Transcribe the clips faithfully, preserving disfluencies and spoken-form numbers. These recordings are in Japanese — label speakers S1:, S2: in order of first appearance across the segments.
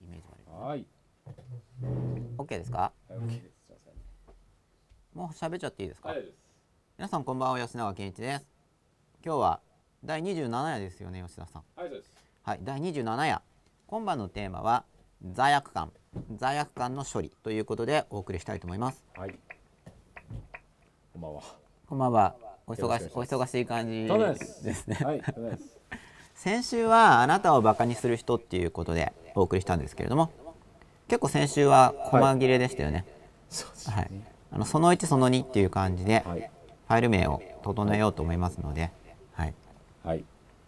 S1: イメージ悪い。
S2: はい。
S1: OK ですか？
S2: はい、OK です。すいません。
S1: もう喋っちゃっていいですか？
S2: はいです。
S1: 皆さんこんばんは、吉永健一です。今日はだいにじゅうなな夜ですよね、吉田さん。
S2: はい、そうです。
S1: はい、だいにじゅうなな夜。今晩のテーマは罪悪感、罪悪感の処理ということでお送りしたいと思います。
S2: はい。こんばんは。
S1: こんばんは。お
S2: よろ
S1: 忙しお
S2: しくお願いします
S1: 忙しい感じ
S2: そうで。
S1: ですすね。
S2: はい、そうです。
S1: 先週はあなたをバカにする人っていうことでお送りしたんですけれども、結構先週は細切れでしたよね。
S2: そうです
S1: はい。
S2: ね。
S1: あのそのいちそのにっていう感じで
S2: はい。
S1: ファイル名を整えようと思いますので、はい。
S2: はい。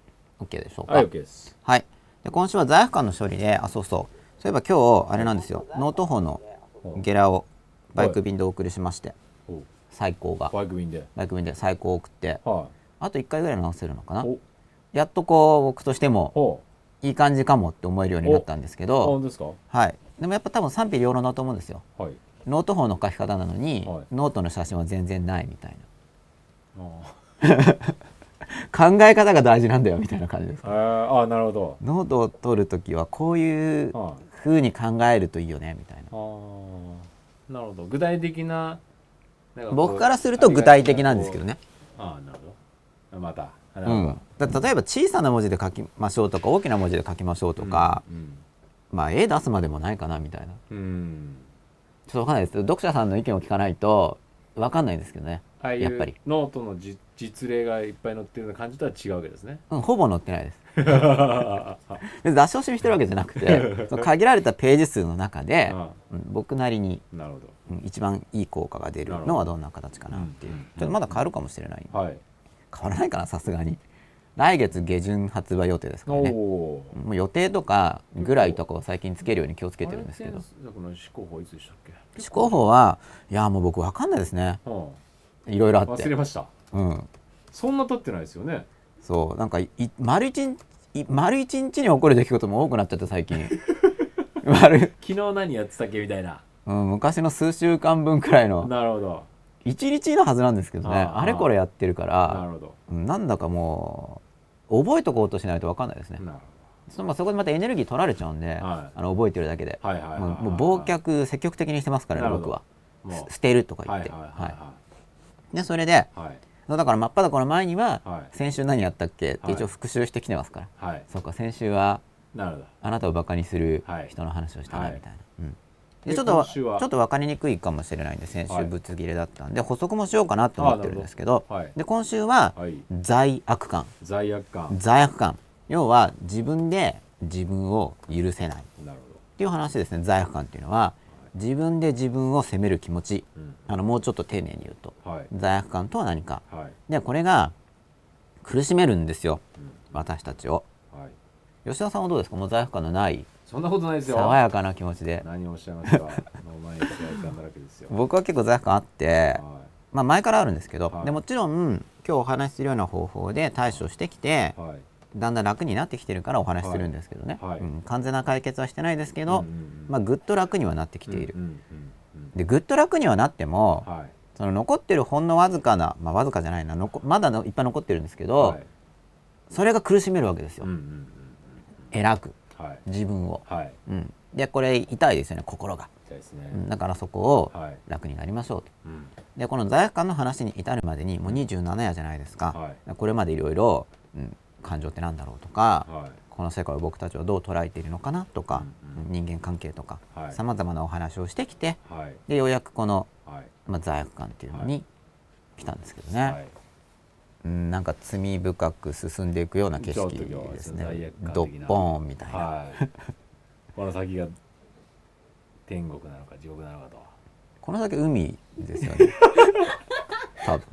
S1: OK でしょうか。
S2: はい、OK です。
S1: はい。で今週は罪悪感の処理で、あ、そうそう。そういえば今日あれなんですよ。ノート砲のゲラをバイク便でお送りしまして、
S2: おう
S1: 最高が
S2: バイク便で。
S1: バイク便で最高を送って、
S2: は
S1: あといっかいぐらい直せるのか
S2: い。
S1: な。
S2: お。
S1: やっとこう僕としても
S2: ほ
S1: いい感じかもって思えるようになったんですけ
S2: う。あ、本
S1: ど、
S2: 当ですか。
S1: はい。でもやっぱ多分賛否両論だと思うんですよ。
S2: はい。
S1: ノート砲の書き方なのに、
S2: はい
S1: ノートの写真は全然ないみたい
S2: あ
S1: な。考え方が大事なんだよみたいな感じです
S2: ー。あー、なるほど。
S1: ノートを取るときはこういう
S2: はい
S1: 風に考えるといいよねみたいな。
S2: ああ、なるほど。具体的な。なんかこう
S1: 僕からすると具体的なんですけどね。
S2: ああ、なるほど。また。なるほど。
S1: うん、だ例えば小さな文字で書きましょうとか大きな文字で書きましょうとか、
S2: うん。
S1: まあ絵出すまでもないかなみたいな。
S2: うん。うん
S1: ちょっとわかんないです。読者さんの意見を聞かないとわかんないんですけどね。
S2: ああいう
S1: やっぱり
S2: ノートのじ実例がいっぱい載ってるような感じとは違うわけですね。
S1: うん、ほぼ載ってないです。
S2: あ
S1: で出し惜しみしてるわけじゃなくてその限られたページ数の中で、
S2: あ
S1: うん僕なりに、
S2: なるほ
S1: うん一番いい効果が出るのはどんな形かなっていう、
S2: うんうん
S1: ちょっとまだ変わるかもしれない、
S2: ど。はい。
S1: 変わらないかなさすがに。来月下旬発売予定ですからね。
S2: おお。
S1: もう予定とかぐらいとかを最近つけるように気をつけてるんですけど、
S2: あれこの思考法いつでしたっけ？
S1: 思考法はいやもう僕わかんないですね。
S2: うん
S1: いろいろあって
S2: 忘れました。
S1: うん、
S2: そんな経ってないですよね。
S1: そうなんかい丸一日い丸一日に起こる出来事も多くなっちゃって最近丸、
S2: 昨日何やってたっけみたいな。
S1: うん、昔の数週間分くらいの
S2: なるほど。
S1: 一日のはずなんですけどね、
S2: ああ
S1: あれこれやってるか
S2: な
S1: ら
S2: るほど。
S1: うんなんだかもう覚えとこうとしないと分かんないですね。
S2: なる
S1: そ, まあそこでまたエネルギー取られちゃうんで、
S2: はい
S1: あの覚えてるだけで、
S2: ほど。はいはいはいはい。
S1: もうもう忘却積極的にしてますからね
S2: なるほど
S1: 僕は。
S2: もう
S1: 捨てるとか言って、
S2: はいはいはい
S1: はいでそれで
S2: はい。はい
S1: だから真っ裸の前には、
S2: はい
S1: 先週何やったっけって
S2: はい
S1: 一応復習してきてますから、
S2: はい。
S1: そうか先週は
S2: なるほど。
S1: あなたをバカにする
S2: はい
S1: 人の話をしたな
S2: はい
S1: みたいな、うん
S2: で
S1: でちょっとわ
S2: 今週は
S1: ちょっと分かりにくいかもしれないんで先
S2: はい
S1: 週ぶつ切れだったんで補足もしようかなと思ってるんですけど、
S2: あなるほどはい
S1: で今週は
S2: はい。
S1: 罪悪感
S2: 罪悪感。
S1: 罪悪感要は自分で自分を許せないっ
S2: なる
S1: ていう話ですね。罪悪感っていうのは自分で自分を責める気持ち、
S2: ほど。うん。
S1: あのもうちょっと丁寧に言うと
S2: はい
S1: 罪悪感とは何か
S2: はい。
S1: でこれが苦しめるんですよ
S2: うん
S1: 私たちを。
S2: はい。
S1: 吉田さんはどうですか？もう罪悪感のない
S2: そんなことないですよ。
S1: 爽やかな気持ちで。
S2: 何をおっしゃいますか。もう毎日罪悪感だらけですよ。
S1: 僕は結構罪悪感あって
S2: は
S1: まあ前からあるんですけど、
S2: はい
S1: でもちろん今日お話しするような方法で対処してきて
S2: い。はい。
S1: だんだん楽になってきてるからお話しするんですけどね、
S2: はいはい
S1: うん、完全な解決はしてないですけど、
S2: うんうんうん
S1: まあぐっと楽にはなってきている、
S2: うんうんうん
S1: でぐっと楽にはなっても、
S2: うん。はい。
S1: その残ってるほんのわずかなまあわずかじゃないな残まだのいっぱい残ってるんですけど、
S2: はい。
S1: それが苦しめるわけですよ、
S2: うんうんうん
S1: 偉く
S2: うん。はい。
S1: 自分を、
S2: はい。
S1: うん、でこれ痛いですよね心が、
S2: 痛いですね
S1: う。ん、だからそこを
S2: はい。
S1: 楽になりましょうと。
S2: うん。
S1: でこの罪悪感の話に至るまでにもうにじゅうなな夜じゃないですか、
S2: はい。
S1: これまでいろいろ感情ってなんだろうとか、
S2: はい。
S1: この世界を僕たちはどう捉えているのかなとか、
S2: うん
S1: 人間関係とか
S2: はい
S1: さまざまなお話をしてきて
S2: はい。
S1: でようやくこの、
S2: はい。
S1: まあ、罪悪感っていうの
S2: は
S1: に来たんですけどね、
S2: はい。
S1: うんなんか罪深く進んでいくような景色
S2: ちょっと今日は
S1: ですね。
S2: 罪悪感
S1: ド
S2: 的な
S1: ッポーンみたいな、
S2: はい。この先が天国なのか地獄なのかと。
S1: この先海ですよね多分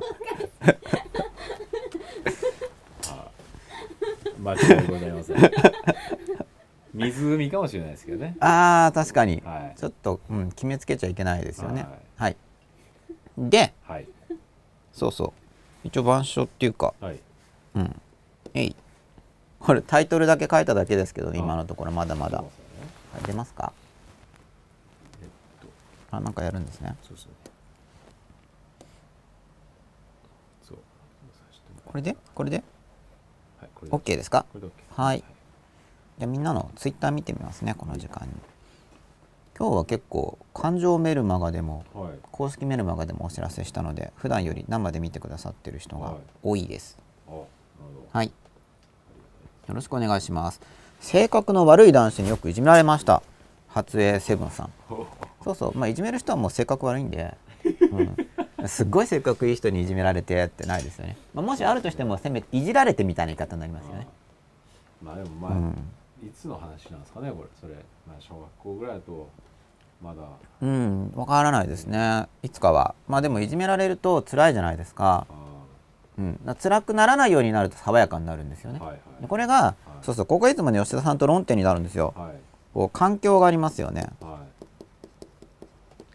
S2: 間違いございません。湖かもしれないですけどね。
S1: あー確かに、
S2: はい
S1: ちょっと、うん、決めつけちゃいけないですよね。
S2: はい
S1: はい、で
S2: はい
S1: そうそう一応板書っていうか
S2: はい。
S1: うんえいこれタイトルだけ書いただけですけど今のところまだまだ
S2: そうですよね
S1: はい出ますか？
S2: えっと
S1: あなんかやるんですね。
S2: そうそう。そう。
S1: これでこれで
S2: はいこれで
S1: OK ですか？
S2: これで OK。
S1: はいじゃあみんなのツイッター見てみますねこの時間に。 今日は結構感情メルマガでも、
S2: はい、
S1: 公式メルマガでもお知らせしたので、普段より生で見てくださってる人が多いです。
S2: はい、あ、なるほ
S1: ど。はい。よろしくお願いします。性格の悪い男子によくいじめられました。初江セブンさん。そうそう、まあいじめる人はもう性格悪いんで、うん、すっごい性格いい人にいじめられてってないですよね。まあ、もしあるとしてもせめていじられてみたいな言い方になりますよね。
S2: まあでもまあ、うん、いつの話なんですかねこれ。それ、まあ、小学校ぐらいだとまだ
S1: うんわからないですね、いつかは。まあでもいじめられると辛いじゃないですか。うん、辛くならないようになると爽やかになるんですよね。はいはい、でこれが、はい、そうそう、ここいつもね吉田さんと論点になるんですよ。はい、こう環境がありますよね。はい、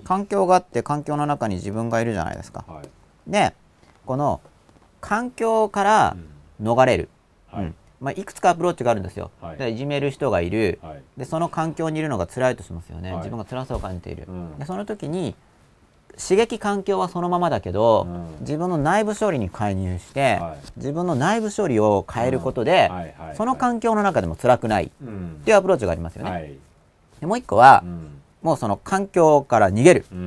S1: 環境があって環境の中に自分がいるじゃないですか。はい、でこの環境から逃れる、うんはい、うん、まあ、いくつかアプローチがあるんですよ。はい、でいじめる人がいる、はい、でその環境にいるのが辛いとしますよね。はい、自分が辛さを感じている、うん、でその時に刺激環境はそのままだけど、うん、自分の内部処理に介入して、はい、自分の内部処理を変えることで、うん、その環境の中でも辛くない、うん、っていうアプローチがありますよね。はい、でもう一個は、うん、もうその環境から逃げる、うん、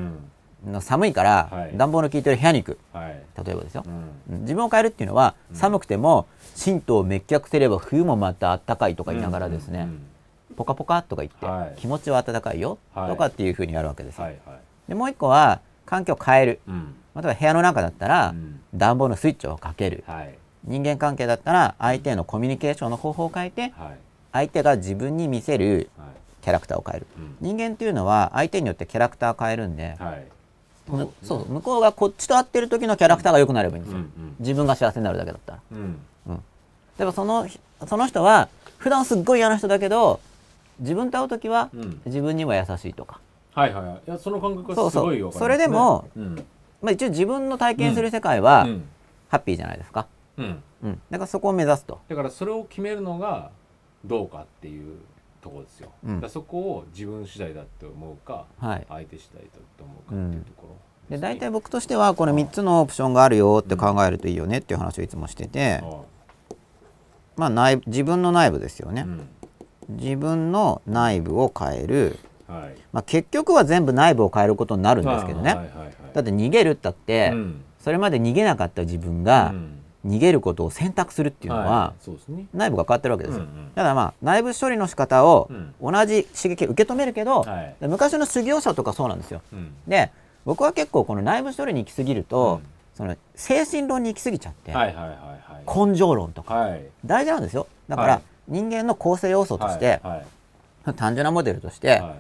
S1: 寒いから、はい、暖房の効いてる部屋に行く、はい、例えばですよ、うん、自分を変えるっていうのは、うん、寒くても神道を滅却すれば冬もまた暖かいとか言いながらですね、うんうんうん、ポカポカとか言って、はい、気持ちは暖かいよ、はい、とかっていうふうにやるわけですよ。はいはい、でもう一個は環境を変える、うん、例えば部屋の中だったら、うん、暖房のスイッチをかける、はい、人間関係だったら相手へのコミュニケーションの方法を変えて、はい、相手が自分に見せるキャラクターを変える、はい、人間っていうのは相手によってキャラクターを変えるんで、はい、そうそう向こうがこっちと合ってる時のキャラクターが良くなればいいんですよ、うんうん、自分が幸せになるだけだったら、うんうん、でもその、その人は普段すっごい嫌な人だけど自分と会う時は自分にも優しいとか、
S2: はいはいはい、いやその感覚はすごいよ、ね、
S1: それでも、うん、まあ、一応自分の体験する世界は、うん、ハッピーじゃないですか、うんうん、だからそこを目指すと。
S2: だからそれを決めるのがどうかっていうところですよ、うん、だそこを自分次第だと思うか、はい、相手次第だと思うかっていうところ、
S1: うん、で大体僕としてはこのみっつのオプションがあるよって考えるといいよねっていう話をいつもしてて、うん、まあ内自分の内部ですよね、うん、自分の内部を変える、はい、まあ、結局は全部内部を変えることになるんですけどね、はいはいはい、だって逃げるったって、うん、それまで逃げなかった自分が、うん、逃げることを選択するっていうのは、はい、そうですね、内部が変わってるわけですよ、うんうん、だからまあ内部処理の仕方を同じ刺激を受け止めるけど、はい、昔の修行者とかそうなんですよ、うん、で僕は結構この内部処理に行き過ぎると、うん、その精神論に行き過ぎちゃって、はいはいはいはい、根性論とか、はい、大事なんですよ。だから、はい、人間の構成要素として、はいはい、単純なモデルとして、はい、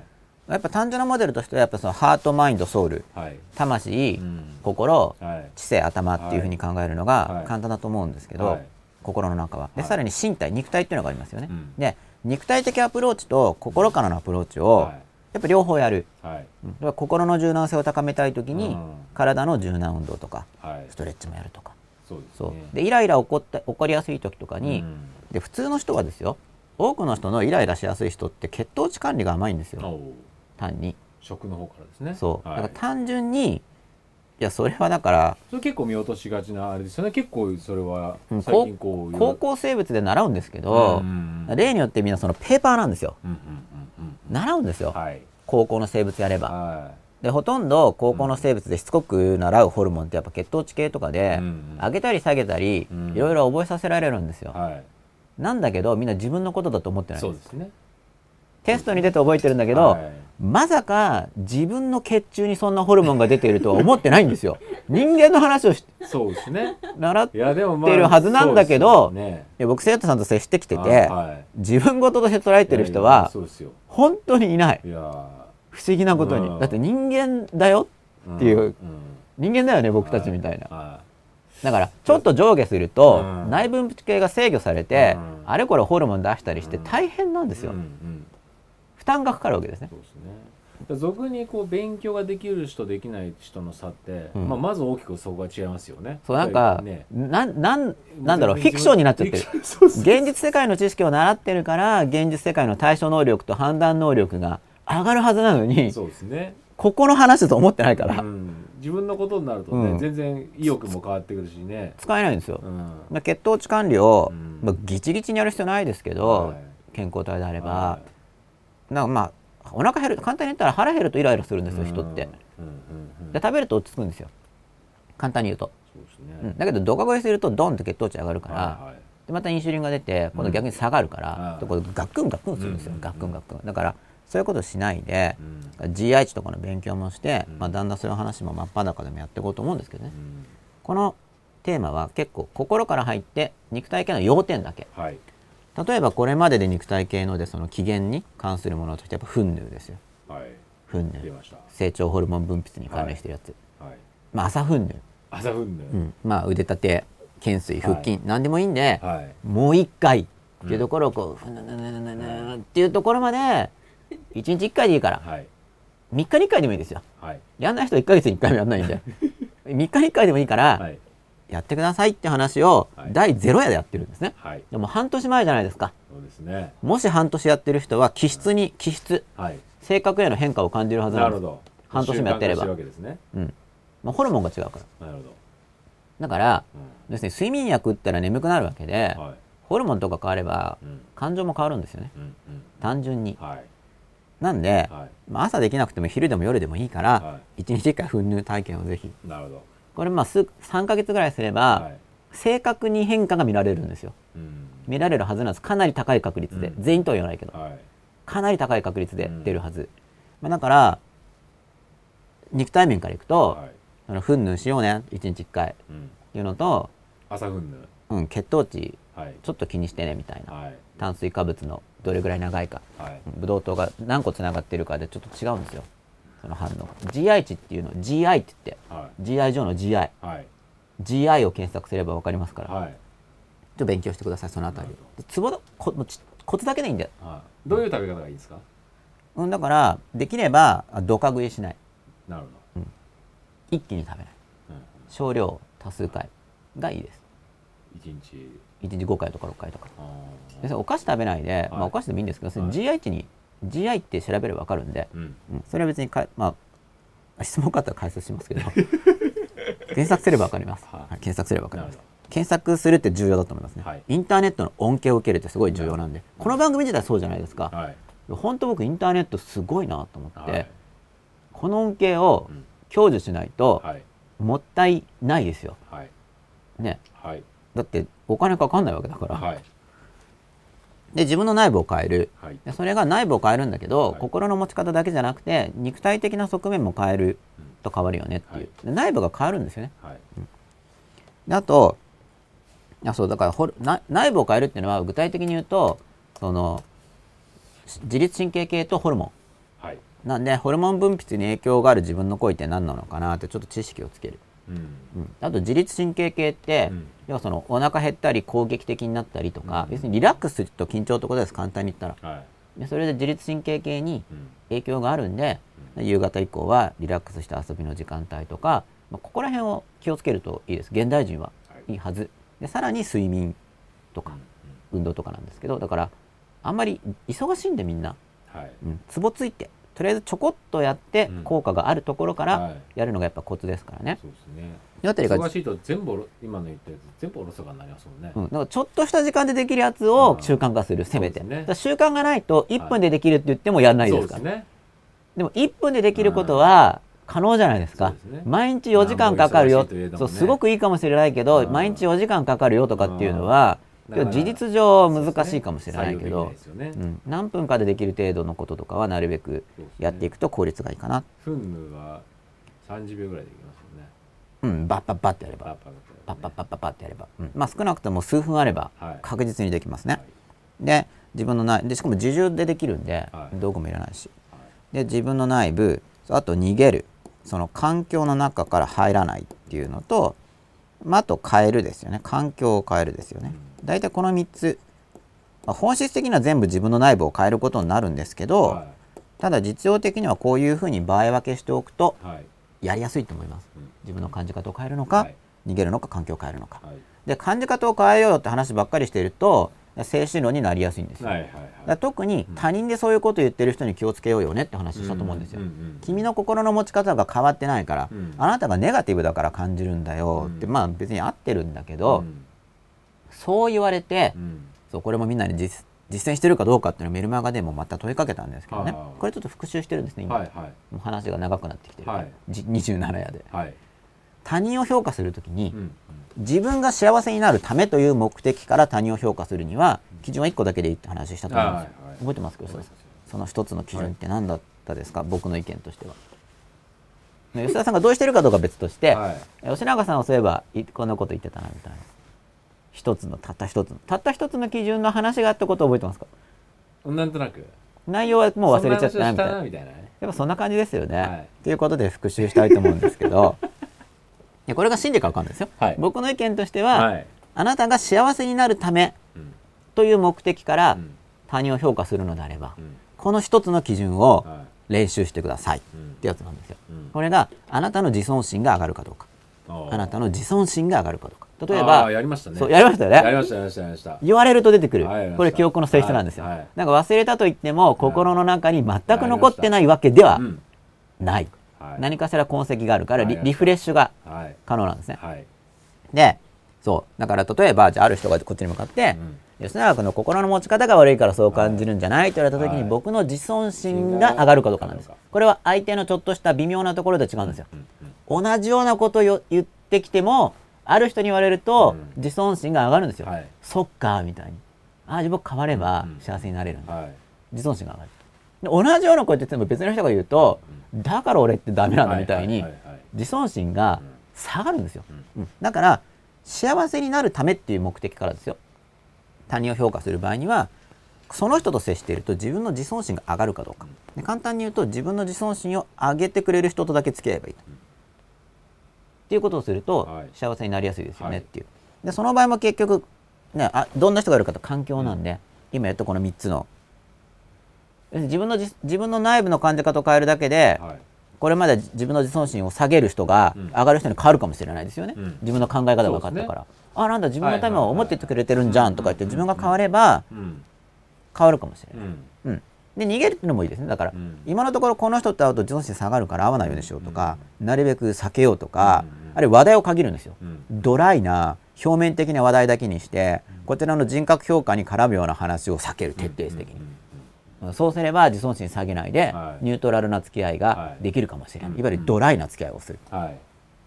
S1: やっぱ単純なモデルとしてはやっぱそのハートマインドソウル、はい、魂、うん、心、はい、知性頭っていうふうに考えるのが簡単だと思うんですけど、はい、心の中はで、はい、さらに身体肉体っていうのがありますよね、うん、で肉体的アプローチと心からのアプローチを、はい、やっぱ両方やる、はい、うん、心の柔軟性を高めたいときに、うん、体の柔軟運動とか、はい、ストレッチもやるとか、そうですね、そうでイライラ起こった起こりやすい時とかに、うん、で普通の人はですよ、多くの人のイライラしやすい人って血糖値管理が甘いんですよ、単に
S2: 食の方からですね。
S1: そう、はい、だから単純にいやそれはだから
S2: それ結構見落としがちなあれですよね。結構それは最近こう
S1: 高校生物で習うんですけど、うんうん、例によってみんなそのペーパーなんですよ、うんうんうんうん、習うんですよ、はい、高校の生物やれば、はい、でほとんど高校の生物でしつこく習うホルモンってやっぱ血糖値系とかで、うんうん、上げたり下げたり、うん、いろいろ覚えさせられるんですよ、はい、なんだけどみんな自分のことだと思ってないんです。そうですね、テストに出て覚えてるんだけど、はい、まさか自分の血中にそんなホルモンが出ているとは思ってないんですよ。人間の話をし
S2: そうですね、
S1: 習ってるはずなんだけど、ね、いや僕生徒さんと接してきてて、はい、自分事として捉えてる人は本当にいない。いや不思議なことに、だって人間だよっていう、うんうん、人間だよね僕たちみたいな、はいはい、だからちょっと上下すると、うん、内分泌系が制御されて、うん、あれこれホルモン出したりして大変なんですよ、うんうんうん、負担がかかるわけですね。そうです
S2: ね。俗にこう勉強ができる人できない人の差って、うん、まあ、まず大きくそこが違いますよね。
S1: そうなんか、ね、な, なんなんだろうフィクションになっちゃってる。現実世界の知識を習ってるから現実世界の対処能力と判断能力が上がるはずなのに、そうですね、ここの話だと思ってないから、うん、
S2: 自分のことになるとね、うん、全然意欲も変わってくるしね、
S1: 使えないんですよ、うん、血糖値管理を、うん、まあ、ギチギチにやる必要ないですけど、はい、健康体であれば、はい、なんかまあお腹減る、簡単に言ったら腹減るとイライラするんですよ人って。で食べると落ち着くんですよ、簡単に言うと。そうですね、うん、だけどドカ食いするとドンと血糖値上がるから、はいはい、でまたインシュリンが出て今度逆に下がるから、うん、これガックンガックンするんですよ、うん、ガックンガックン。だからそういうことしないで、うん、ジーアイ 値とかの勉強もして、うんまあ、だんだんそういう話も真っ裸でもやっていこうと思うんですけどね、うん、このテーマは結構心から入って肉体系の要点だけ、はい、例えばこれまでで肉体系のでその起源に関するものとしてやっぱ糞乳ですよ、はい、糞乳、成長ホルモン分泌に関連してるやつ、はいはい、まあ朝糞乳、
S2: 朝糞乳、
S1: うん、まあ腕立て、懸垂、腹筋、はい、何でもいいんで、はい、もう一回っていうところをこう、うん、ふぬぬぬぬぬっていうところまでいちにちいっかいでいいから、はい、みっかにいっかいでもいいですよ、はい、やんない人いっかげつにいっかいもやんないんでみっかにいっかいでもいいから、はい、やってくださいって話をだいゼロ夜でやってるんですね、はい、でも半年前じゃないですか。そうですね、もし半年やってる人は気質に気質、はい、性格への変化を感じるはずなんです。なるほど、半年もやってれば、ね、うんまあ、ホルモンが違うから。なるほど。だから、うん、要するに睡眠薬打ったら眠くなるわけで、はい、ホルモンとか変われば、うん、感情も変わるんですよね、うんうん、単純に、はい、なんで、はい、まあ、朝できなくても昼でも夜でもいいから、はい、いちにちいっかい糞乳体験をぜひ。なるほど。これまあさんかげつぐらいすれば、はい、正確に変化が見られるんですよ、うん、見られるはずなんです。かなり高い確率で、うん、全員とは言わないけど、はい、かなり高い確率で出るはず、うんまあ、だから肉体面からいくと、はい、その糞乳しようねいちにちいっかいっていうのと、
S2: 朝糞乳、
S1: うん、血糖値ちょっと気にしてねみたいな、はい、炭水化物のどれぐらい長いか、はい、ブドウ糖が何個つながってるかでちょっと違うんですよ、その反応。 ジーアイ 値っていうのを ジーアイ って言って、はい、ジーアイ 上の ジーアイ、はい、ジーアイ を検索すれば分かりますから、はい、ちょっと勉強してくださいそのあたり。ツボコツだけでいいんだよ、はい、
S2: どういう食べ方がいいですか？
S1: うん、だからできればドカ食いしない。
S2: なるほど、うん、
S1: 一気に食べない、うん、少量多数回がいいです。
S2: いちにち
S1: いちにちごかいとかろっかいとか。お菓子食べないで、はい、まあ、お菓子でもいいんですけど、はい、ジーアイ 値に ジーアイ って調べれば分かるんで、うんうん、それは別にか、まあ、質問があったら解説しますけど検索すれば分かります、はい、検索すれば分かります。検索するって重要だと思いますね、はい、インターネットの恩恵を受けるってすごい重要なんで、この番組自体そうじゃないですか、はい、本当僕インターネットすごいなと思って、はい、この恩恵を享受しないともったいないですよ、はい、ね、はい、だってお金かかんないわけだから、はい、で自分の内部を変える、はい、でそれが内部を変えるんだけど、はい、心の持ち方だけじゃなくて肉体的な側面も変えると変わるよねっていう、はい、内部が変わるんですよね、はい、うん、であとあそうだからほな内部を変えるっていうのは具体的に言うとその自律神経系とホルモン、はい、なんでホルモン分泌に影響がある自分の行為って何なのかなってちょっと知識をつける、うんうん、あと自律神経系って、うん、要はそのお腹減ったり攻撃的になったりとか、うん、要するにリラックスすると緊張ってことです、簡単に言ったら、はい、でそれで自律神経系に影響があるんで、うん、夕方以降はリラックスした遊びの時間帯とか、まあ、ここら辺を気をつけるといいです。現代人はいいはずで、さらに睡眠とか、うん、運動とかなんですけど、だからあんまり忙しいんでみんな、はい、うん、ツボついてとりあえずちょこっとやって効果があるところからやるのがやっぱコツですからね、うん、はい、そうですね。
S2: 忙しいと全部今の言ったやつ全部おろそかになりますもんね、
S1: うん、だからちょっとした時間でできるやつを習慣化する、うん、せめて、ね、だから習慣がないといっぷんでできるって言ってもやらないですから、はい、そうですね。でもいっぷんでできることは可能じゃないですか、うん、ですね、毎日よじかんかかるよ、ね、そうすごくいいかもしれないけど、うん、毎日よじかんかかるよとかっていうのは事実上難しいかもしれないけど、ね、うん、何分かでできる程度のこととかはなるべくやっていくと効率がいいかな。
S2: 糞乳はさんじゅうびょうぐらいできますよね。
S1: うん、バッバッバッってやれば、バッバッバッバッバッバッってやれば、うん、まあ少なくとも数分あれば確実にできますね、はい、で自分の内でしかも自重でできるんで、はい、道具もいらないし、はい、で自分の内部、あと逃げる、その環境の中から入らないっていうのと、まあ、あと変えるですよね、環境を変えるですよね、うん、大体このみっつ、まあ、本質的には全部自分の内部を変えることになるんですけど、はい、ただ実用的にはこういうふうに場合分けしておくとやりやすいと思います、はい、自分の感じ方を変えるのか、はい、逃げるのか環境を変えるのか、はい、で感じ方を変えようって話ばっかりしていると精神論になりやすいんですよ、はいはいはい、だ特に他人でそういうことを言ってる人に気をつけようよねって話したと思うんですよ、うんうんうん、君の心の持ち方が変わってないから、うん、あなたがネガティブだから感じるんだよって、うん、まあ別に合ってるんだけど、うん、そう言われて、うん、そうこれもみんなに実実践してるかどうかっていうのをメルマガでもまた問いかけたんですけどね、これちょっと復習してるんですね今、はいはい、もう話が長くなってきてる、はい、にじゅうななやで、はい、他人を評価するときに、うんうん、自分が幸せになるためという目的から他人を評価するには基準はいっこだけでいいって話したと思うんですよ、はいはい、覚えてますか？その一つの基準って何だったですか、はい、僕の意見としては。吉田さんがどうしてるかどうかは別として、はい、吉永さんはそういえばこんなこと言ってたなみたいな、一つのたった一つのたった一つの基準の話があったことを覚えてますか？
S2: なんとなく
S1: 内容はもう忘れちゃったなみたいな、みたいなね、やっぱそんな感じですよね、はい、ということで復習したいと思うんですけどいやこれが真理か分かんないですよ、はい、僕の意見としては、はい、あなたが幸せになるためという目的から他人を評価するのであれば、うん、この一つの基準を練習してください、うん、ってやつなんですよ、うん、これがあなたの自尊心が上がるかどうか、あなたの自尊心が上がるかどうか、例えば
S2: やりましたね。
S1: そうやりましたよね。
S2: やりましたやりましたやりました。
S1: 言われると出てくる。これ記憶の性質なんですよ。はいはい、なんか忘れたと言っても心の中に全く残ってないわけではない。はい、何かしら痕跡があるから リ, リフレッシュが可能なんですね。はい、で、そうだから例えばじゃあある人がこっちに向かって、うん、吉永君の心の持ち方が悪いからそう感じるんじゃないと言われた時に、はい、僕の自尊心が上がるかどうかなんです。これは相手のちょっとした微妙なところで違うんですよ。うんうん、同じようなことを言ってきても。ある人に言われると自尊心が上がるんですよ、はい、そっかみたいに、ああ自分変われば幸せになれるんだ、うんはい、自尊心が上がる。で同じようなこと言っても別の人が言うと、うん、だから俺ってダメなんだみたいに自尊心が下がるんですよ、うんうん、だから幸せになるためっていう目的からですよ。他人を評価する場合にはその人と接していると自分の自尊心が上がるかどうか、で簡単に言うと自分の自尊心を上げてくれる人とだけ付き合えばいいと、っていうことをすると幸せになりやすいですよねっていう。でその場合も結局、ね、あどんな人がいるかと環境なんで、うん、今言ったこのみっつの自分の自分の内部の感じ方を変えるだけで、はい、これまで自分の自尊心を下げる人が上がる人に変わるかもしれないですよね、うん、自分の考え方が分かったから、ね、あなんだ自分のためを思っていってくれてるんじゃんとか言って自分が変われば変わるかもしれない、うんうんで逃げるっていうのもいいですね。だから、うん、今のところこの人と会うと自尊心下がるから会わないようにしようとか、うん、なるべく避けようとか、うん、あるいは話題を限るんですよ、うん、ドライな表面的な話題だけにして、うん、こちらの人格評価に絡むような話を避ける、徹底的に、うん、そうすれば自尊心下げないで、はい、ニュートラルな付き合いができるかもしれない、はい、いわゆるドライな付き合いをする、はい、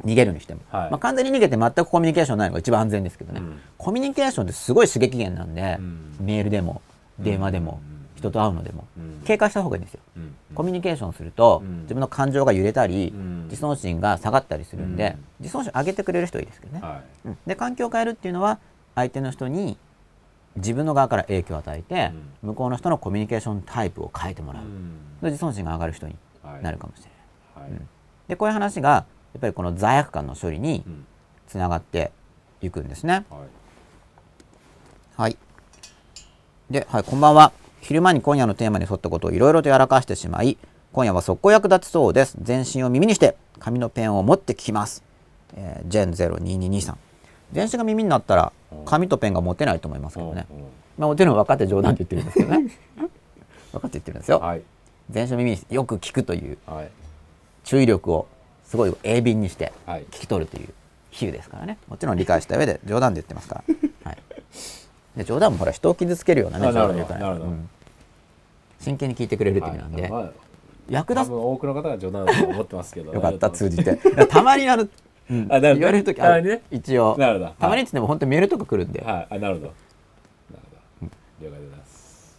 S1: 逃げるにしても、はいまあ、完全に逃げて全くコミュニケーションないのが一番安全ですけどね、うん、コミュニケーションってすごい刺激源なんで、うん、メールでも電話でも、うん人と会うのでも、うん、警戒した方がいいんですよ、うん、コミュニケーションすると、うん、自分の感情が揺れたり、うん、自尊心が下がったりするんで、うん、自尊心上げてくれる人はいいですけどね、はいうん、で環境を変えるっていうのは相手の人に自分の側から影響を与えて、うん、向こうの人のコミュニケーションタイプを変えてもらう、うん、で自尊心が上がる人になるかもしれない、はいうん、でこういう話がやっぱりこの罪悪感の処理につながっていくんですね、はい、はい、で、はい、こんばんは。昼間に今夜のテーマに沿ったことをいろいろとやらかしてしまい、今夜は速攻役立ちそうです。全身を耳にして紙のペンを持ってきます。えー、ジェンゼロにににさん。全身が耳になったら紙とペンが持てないと思いますけどね。まあもちろん分かって冗談って言ってるんですけどね。分かって言ってるんですよ。はい、全身を耳にしてよく聞くという、はい、注意力をすごい鋭敏にして聞き取るという比喩ですからね。もちろん理解した上で冗談で言ってますから。はい、で冗談もほら人を傷つけるようなね冗談言うから、うん、真剣に聞いてくれるって意味なんで、はい、役立つ。多分
S2: 多くの方が冗談だと思ってますけど
S1: よかった通じてたまにあの、うん、あ言われる時ある、ね、一応なるほどたまにってでも本当にメールとか来るんで、
S2: はい、あなるほどなるほど、うん、了解でございます。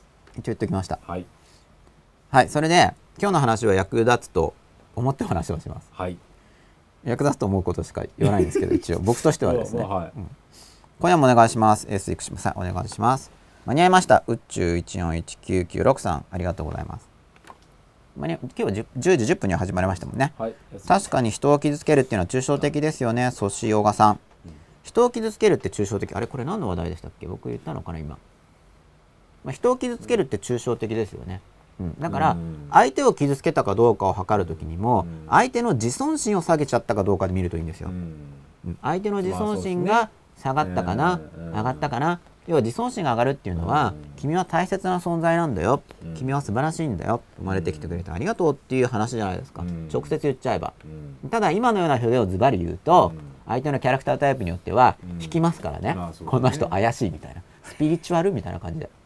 S1: 一応言っておきました。
S2: はい、
S1: はい、それで今日の話は役立つと思って話をします。
S2: はい、
S1: 役立つと思うことしか言わないんですけど一応僕としてはですね、はいうん、今夜もお願いします。エース生島さんお願いします。間に合いました。宇宙いちよんいちきゅうきゅうろくさんありがとうございます。間に今日はじゅうじじゅっぷんには始まりましたもんね、はい、確かに人を傷つけるっていうのは抽象的ですよね。ソシオガさん、うん、人を傷つけるって抽象的。あれこれ何の話題でしたっけ。僕言ったのかな今、まあ、人を傷つけるって抽象的ですよね、うん、だから相手を傷つけたかどうかを測るときにも相手の自尊心を下げちゃったかどうかで見るといいんですよ、うん、相手の自尊心が下がったかな、上がったかな。要は自尊心が上がるっていうのは、君は大切な存在なんだよ、君は素晴らしいんだよ、生まれてきてくれてありがとうっていう話じゃないですか、直接言っちゃえば。ただ今のような表現をズバリ言うと、相手のキャラクタータイプによっては引きますからね、この人怪しいみたいな、スピリチュアルみたいな感じで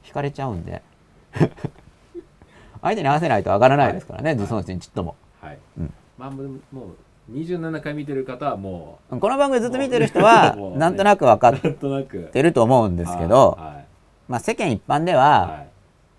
S1: 引かれちゃうんで相手に合わせないと上がらないですからね、はい、自尊心ちっとも。はい、うん、
S2: まあもうにじゅうななかい見てる方はも
S1: うこの番組ずっと見てる人はなんとなく分かってると思うんですけど、はい、まあ世間一般では、はい、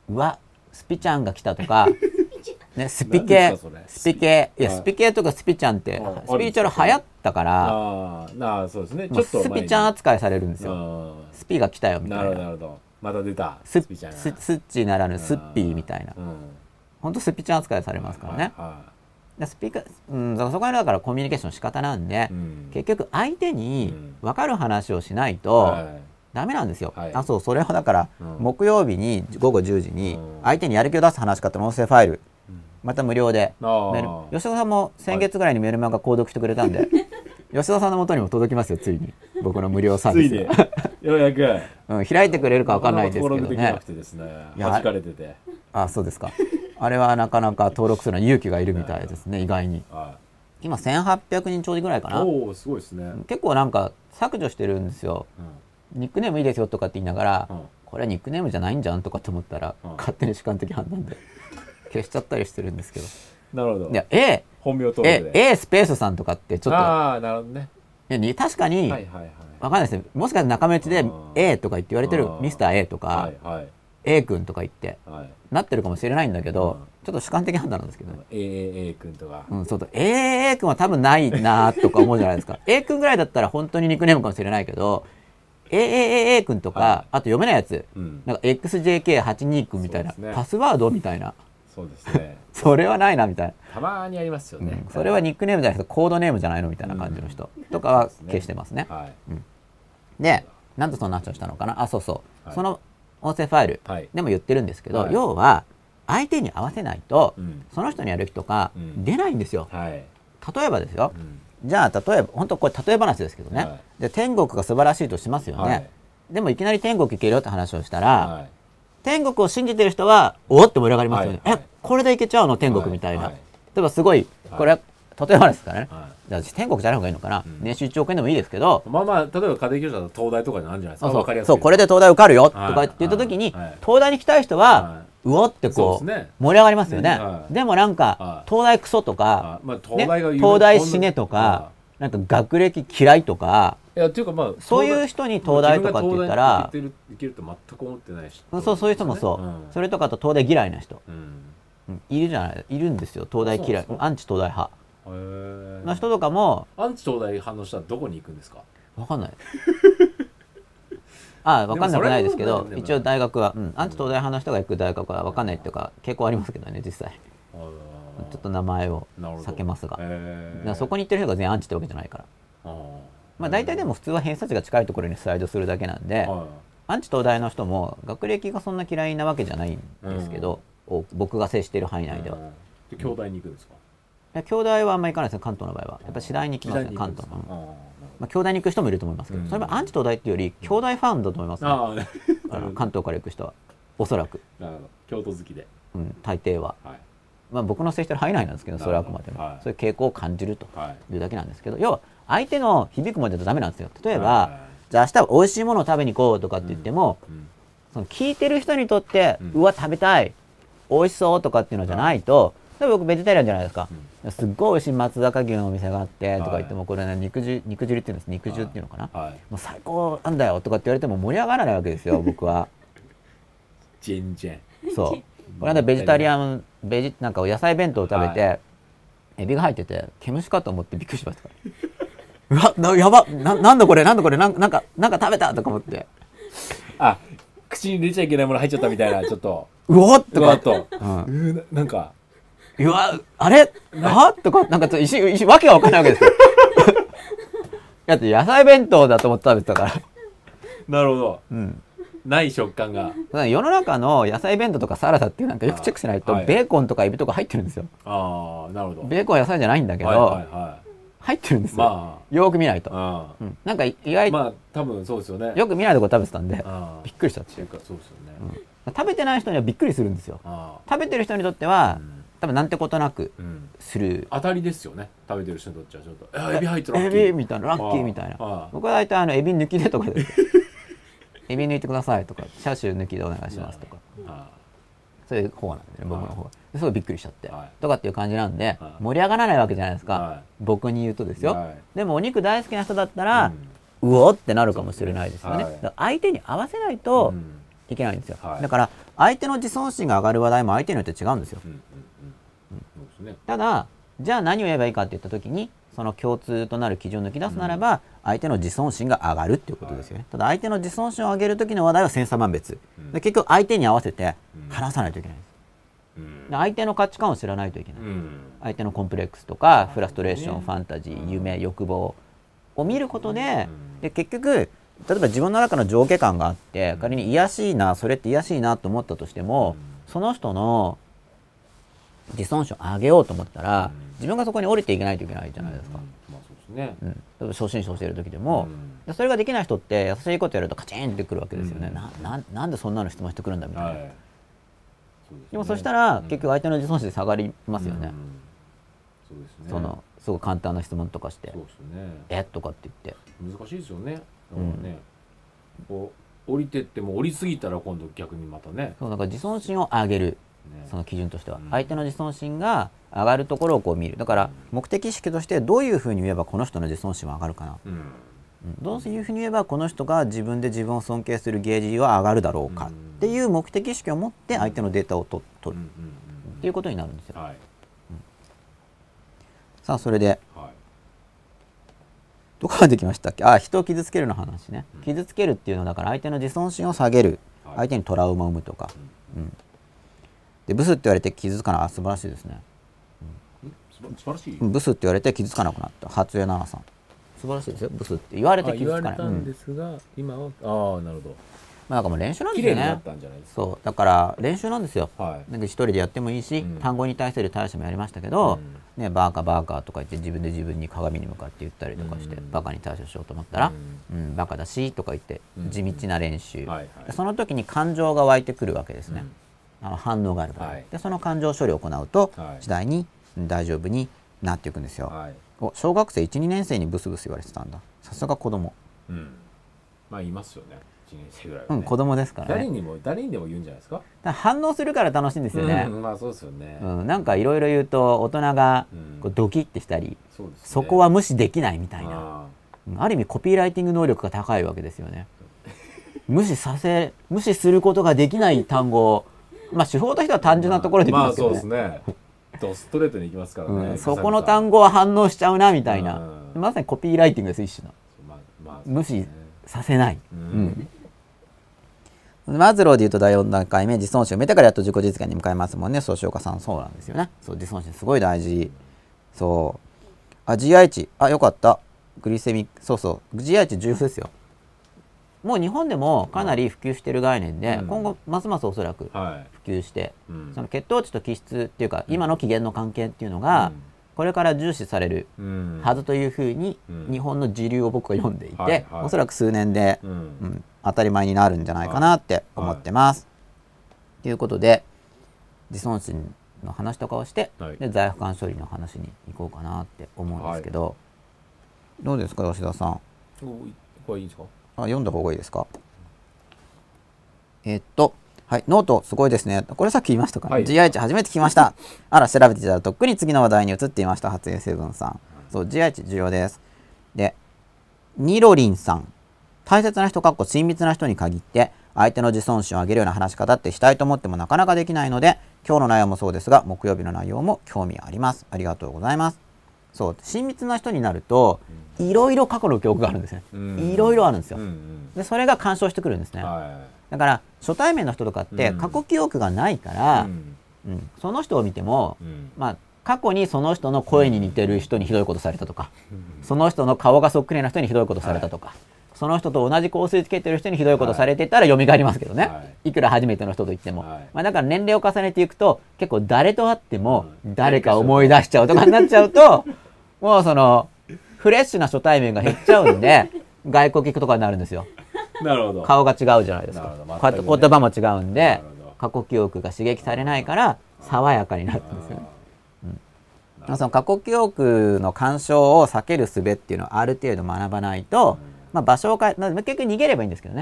S1: うわスピちゃんが来たとかね、スピ系スピ系いやスピ系とかスピちゃんってスピリチュアル流行ったから、
S2: ああそうですね、ちょっと
S1: スピちゃん扱いされるんですよ。スピが来たよみたいな。
S2: なるほどなるほど、また出た
S1: スピちゃんがスッチーならぬスッピーみたいな、ほんとスピちゃん扱いされますからね。スピーうん、そこはだからコミュニケーションの仕方なんで、うん、結局相手に分かる話をしないと、はい、ダメなんですよ、はい、あそうそれはだから、うん、木曜日にごごじゅうじに相手にやる気を出す話し方の音声ファイル、うん、また無料でメール、吉田さんも先月ぐらいにメルマガ購読してくれたんで、はい、吉田さんの元にも届きますよ、ついに僕の無料サービスが
S2: ようやく、
S1: うん、開いてくれるか分かんないですけどね。登録できなくて
S2: ですね、弾かれてて、
S1: あそうですかあれはなかなか登録するのに勇気がいるみたいですね、意外に。今せんはっぴゃくにんちょうどぐらいかな。
S2: おおすごいですね。
S1: 結構なんか削除してるんですよ、うん、ニックネームいいですよとかって言いながら、うん、これはニックネームじゃないんじゃんとかと思ったら、うん、勝手に主観的判断で消しちゃったりしてるんですけど。
S2: なるほど。
S1: いや A
S2: 本名登録で
S1: A スペースさんとかってちょっと、
S2: ああなるほどね。
S1: いや確かに、はいはいはい、分かんないですね、もしかして仲間内で A とか言って言われてるミスター A とか、はいはい、A 君とか言って、はい、なってるかもしれないんだけど、うん、ちょっと主観的判断なんですけどね。
S2: エーエー 君とか。
S1: うん、そうと エーエー 君は多分ないなとか思うじゃないですか。A 君ぐらいだったら本当にニックネームかもしれないけど、エーエーエー 君とか、はい、あと読めないやつ、うん、なんか エックスジェーケーはちじゅうに 君みたいな、ね、パスワードみたいな。
S2: そうですね。そ
S1: れはないなみたいな。
S2: たまにありますよね。
S1: うん、それはニックネームじゃなくてコードネームじゃないのみたいな感じの人、うん、とかは消してますね。はい、うん、で、なんでそんな話をしたのかな。あ、そうそう。はい、その音声ファイルでも言ってるんですけど、はい、要は相手に合わせないと、うん、その人にやる気とか出ないんですよ、うん、はい、例えばですよ、うん、じゃあ例えば本当これ例え話ですけどね、はい、で天国が素晴らしいとしますよね、はい、でもいきなり天国行けるよって話をしたら、はい、天国を信じてる人はおっって盛り上がりますよね、はいはい、えこれで行けちゃうの天国みたいな、はいはい、例えばすごいこれは例えばですからね、はい、じゃあ天国じゃない方がいいのかな、うん、年収いちおくえんでもいいですけど、
S2: まあまあ例えば家庭教師だと東大とかになるんじゃないですか。
S1: そうそう
S2: 分かりやすい。
S1: そうこれで東大受かるよとかって言った時に、はいはい、東大に来たい人は、はい、うおってこう、ね、盛り上がりますよね、はい、でもなんか、はい、東大クソとか、
S2: まあ、東大が
S1: ね、東大死ねとか、はい、なんか学歴嫌いとか、
S2: いやっていうかまあ
S1: そういう人に東大とかって言ったら、
S2: 自分が東大に行けると全く思ってない人、
S1: そうそういう人もそう、うん、それとかと東大嫌いな人、うんうん、いるじゃないいるんですよ、東大嫌い、アンチ東大派の人とかも。
S2: アンチ東大派の人はどこに行くんですか。
S1: 分かんないああ分かんなくないですけど、一応大学は、うん、アンチ東大派の人が行く大学は分かんないっていうか傾向ありますけどね、実際ちょっと名前を避けますが、だそこに行ってる人が全員アンチってわけじゃないから、まあ大体でも普通は偏差値が近いところにスライドするだけなんで、アンチ東大の人も学歴がそんな嫌いなわけじゃないんですけど、僕が接している範囲内では。
S2: で京大に行くんですか。
S1: 京大はあんまり行かないですね、関東の場合は。やっぱ次第に行きますね、関東の。まあ、京大に行く人もいると思いますけど、うん、それはアンチ東大っていうより、京大ファンだと思いますね。ああの関東から行く人は。おそらく。
S2: なるほど。京都好きで。
S1: うん、大抵は。はい、まあ僕の接してる範囲内なんですけど、それはあくまでも。はい、そういう傾向を感じるというだけなんですけど、要は相手の響くまでだとダメなんですよ。例えば、はい、じゃあ明日美味しいものを食べに行こうとかって言っても、うんうん、その聞いてる人にとって、うん、うわ、食べたい、美味しそうとかっていうのじゃないと、例えば僕ベジタリアンじゃないですか。うん、すっごい美味しい松坂牛のお店があってとか言っても、はい、これね肉汁肉汁っていうんです、肉汁っていうのかな、はい、もう最高なんだよとかって言われても盛り上がらないわけですよ僕は。
S2: 全然。
S1: そうこれはベジタリアンベジなんか野菜弁当を食べて、はい、エビが入ってて毛虫かと思ってびっくりしましたからうわなやば な, なんだこれなんだこれなんなんかなんか食べたとか思って、
S2: あ口に入れちゃいけないもの入っちゃったみたいな、ちょっと
S1: うわっとか
S2: と、うん、うなんか
S1: うわあれあとかなんかちょっと一瞬一瞬わけが分かんないわけですよだって野菜弁当だと思って食べてたから
S2: なるほど、うん、ない食感が。
S1: 世の中の野菜弁当とかサラダっていうなんかよくチェックしないと、はい、ベーコンとかエビとか入ってるんですよ。
S2: ああなるほど。
S1: ベーコンは野菜じゃないんだけど、はいはいはい、入ってるんですよ、まあ、よく見ないと、うん、なんか意外と、
S2: まあ多分そうですよね、
S1: よく見ないとこ食べてたんでびっくりしたっていうか、
S2: そうですよね、
S1: うん、食べてない人にはびっくりするんですよ。食べてる人にとっては、うん、多分なんてことなくする、うん、
S2: 当たりですよね。食べてる人にとってはちょっとエビ入ってる
S1: ラッキーエビみたいなラッキーみたいな。僕は大体あのエビ抜きでとかですエビ抜いてくださいとか、チャーシュー抜きでお願いしますとか、そういう方なんでね、僕の方は。すごいびっくりしちゃって、とかっていう感じなんで、盛り上がらないわけじゃないですか、僕に言うとですよ。でもお肉大好きな人だったら、うおってなるかもしれないですよね。だから相手に合わせないといけないんですよ。だから相手の自尊心が上がる話題も相手によって違うんですよ。ただじゃあ何を言えばいいかって言った時に、その共通となる基準を抜き出すならば、相手の自尊心が上がるっていうことですよね。ただ相手の自尊心を上げる時の話題は千差万別で、結局相手に合わせて話さないといけないんです。相手の価値観を知らないといけない。相手のコンプレックスとかフラストレーション、ファンタジー、夢、欲望を見ることで、で結局例えば自分の中の上下感があって、仮に癒しいな、それって癒しいなと思ったとしても、その人の自尊心を上げようと思ったら、自分がそこに降りていけないといけないじゃないですか。例えば初心者教える時でも、うん、それができない人って優しいことやるとカチンってくるわけですよね。うん、な, な, なんでそんなの質問してくるんだみたいな。はい、そうですね、でもそしたら、うん、結局相手の自尊心下がりますよね。うん、そうですね。そのすごい簡単な質問とかして、そうですね、えとかって言って
S2: 難しいですよね。だからね、うん、こう降りてっても降りすぎたら今度逆にまたね。
S1: そうだから自尊心を上げる、ね、その基準としては、うん、相手の自尊心が上がるところをこう見る。だから目的意識としてどういうふうに言えばこの人の自尊心は上がるかな、うん、どういうふうに言えばこの人が自分で自分を尊敬するゲージは上がるだろうかっていう目的意識を持って相手のデータをと取るっていうことになるんですよ。はい、うん、さあそれで、はい、どこまで来ましたっけ。あ、人を傷つけるの話ね。うん、傷つけるっていうのはだから相手の自尊心を下げる、はい、相手にトラウマを生むとか、うん、でブスって言われて傷つかない。あ、素晴らしいですね。
S2: 素晴らしい。
S1: ブスって言われて傷つかなくなった。初江奈々さん。素晴らしいですよ。ブスって言われて傷つかない。
S2: 言われたんですが、うん、今はああなるほど。
S1: まあなんかもう練習なんですよね。
S2: 綺麗になったんじゃないですか。
S1: そうだから練習なんですよ。はい、なんか一人でやってもいいし、うん、単語に対する対処もやりましたけど、うん、ねバーカバーカとか言って自分で自分に鏡に向かって言ったりとかして、うん、バカに対処しようと思ったら、うん、うん、バカだしとか言って地道な練習。はいはい、その時に感情が湧いてくるわけですね。うん、あの反応がある場合、はい、でその感情処理を行うと、はい、次第に大丈夫になっていくんですよ。はい、お小学生いち、にねん生にブスブス言われてたんだ。さすが子供。
S2: うん、まあ言いますよね。いちねん生ぐらいはね。
S1: うん、子供ですからね。
S2: 誰にも誰にでも言うんじゃないですか。
S1: だ反応するから楽しいんですよね。
S2: うん、まあそうですよね。
S1: うん、なんかいろいろ言うと大人がこうドキッてしたり、うん そ, うですね、そこは無視できないみたいな。あ, ある意味コピーライティング能力が高いわけですよね。無視させ無視することができない単語を、まあ手法としては単純なところでできますけどね。
S2: まあ、まあ、そうですね。ストレートにいきますからね、
S1: うん、そこの単語は反応しちゃうなみたいな、うん、まさにコピーライティングです。一種の、まあまあね、無視させない、うんうん、マズローでいうとだいよん段階目、自尊心を埋めてからやっと自己実現に向かいますもんね。そう、塩岡さんそうなんですよね。そう自尊心すごい大事。そうあ ジーアイ 値、あよかった、グリセミック、そうそう ジーアイ 値重要ですよ。もう日本でもかなり普及している概念で、うん、今後ますますおそらく普及して、はい、その血糖値と気質っていうか、うん、今の機嫌の関係っていうのが、うん、これから重視されるはずというふうに、うん、日本の時流を僕は読んでいて、はいはい、おそらく数年で、うんうん、当たり前になるんじゃないかなって思ってます。と、はい、いうことで自尊心の話とかをして、はい、で罪悪感処理の話に行こうかなって思うんですけど、はい、どうですか吉田さん。
S2: これいいですか。
S1: あ、読んだ方がいいですか。えー、っと、はい、ノートすごいですね。これさっき言いましたか、ね、はい、ジーアイ 値初めて聞きました。あら、調べていたらとっくに次の話題に移っていました。初江成分さん。そう、ジーアイ 値重要です。で、ニロリンさん。大切な人、かっこ親密な人に限って、相手の自尊心を上げるような話し方ってしたいと思ってもなかなかできないので、今日の内容もそうですが、木曜日の内容も興味あります。ありがとうございます。そう、親密な人になると、いろいろ過去の記憶があるんですね。いろいろあるんですよ。で、それが干渉してくるんですね。だから、初対面の人とかって過去記憶がないから、うんうん、その人を見ても、うん、まあ、過去にその人の声に似てる人にひどいことされたとか、その人の顔がそっくりな人にひどいことされたとか、はい、その人と同じ香水つけてる人にひどいことされてたら蘇りますけどね、はい、いくら初めての人と言っても、はい、まあ、だから年齢を重ねていくと結構誰と会っても誰か思い出しちゃうとかになっちゃうともうそのフレッシュな初対面が減っちゃうんで外国行くとかになるんですよ。なるほど。顔が違うじゃないですか。こうやって言葉も違うんで過去記憶が刺激されないから爽やかになるんですよね。うん、その過去記憶の干渉を避ける術っていうのをある程度学ばないと、うん、まあ、場所を変え、結局逃げればいいんですけどね。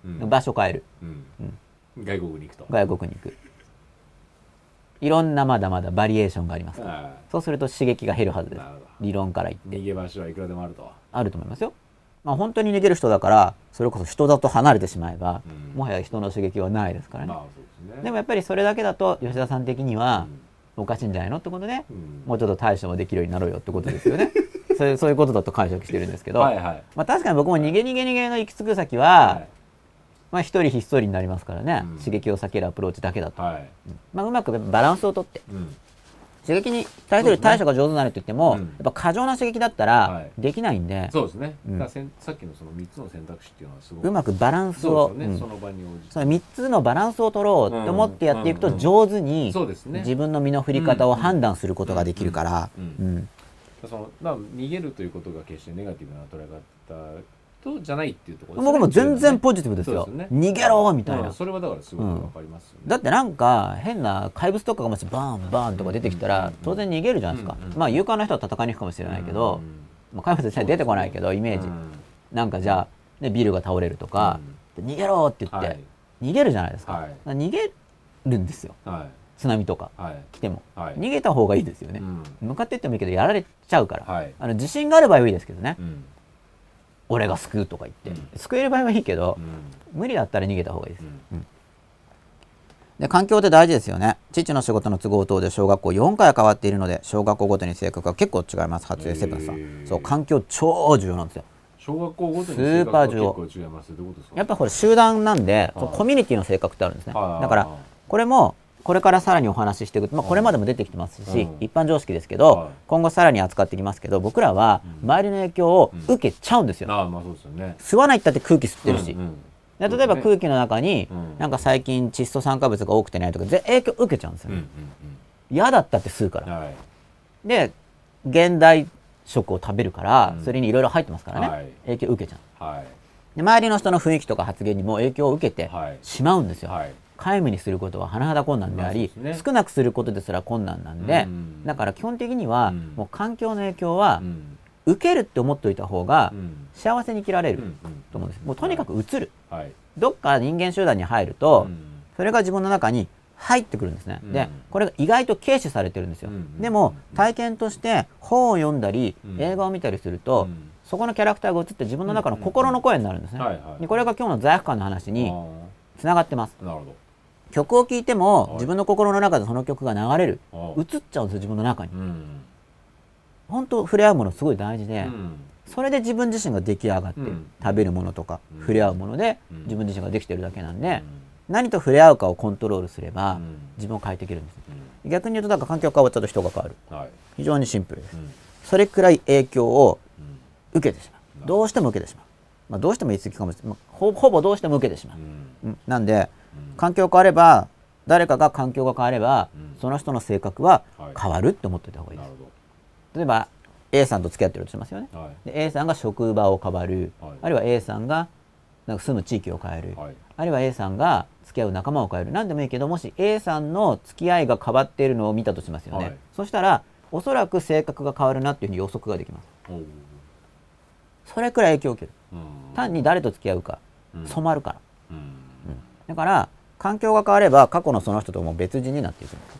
S1: うん、場所変える、
S2: うんうん、外国に行くと
S1: 外国に行くいろんなまだまだバリエーションがありますから、そうすると刺激が減るはずです。理論から言って
S2: 逃げ場所はいくらでもあると
S1: あると思いますよ。まあ、本当に逃げる人だからそれこそ人里離れてしまえば、うん、もはや人の刺激はないですからね。まあそうですね。でもやっぱりそれだけだと吉田さん的にはおかしいんじゃないのってことで、うん、もうちょっと対処もできるようになろうよってことですよね。そういう、そういうことだと解釈してるんですけど、はいはい、まあ、確かに僕も逃げ逃げ逃げの行き着く先は、はい、まあ、一人ひっそりになりますからね、うん、刺激を避けるアプローチだけだと、はい、まあ、うまくバランスをとって、うん、刺激に対する対処が上手になると言っても、ね、やっぱ過剰な刺激だったらできないんで、はい、
S2: そうですね、うん、だからさっきのそのみっつの選択肢っていうのはすごく
S1: うまくバランスを、
S2: そうですね、その場に応じて
S1: そのみっつのバランスを取ろうと思ってやっていくと上手に自分の身の振り方を判断することができるから、
S2: そのまあ逃げるということが決してネガティブな捉え方とじゃないっていうところ
S1: ですね。僕も全然ポジティブですよ。ですね、逃げろみたいな、
S2: うん。それはだからすごくわかりますよね、
S1: うん。だってなんか変な怪物とかがもしバーンバーンとか出てきたら当然逃げるじゃないですか。うんうん、まあ勇敢な人は戦いに行くかもしれないけど、うんうん、まあ、怪物自体出てこないけどイメージ、うん、なんかじゃあ、ね、ビルが倒れるとか、うん、逃げろって言って、はい、逃げるじゃないですか。はい、逃げるんですよ。はい、津波とか来ても、はい、逃げた方がいいですよね、うん、向かっていってもいいけどやられちゃうから、はい、あの自信がある場合はいいですけどね、うん、俺が救うとか言って、うん、救える場合はいいけど、うん、無理だったら逃げた方がいいです、うんうん、で環境って大事ですよね。父の仕事の都合等で小学校よんかい変わっているので小学校ごとに性格が結構違います。初江セブンさん、そう環境超重要なんですよ。
S2: 小学校ごとに性格が結構違います。どういうことですか？
S1: やっぱこれ集団なんで、はい、コミュニティの性格ってあるんですね。だからこれもこれからさらにお話ししていく、まあ、これまでも出てきてますし、うん、一般常識ですけど、はい、今後さらに扱っていきますけど、僕らは周りの影響を受けちゃうんですよ。
S2: ああ、まあそうですよね。
S1: 吸わないったって空気吸ってるし、うんうん、で例えば空気の中に、うん、なんか最近窒素酸化物が多くてないとか影響受けちゃうんですよね、うんうんうん、嫌だったって吸うから、はい、で現代食を食べるから、うん、それにいろいろ入ってますからね、はい、影響受けちゃう、はい、で周りの人の雰囲気とか発言にも影響を受けてしまうんですよ、はい、皆無にすることは甚だ困難であり、ね、少なくすることですら困難なんで、うん、だから基本的には、うん、もう環境の影響は、うん、受けるって思っておいた方が、うん、幸せに生きられると思うんです。もうとにかく移る、はい、どっか人間集団に入ると、うん、それが自分の中に入ってくるんですね、うん、でこれが意外と軽視されてるんですよ、うん、でも体験として本を読んだり、うん、映画を見たりすると、うん、そこのキャラクターが映って自分の中の心の声になるんですね。でこれが今日の罪悪感の話につながってます。なるほど。曲を聴いても自分の心の中でその曲が流れる、映っちゃうんですよ自分の中に、うん、本当触れ合うものすごい大事で、うん、それで自分自身が出来上がって、うん、食べるものとか、うん、触れ合うもので、うん、自分自身ができてるだけなんで、うん、何と触れ合うかをコントロールすれば、うん、自分を変えていけるんです、うん、逆に言うとだから環境が変わっちゃうと人が変わる、はい、非常にシンプルです、うん、それくらい影響を受けてしまう、うん、どうしても受けてしまう、まあ、どうしても言い過ぎかもしれない、まあ、ほ, ほぼどうしても受けてしまう、うん、なんで環境が変われば誰かが環境が変われば、うん、その人の性格は変わるって思っておいた方がいいです、はい、例えば A さんと付き合ってるとしますよね、はい、で A さんが職場を変わる、はい、あるいは A さんがなんか住む地域を変える、はい、あるいは A さんが付き合う仲間を変える、何でもいいけどもし A さんの付き合いが変わっているのを見たとしますよね、はい、そしたらおそらく性格が変わるなっていうふうに予測ができます。それくらい影響を受ける、単に誰と付き合うか、うん、染まるから、うんうん、だから環境が変われば過去のその人とも別人になっていくんです、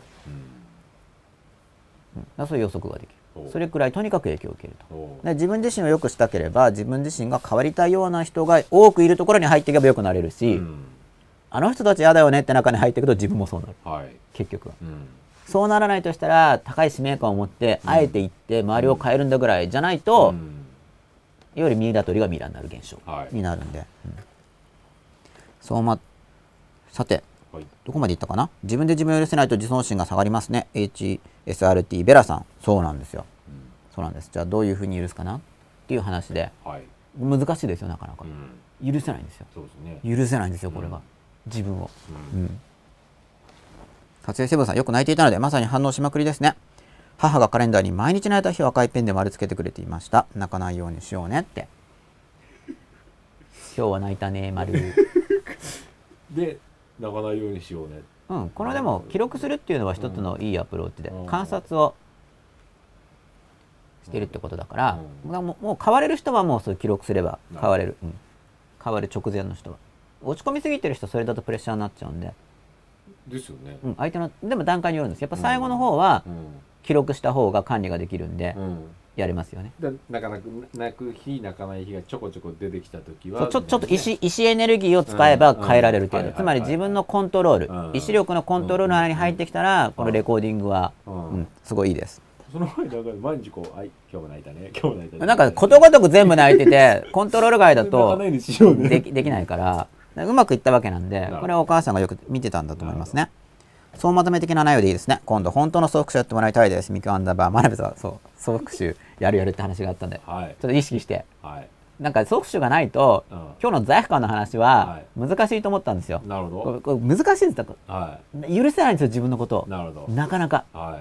S1: うん、だそういう予測ができる。それくらいとにかく影響を受けると。で自分自身を良くしたければ自分自身が変わりたいような人が多くいるところに入っていけば良くなれるし、うん、あの人たち嫌だよねって中に入っていくと自分もそうなる、はい、結局は、うん、そうならないとしたら高い使命感を持ってあえて行って周りを変えるんだぐらいじゃないと、うん、いわゆるミイラ取りがミイラになる現象になるんで、はい、うん、そうまさて、はい、どこまでいったかな。自分で自分を許せないと自尊心が下がりますね。 エイチエスアールティー ベラさん、そうなんですよ、うん、そうなんです。じゃあどういうふうに許すかなっていう話で、はい、難しいですよなかなか、うん、許せないんですよ。そうですね、許せないんですよこれは、うん、自分を、うんうん、撮影セブンさん、よく泣いていたのでまさに反応しまくりですね。母がカレンダーに毎日泣いた日を赤いペンで丸つけてくれていました。泣かないようにしようねって今日は泣いたね丸
S2: で泣かないようにしようね、
S1: うん、このでも記録するっていうのは一つのいいアプローチで、うん、観察をしてるってことだから、うん、もう、もう変われる人はもうそう記録すれば変われる、うん、変わる直前の人は落ち込みすぎてる人それだとプレッシャーになっちゃうんで。
S2: ですよね。
S1: うん、相手のでも段階によるんです。やっぱ最後の方は記録した方が管理ができるんで、やれますよね。
S2: だなかなか泣く日泣かない日がちょこちょこ出てきた時は
S1: ちょちょっと意思意思エネルギーを使えば変えられる程度、つまり自分のコントロール、意思力のコントロールの間に入ってきたら、このレコーディングは、うん、すごいいいです。
S2: その前なんか毎日こう、はい、今日も泣いたね、今日も泣いたね。
S1: なんかことごとく全部泣いてて、コントロール外だとできできないから、うまくいったわけなんで、これはお母さんがよく見てたんだと思いますね。総まとめ的な内容でいいですね。今度本当の総復習やってもらいたいです。ミキアンダーバー真鍋さん、そう総復習やるやるって話があったんで、はい、ちょっと意識して、はい、なんか総復習がないと、うん、今日の罪悪感の話は難しいと思ったんですよ。なるほど。これ難しいんですよ、はい、許せないんですよ自分のことを。なるほど。なかなか、はい、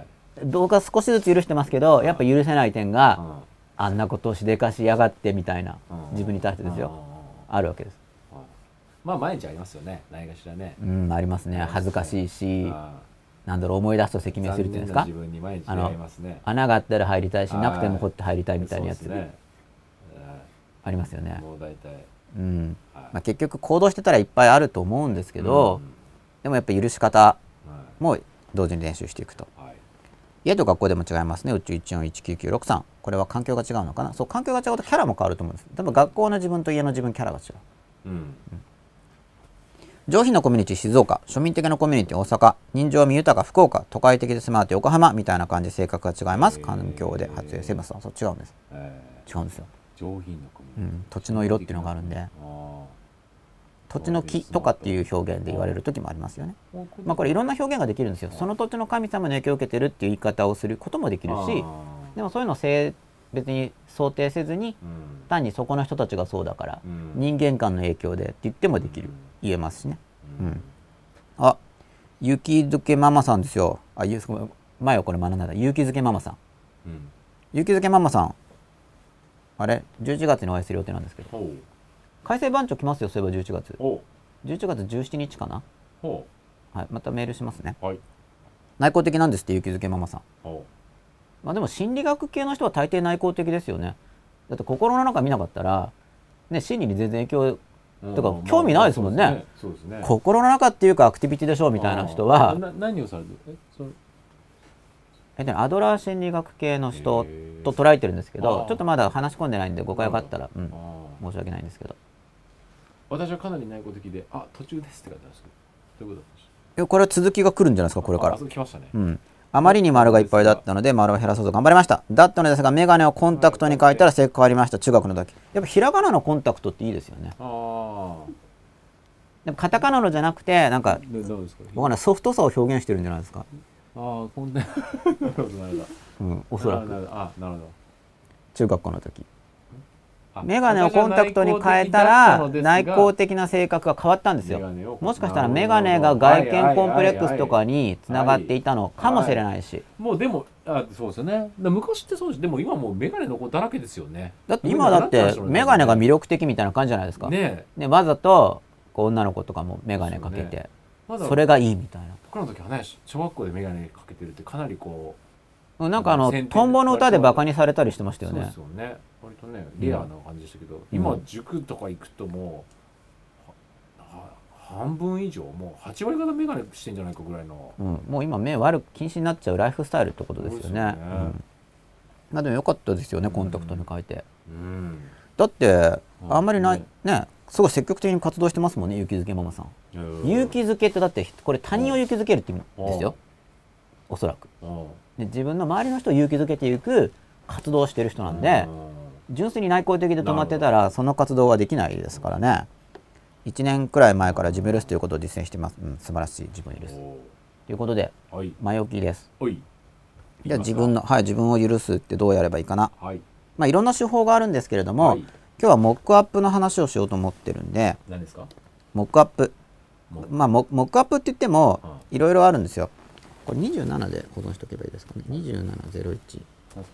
S1: どうか少しずつ許してますけど、やっぱ許せない点が、うん、あんなことをしでかしやがってみたいな、うん、自分に対してですよ、うん、あるわけです。
S2: まあ毎日ありますよね、ないがしらね。
S1: うん、ありますね。恥ずかしいし、なんだろう、思い出すと赤面するっていうんですか。
S2: 自分に毎日ありますね。
S1: 穴があったら入りたいし、なくても掘って入りたいみたいなやつ、ね、ありますよね。もう大体。うん。まあ結局行動してたらいっぱいあると思うんですけど、うん、でもやっぱ許し方も同時に練習していくと。はい、家と学校でも違いますね。宇宙いちよんいちきゅうきゅうろくさん。これは環境が違うのかな。そう、環境が違うとキャラも変わると思うんです。多分学校の自分と家の自分キャラが違う。うん。うん、上品なコミュニティ静岡、庶民的なコミュニティ大阪、人情味豊か福岡、都会的でスマート横浜みたいな感じで性格が違います。環境で発生せます。そう違うんです。違うんですよ。
S2: 上品なコミュニティ、うん、
S1: 土地の色っていうのがあるんで、土地の木とかっていう表現で言われる時もありますよね。まあこれいろんな表現ができるんですよ。その土地の神様の影響を受けてるっていう言い方をすることもできるし、でもそういうのを性別に想定せずに、単にそこの人たちがそうだから、人間間の影響でって言ってもできる、言えますしね。うん、あ、雪漬けママさんですよ。あ、前はこれ学んだ雪漬けママさん、うん、雪漬けママさん、あれじゅういちがつにお会いする予定なんですけど、改正番長来ますよ。そういえばじゅういちがつじゅういちがつじゅうしちにちかな。はい、またメールしますね。はい、内向的なんですって雪漬けママさん。まあでも心理学系の人は大抵内向的ですよね。だって心の中見なかったら、ね、心理に全然影響とか興味ないですもんね。心の中っていうかアクティビティでしょうみたいな人は。
S2: 何をされてる？
S1: えっと、アドラー心理学系の人と捉えてるんですけど、ちょっとまだ話し込んでないんで誤解があったら、うん、申し訳ないんですけど。
S2: 私はかなり内向的で、あ、途中ですって書いてあるんですけど、どういうことでし
S1: ょう？これは続きが来るんじゃないですか、これから。
S2: あ、そう来ましたね。
S1: うん。あまりに丸がいっぱいだったので丸を減らそうと頑張りました。だったのですがメガネをコンタクトに変えたら性格変わりました。中学の時。やっぱひらがなのコンタクトっていいですよね。ああ。でもカタカナのじゃなくてなんか僕はソフトさを表現してるんじゃないですか。
S2: ああ、こんな。なるほどなるほど。
S1: うん、おそらく。
S2: あ、なるほど。
S1: 中学校の時。メガネをコンタクトに変えたら内向的な性格が変わったんですよ。もしかしたらメガネが外見コンプレックスとかにつながっていたのかもしれないし。
S2: もうでもあそうですよね。昔ってそうです。でも今もうメガネの子だらけですよね。
S1: だって今だってメガネが魅力的みたいな感じじゃないですか。ねえ。わざとこう女の子とかもメガネかけてそれがいいみたいな。
S2: 僕らの時はね、小学校でメガネかけてるってかなりこ
S1: うなんかあのトンボの歌でバカにされたりしてましたよね。
S2: そうですよね。割とねレアな感じでしたけど、うん、今塾とか行くともう半分以上もうはちわり方メガネしてんじゃないかぐらいの、
S1: うん、もう今目悪く禁止になっちゃうライフスタイルってことですよね。まあでも良かったですよね、コンタクトに変えて、うん、だってあんまりない、ね、ね、すごい積極的に活動してますもんね、勇気づけママさん。勇気づけってだってこれ他人を勇気づけるって意味ですよ、おそらく。で自分の周りの人を勇気づけていく活動をしてる人なんで、純粋に内向的で止まってたらその活動はできないですからね。いちねんくらい前から自分許すということを実践してます。うん、素晴らしい、自分を許すということで前置きです。じゃあ自分の、はい、自分を許すってどうやればいいかな。はい、まあいろんな手法があるんですけれども、はい、今日はモックアップの話をしようと思ってるんで。
S2: 何ですか？
S1: モックアップ。まあモックアップって言ってもいろいろあるんですよ。これにじゅうななで保存しておけばいいですかね。にじゅうななゼロいち。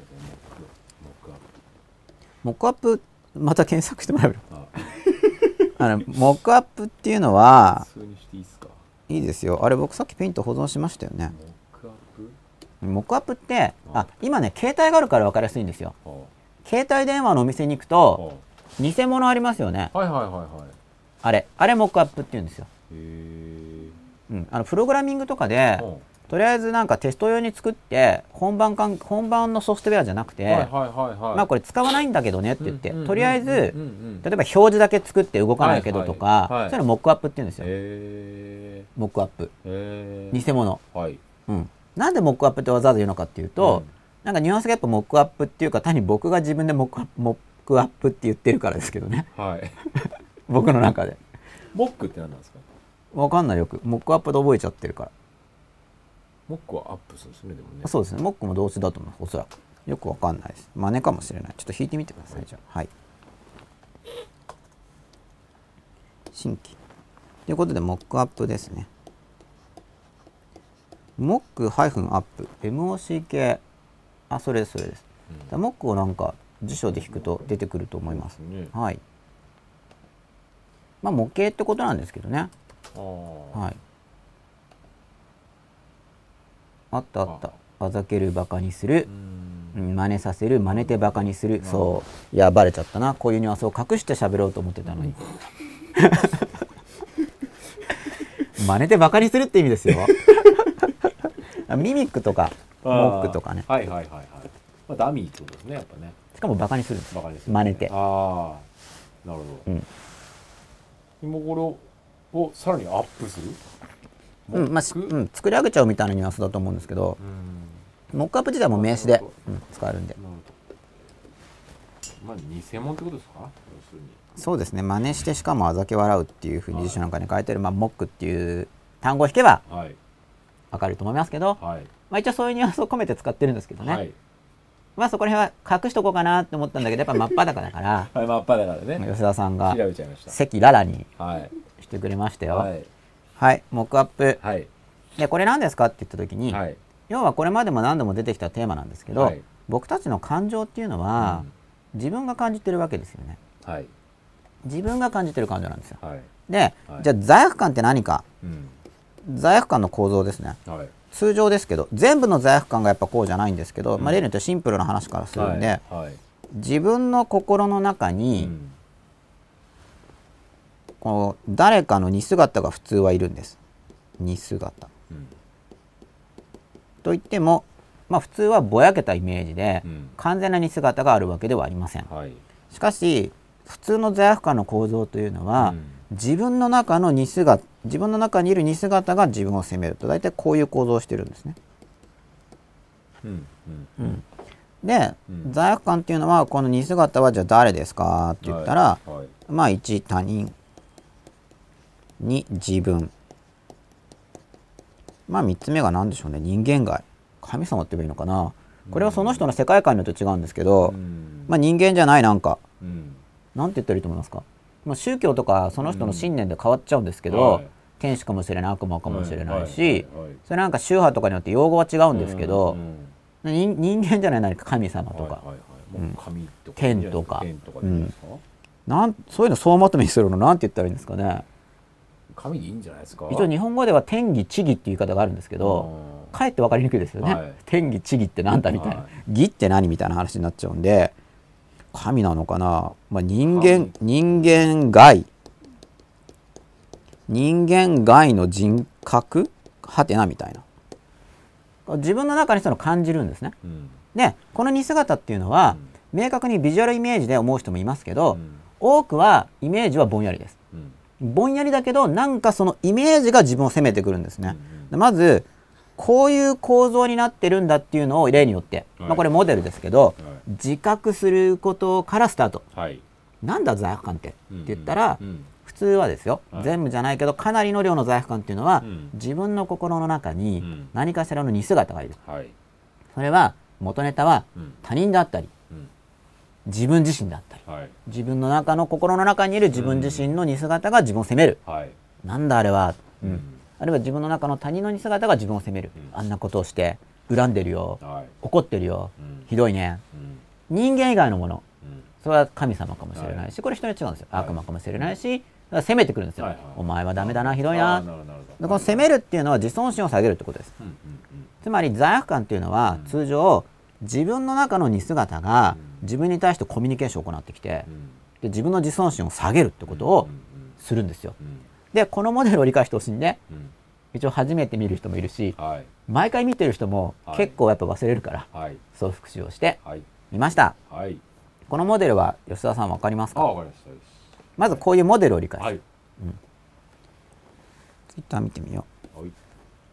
S1: モックアップまた検索してもらえる。あのモックアップっていうのは普通にしていいですか？いいですよ。あれ僕さっきピンと保存しましたよね。モックアップ？モックアップってあ今ね携帯があるから分かりやすいんですよ。携帯電話のお店に行くと偽物ありますよね。はいはいはいはい。 あれあれモックアップっていうんですよ。
S2: へえ。
S1: うん、あのプログラミングとかで、
S2: うん、
S1: とりあえずなんかテスト用に作って本番かん本番のソフトウェアじゃなくて、まあこれ使わないんだけどねって言って、とりあえず例えば表示だけ作って動かないけどとか、はいはいはい、そういうのモックアップって言うんですよ。へモックアップ。へ偽物、はいうん。なんでモックアップってわざわざ言うのかっていうと、うん、なんかニュアンスがやっぱモックアップっていうか単に僕が自分でモックアップ、モックアップって言ってるからですけどね。はい、僕の中で。
S2: モックって何なんですか？
S1: わかんないよく。モックアップで覚えちゃってるから。
S2: モックはアップするんですね、でもね。
S1: そうですね。モックも動詞だと思います、おそらく。よくわかんないです。真似かもしれない。ちょっと弾いてみてください、じゃあ。はい。新規。ということで、モックアップですね。モックハイフンアップ。エムオーシー 系。あ、それです、それです。うん、モックをなんか辞書で弾くと出てくると思います。ね、はい。まあ、模型ってことなんですけどね。はい。あったあった。あざけるバカにする。うん、真似させる。真似てバカにする。そう。いや、バレちゃったな。こういうニュアンスを隠して喋ろうと思ってたのに。真似てバカにするって意味ですよ。ミミックとか、モックとかね。
S2: はいはいはいはい。まあ、ダミーってことですね、やっぱね。
S1: しかもバカにするんです。
S2: バカにする、
S1: 真似て。
S2: ああ、なるほど。うん。今頃をさらにアップする？
S1: うん、まあ、うん、作り上げちゃうみたいなニュアンスだと思うんですけど、モックアップ自体も名詞で、うん、使えるんで。
S2: まあ、偽物ってことですか？要するに。
S1: そうですね。真似してしかもあざけ笑うっていうふうに辞書なんかに書いてる、まあ、モックっていう単語を引けばわかると思いますけど、はい、まあ一応そういうニュアンスを込めて使ってるんですけどね。はい、まあそこら辺は隠しとこうかなって思ったんだけど、やっぱ真っ裸だから、
S2: はい、真っ裸だね。
S1: 吉田さんが赤裸々にしてくれましたよ。はい、はい、モックアップ。はい、でこれ何ですかって言った時に、はい、要はこれまでも何度も出てきたテーマなんですけど、はい、僕たちの感情っていうのは、うん、自分が感じてるわけですよね。はい、自分が感じてる感情なんですよ。はい、で、はい、じゃあ罪悪感って何か、うん、罪悪感の構造ですね。はい、通常ですけど全部の罪悪感がやっぱこうじゃないんですけど、うん、まあ例によってシンプルな話からするんで、はいはい、自分の心の中に、うん、こう誰かの似姿が普通はいるんです。似姿、うん、といっても、まあ、普通はぼやけたイメージで、うん、完全な似姿があるわけではありません。はい、しかし普通の罪悪感の構造というのは、うん、自分の中の似姿自分の中にいる似姿が自分を責めると大体こういう構造をしてるんですね。うんうんうん、で、うん、罪悪感っていうのはこの似姿はじゃあ誰ですかって言ったら、はいはい、まあいち他人に自分、まあみっつめが何でしょうね、人間界、神様って言えばいいのかな。これはその人の世界観によって違うんですけど、うん、まあ人間じゃないなんか、うん、なんて言ったらいいと思いますか。まあ、宗教とかその人の信念で変わっちゃうんですけど、はい、天使かもしれない悪魔かもしれないし、それなんか宗派とかによって用語は違うんですけど、うんうん、人間じゃない何か神様とか天とか、うん、なんそういうの総まとめにするのなんて言ったらいいんですかね。
S2: 神でいいんじゃないですか。
S1: 一応日本語では天義地義っていう言い方があるんですけど、かえって分かりにくいですよね、はい、天義地義ってなんだみたいな、はい、義って何みたいな話になっちゃうんで、神なのかな、まあ、人間人間外人間外の人格はてなみたいな、自分の中にその感じるんですね、うん、でこの似姿っていうのは、うん、明確にビジュアルイメージで思う人もいますけど、うん、多くはイメージはぼんやりです、うん、ぼんやりだけどなんかそのイメージが自分を責めてくるんですね、うん、でまずこういう構造になってるんだっていうのを例によって、はい、まあこれモデルですけど、はい、自覚することからスタート、はい、なんだ罪悪感って、うんうん、って言ったら、うん、普通はですよ、はい、全部じゃないけどかなりの量の罪悪感っていうのは、うん、自分の心の中に何かしらの似姿がいる、はい、それは元ネタは他人であったり、うん、自分自身であったり、はい、自分の中の心の中にいる自分自身の似姿が自分を責める、はい、なんだあれは、うん、あるいは自分の中の他人の似姿が自分を責める、うん、あんなことをして恨んでるよ、はい、怒ってるよ、うん、ひどいね、うん、人間以外のもの、うん、それは神様かもしれないし、はい、これ人に違うんですよ、はい、悪魔かもしれないし、責めてくるんですよ、はいはいはい、お前はダメだな、ひどいな。この責めるっていうのは自尊心を下げるってことです、うんうんうん、つまり罪悪感っていうのは、うん、通常自分の中の似姿が自分に対してコミュニケーションを行ってきて、うん、で自分の自尊心を下げるってことをするんですよ。
S2: うん、
S1: でこのモデルを理解してほしいんで、
S2: うん、
S1: 一応初めて見る人もいるし、
S2: はい、
S1: 毎回見てる人も結構やっぱ忘れるから、はい、そう復習をして見ました、はい、このモデルは吉田さん分かりますか？
S2: あ、分かりました。
S1: まずこういうモデルを理解する、はい、うん、ツイッター見てみよう。はい、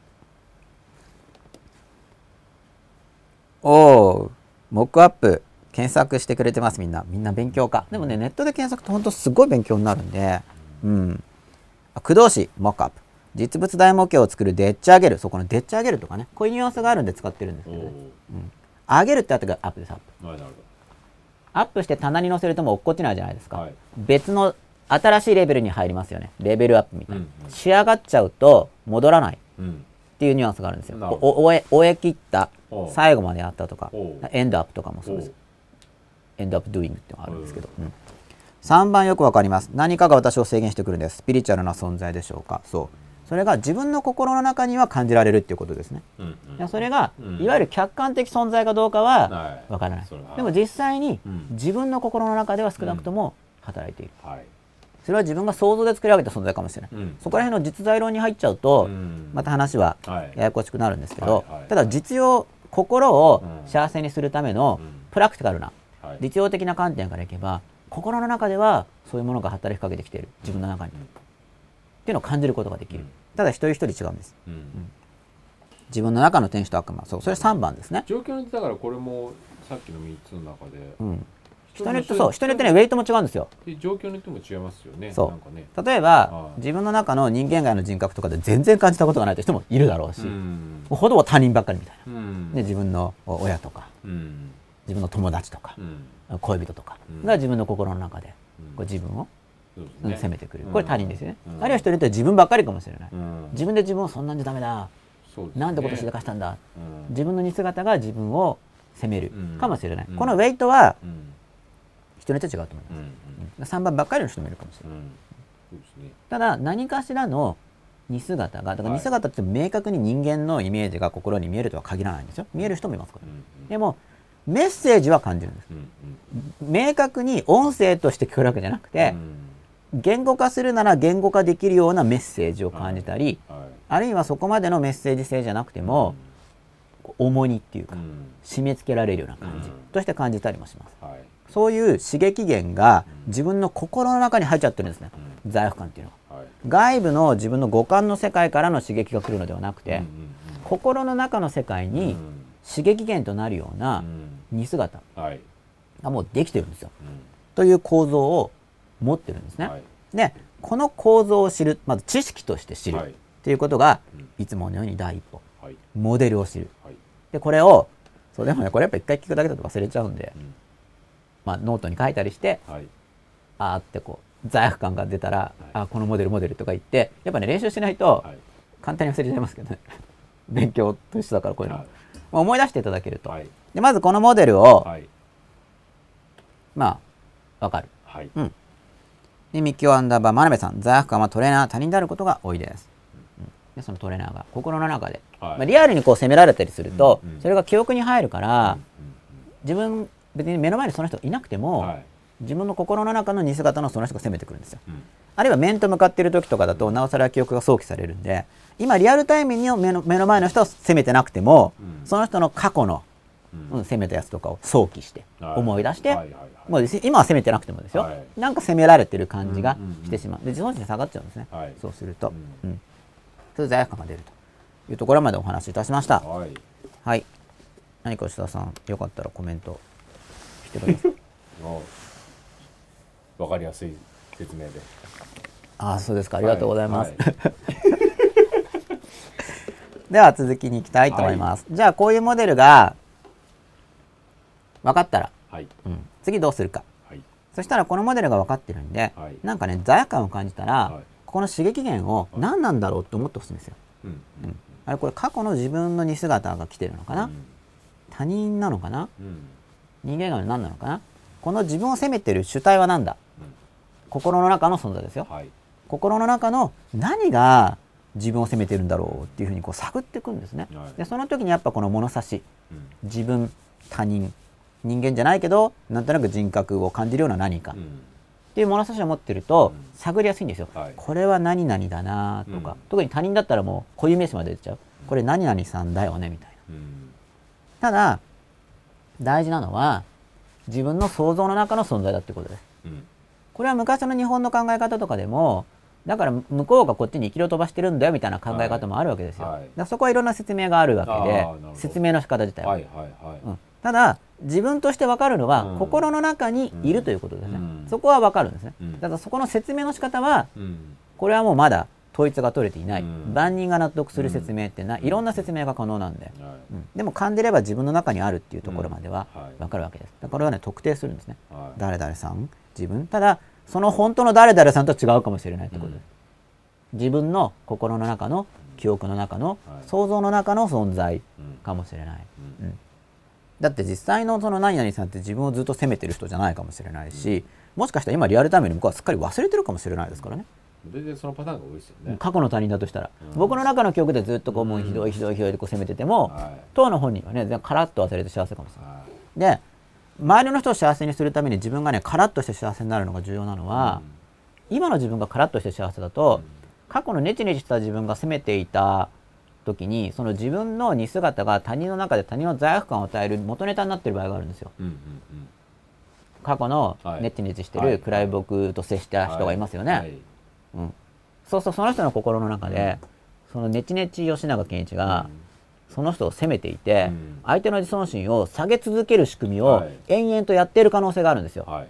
S1: おお、モックアップ検索してくれてます。みんなみんな勉強家。でもね、ネットで検索って本当すごい勉強になるんで、うん、駆動詞モックアップ、実物大模型を作るでっち上げる、そこのでっち上げるとかね、こういうニュアンスがあるんで使ってるんですけどね、うん、上げるってあったからアップです。アップ、はい、なるほど。アップして棚に載せるともう落っこちないじゃないですか、はい、別の新しいレベルに入りますよね。レベルアップみたいな、うんうん、仕上がっちゃうと戻らないっていうニュアンスがあるんですよ。お終え終え切った、最後までやったとか、エンドアップとかもそうです。エンドアップドゥイングっていうのがあるんですけど、うん、さんばんよくわかります。何かが私を制限してくるんです。スピリチュアルな存在でしょうか。そうそれが自分の心の中には感じられるっていうことですね、うんうん、それが、うん、いわゆる客観的存在かどうかはわからない、はい、でも実際に、うん、自分の心の中では少なくとも働いている、うん、はい、それは自分が想像で作り上げた存在かもしれない、うん、そこら辺の実在論に入っちゃうと、うん、また話はややこしくなるんですけど、はい、ただ実用心を幸せにするためのプラクティカルな、はい、実用的な観点からいけば心の中ではそういうものが働きかけてきている、自分の中に、うん、っていうのを感じることができる、うん、ただ一人一人違うんです、うんうん、自分の中の天使と悪魔、そう、それさんばんですね。
S2: 状況によってだからこれもさっきのみっつの中で、うん、
S1: 人によってそう人によってねウェイトも違うんですよ。
S2: 状況によっても違いますよね。
S1: そう
S2: なんかね、
S1: 例えば自分の中の人間界の人格とかで全然感じたことがないという人もいるだろうし、うん、ほとんど他人ばっかりみたいな、うん、で自分の親とか、うん、自分の友達とか、うん、恋人とかが自分の心の中でこう自分をね、攻めてくる、これ他人ですよね、うん、あるいは人によっては自分ばっかりかもしれない、うん、自分で自分をそんなんじゃダメだ、ね、なんで今年でかしたんだ、うん、自分の似姿が自分を責めるかもしれない、うん、このウェイトは人によって違うと思います、うん、さんばんばっかりの人もいるかもしれない、うん、そうですね、ただ何かしらの似姿が、だから似姿って明確に人間のイメージが心に見えるとは限らないんですよ。見える人もいますから、うん、でもメッセージは感じるんです、うんうん、明確に音声として聞こえるわけじゃなくて、うん、言語化するなら言語化できるようなメッセージを感じたり、はいはい、あるいはそこまでのメッセージ性じゃなくても、うん、重荷っていうか、うん、締め付けられるような感じ、うん、として感じたりもします、はい、そういう刺激源が自分の心の中に入っちゃってるんですね、うん、罪悪感っていうのは、はい、外部の自分の五感の世界からの刺激が来るのではなくて、うんうんうん、心の中の世界に刺激源となるような似姿がもうできてるんですよ、うん、という構造を持ってるんですね、はい、でこの構造を知る、まず知識として知る、はい、ということが、うん、いつものように第一歩、はい、モデルを知る、はい、でこれをそうでもねこれやっぱ一回聞くだけだと忘れちゃうんで、うん、まあ、ノートに書いたりして、はい、あーってこう罪悪感が出たら、はい、あこのモデルモデルとか言ってやっぱね練習しないと、はい、簡単に忘れちゃいますけどね勉強と一緒だからこういうの、はい、思い出していただけると、はい、でまずこのモデルを、はい、まあわかる、はい、うん、でミキオアンダーバー真鍋さん、罪悪感はトレーナー他人であることが多いです、うん、でそのトレーナーが心の中で、はい、まあ、リアルにこう責められたりすると、うんうん、それが記憶に入るから、うんうんうん、自分別に目の前にその人いなくても、はい、自分の心の中の似姿のその人が責めてくるんですよ、うん、あるいは面と向かっている時とかだとなおさら記憶が想起されるんで、今リアルタイムに目の、目の前の人を責めてなくても、うん、その人の過去の、うん、責めたやつとかを想起して思い出して、はいはいはいはい、もう今は責めてなくてもですよ、はい、なんか責められてる感じがしてしまう、で自尊心下がっちゃうんですね、はい、そうすると、うんうん、そういう罪悪感が出るというところまでお話しいたしました、はい、はい、何か吉田さんよかったらコメントしてください
S2: わかりやすい説明で、
S1: ああそうですか、ありがとうございます、はいはいでは続きに行きたいと思います、はい、じゃあこういうモデルが分かったら、はい、うん、次どうするか、はい、そしたらこのモデルが分かってるんで、はい、なんかね罪悪感を感じたら、はい、ここの刺激源を何なんだろうって思ってほしいんですよ、はい、うんうん、あれこれ過去の自分の似姿が来てるのかな、うん、他人なのかな、うん、人間が何なのかな、この自分を責めてる主体は何だ、うん、心の中の存在ですよ、はい、心の中の何が自分を責めてるんだろうっていうふうにこう探っていくんですね、はい、でその時にやっぱこの物差し、うん、自分他人人間じゃないけどなんとなく人格を感じるような何か、うん、っっていう物差しを持ってると、
S2: うん
S1: 探りやすいんですよ、
S2: はい、
S1: これは何々だなとか、
S2: うん、
S1: 特に他人だったらもう固有名詞まで出ちゃう、これ何々さんだよねみたいな、
S2: うん、
S1: ただ大事なのは自分の想像の中の存在だってことです、うん、これは昔の日本の考え方とかでもだから向こうがこっちに生きを飛ばしてるんだよみたいな考え方もあるわけですよ、はいはい、だからそこはいろんな説明があるわけで説明の仕方自体は、はいはいはい、うん、ただ自分として分かるのは、うん、心の中にいるということですね、うん、そこは分かるんですね、うん、だからそこの説明の仕方は、うん、これはもうまだ統一が取れていない、うん、万人が納得する説明ってない、いろんな説明が可能なんで、うん、でも噛んでれば自分の中にあるっていうところまでは分かるわけです。だからこれはね特定するんですね、はい、誰々さん自分、ただその本当の誰々さんと違うかもしれないってことです、うん、自分の心の中の記憶の中の、はい、想像の中の存在かもしれない、うんうん、だって実際のその何々さんって自分をずっと責めてる人じゃないかもしれないし、もしかしたら今リアルタイムに向こうはすっかり忘れてるかもしれないですからね。
S2: 全然そのパターンが多いですよね。過
S1: 去の他人だとしたら、うん、僕の中の記憶でずっとこうもうひどいひどいひどいでこう責めてても、はい、当の本人はねカラッと忘れて幸せかもしれない、はい、で周りの人を幸せにするために自分がねカラッとして幸せになるのが重要なのは、うん、今の自分がカラッとして幸せだと、うん、過去のネチネチした自分が責めていた時にその自分の似姿が他人の中で他人の罪悪感を与える元ネタになっている場合があるんですよ、うんうんうん、過去のネチネチしてる暗い僕と接した人がいますよね、はいはいはい、うん、そうそう、その人の心の中で、うん、そのネチネチ吉永健一が、うん、その人を責めていて、うん、相手の自尊心を下げ続ける仕組みを延々とやっている可能性があるんですよ、はい、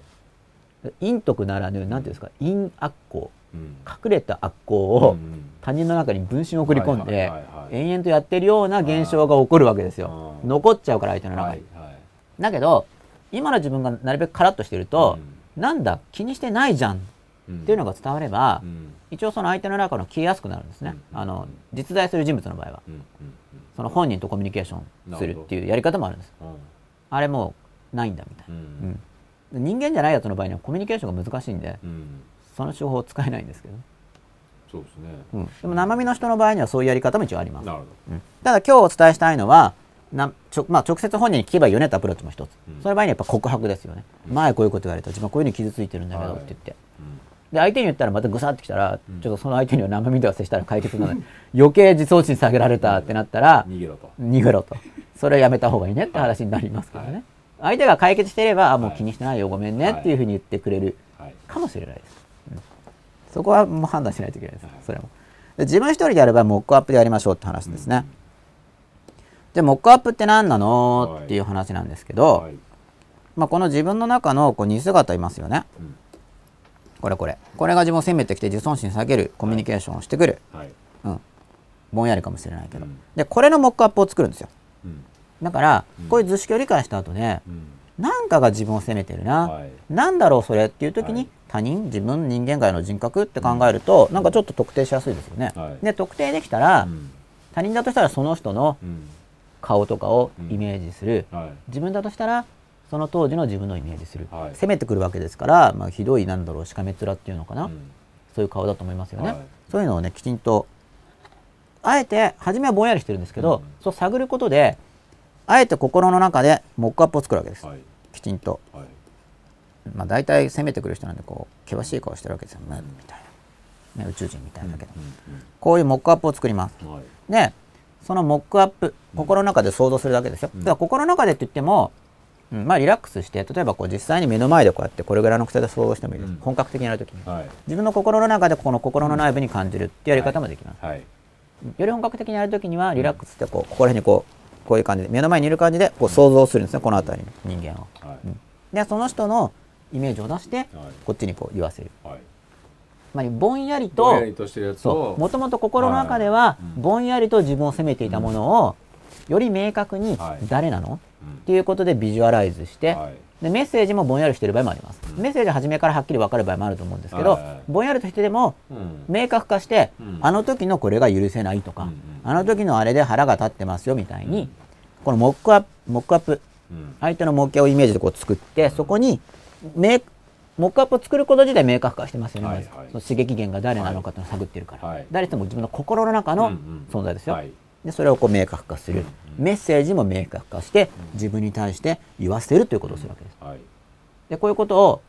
S1: 陰徳ならぬ何ていうんですか、陰悪行、うん、隠れた悪行を他人の中に分身を送り込んで延々とやってるような現象が起こるわけですよ。残っちゃうから相手の中に、はいはい、だけど今の自分がなるべくカラッとしていると、うん、なんだ気にしてないじゃんっていうのが伝われば、うん、一応その相手の中の消えやすくなるんですね、うん、あの実在する人物の場合は、うん、その本人とコミュニケーションするっていうやり方もあるんです、うん、あれもうないんだみたいな、うんうん、人間じゃないやつの場合にはコミュニケーションが難しいんで、うん、その手法を使えないんですけど、
S2: そうですね、
S1: うん、でも生身の人の場合にはそういうやり方も一応あります。なるほど、うん、ただ今日お伝えしたいのはなちょ、まあ、直接本人に聞けばいいよねってアプローチも一つ、うん、その場合にはやっぱ告白ですよね、うん、前こういうこと言われた自分はこういうふうに傷ついてるんだけどって言って、はい、うんで相手に言ったらまたぐさってきたら、うん、ちょっとその相手には生身では接したら解決なので余計自尊心下げられたってなったら
S2: 逃げろと
S1: 逃げろとそれはやめた方がいいねって話になりますけどね、はい、相手が解決していれば、はい、もう気にしてないよごめんねっていうふうに言ってくれるかもしれないです、うん、そこはもう判断しないといけないです、はい、それもで自分一人でやればモックアップでやりましょうって話ですね、うん、でモックアップって何なの、はい、っていう話なんですけど、はい、まあ、この自分の中のこう似姿いますよね、うん、これこれこれが自分を責めてきて自尊心下げるコミュニケーションをしてくる、はい、うん、ぼんやりかもしれないけど、うん、でこれのモックアップを作るんですよ、うん、だから、うん、こういう図式を理解した後で、うん、何かが自分を責めてるな、はい、なんだろうそれっていう時に、はい、他人自分人間界の人格って考えると、うん、なんかちょっと特定しやすいですよね、はい、で特定できたら、うん、他人だとしたらその人の顔とかをイメージする、うん、はい、自分だとしたらその当時の自分のイメージする、はい、攻めてくるわけですから、まあ、ひどいなんだろうしかめ面っていうのかな、うん、そういう顔だと思いますよね、はい、そういうのをねきちんとあえて初めはぼんやりしてるんですけど、うん、そう探ることであえて心の中でモックアップを作るわけです、はい、きちんと、はい、まあ大体攻めてくる人なんでこう険しい顔してるわけですよね、うん、みたいな、ね、宇宙人みたいだけど、うんうんうん、こういうモックアップを作ります、はい、でそのモックアップ心の中で想像するだけですよ、うん、だから心の中でって言ってもうん、まあリラックスして例えばこう実際に目の前でこうやってこれぐらいの癖で想像してもいいです、うん、本格的にやるときに、はい、自分の心の中でこの心の内部に感じるっていうやり方もできます、はいはい、より本格的にやるときにはリラックスしてこうここら辺にこうこういう感じで目の前にいる感じでこう想像するんですね、この辺りに人間を、はい、うん、でその人のイメージを出してこっちにこう言わせる、はい、まあ、ぼんやりともともと心の中ではぼんやりと自分を責めていたものをより明確に誰なの、はい、っていうことでビジュアライズして、はい、でメッセージもぼんやりしている場合もあります、うん、メッセージは初めからはっきり分かる場合もあると思うんですけど、はい、ぼんやりとしてでも、うん、明確化して、うん、あの時のこれが許せないとか、うん、あの時のあれで腹が立ってますよみたいに、うん、このモックアップ、モックアップ、うん、相手の模型をイメージでこう作って、うん、そこにモックアップを作ること自体明確化してますよね、はいはい、まずその刺激源が誰なのかというのを探っているから、はい、誰とも自分の心の中の存在ですよ、はい、でそれをこう明確化する、うん、メッセージも明確化して、うん、自分に対して言わせるということをするわけです、はい、でこういうことを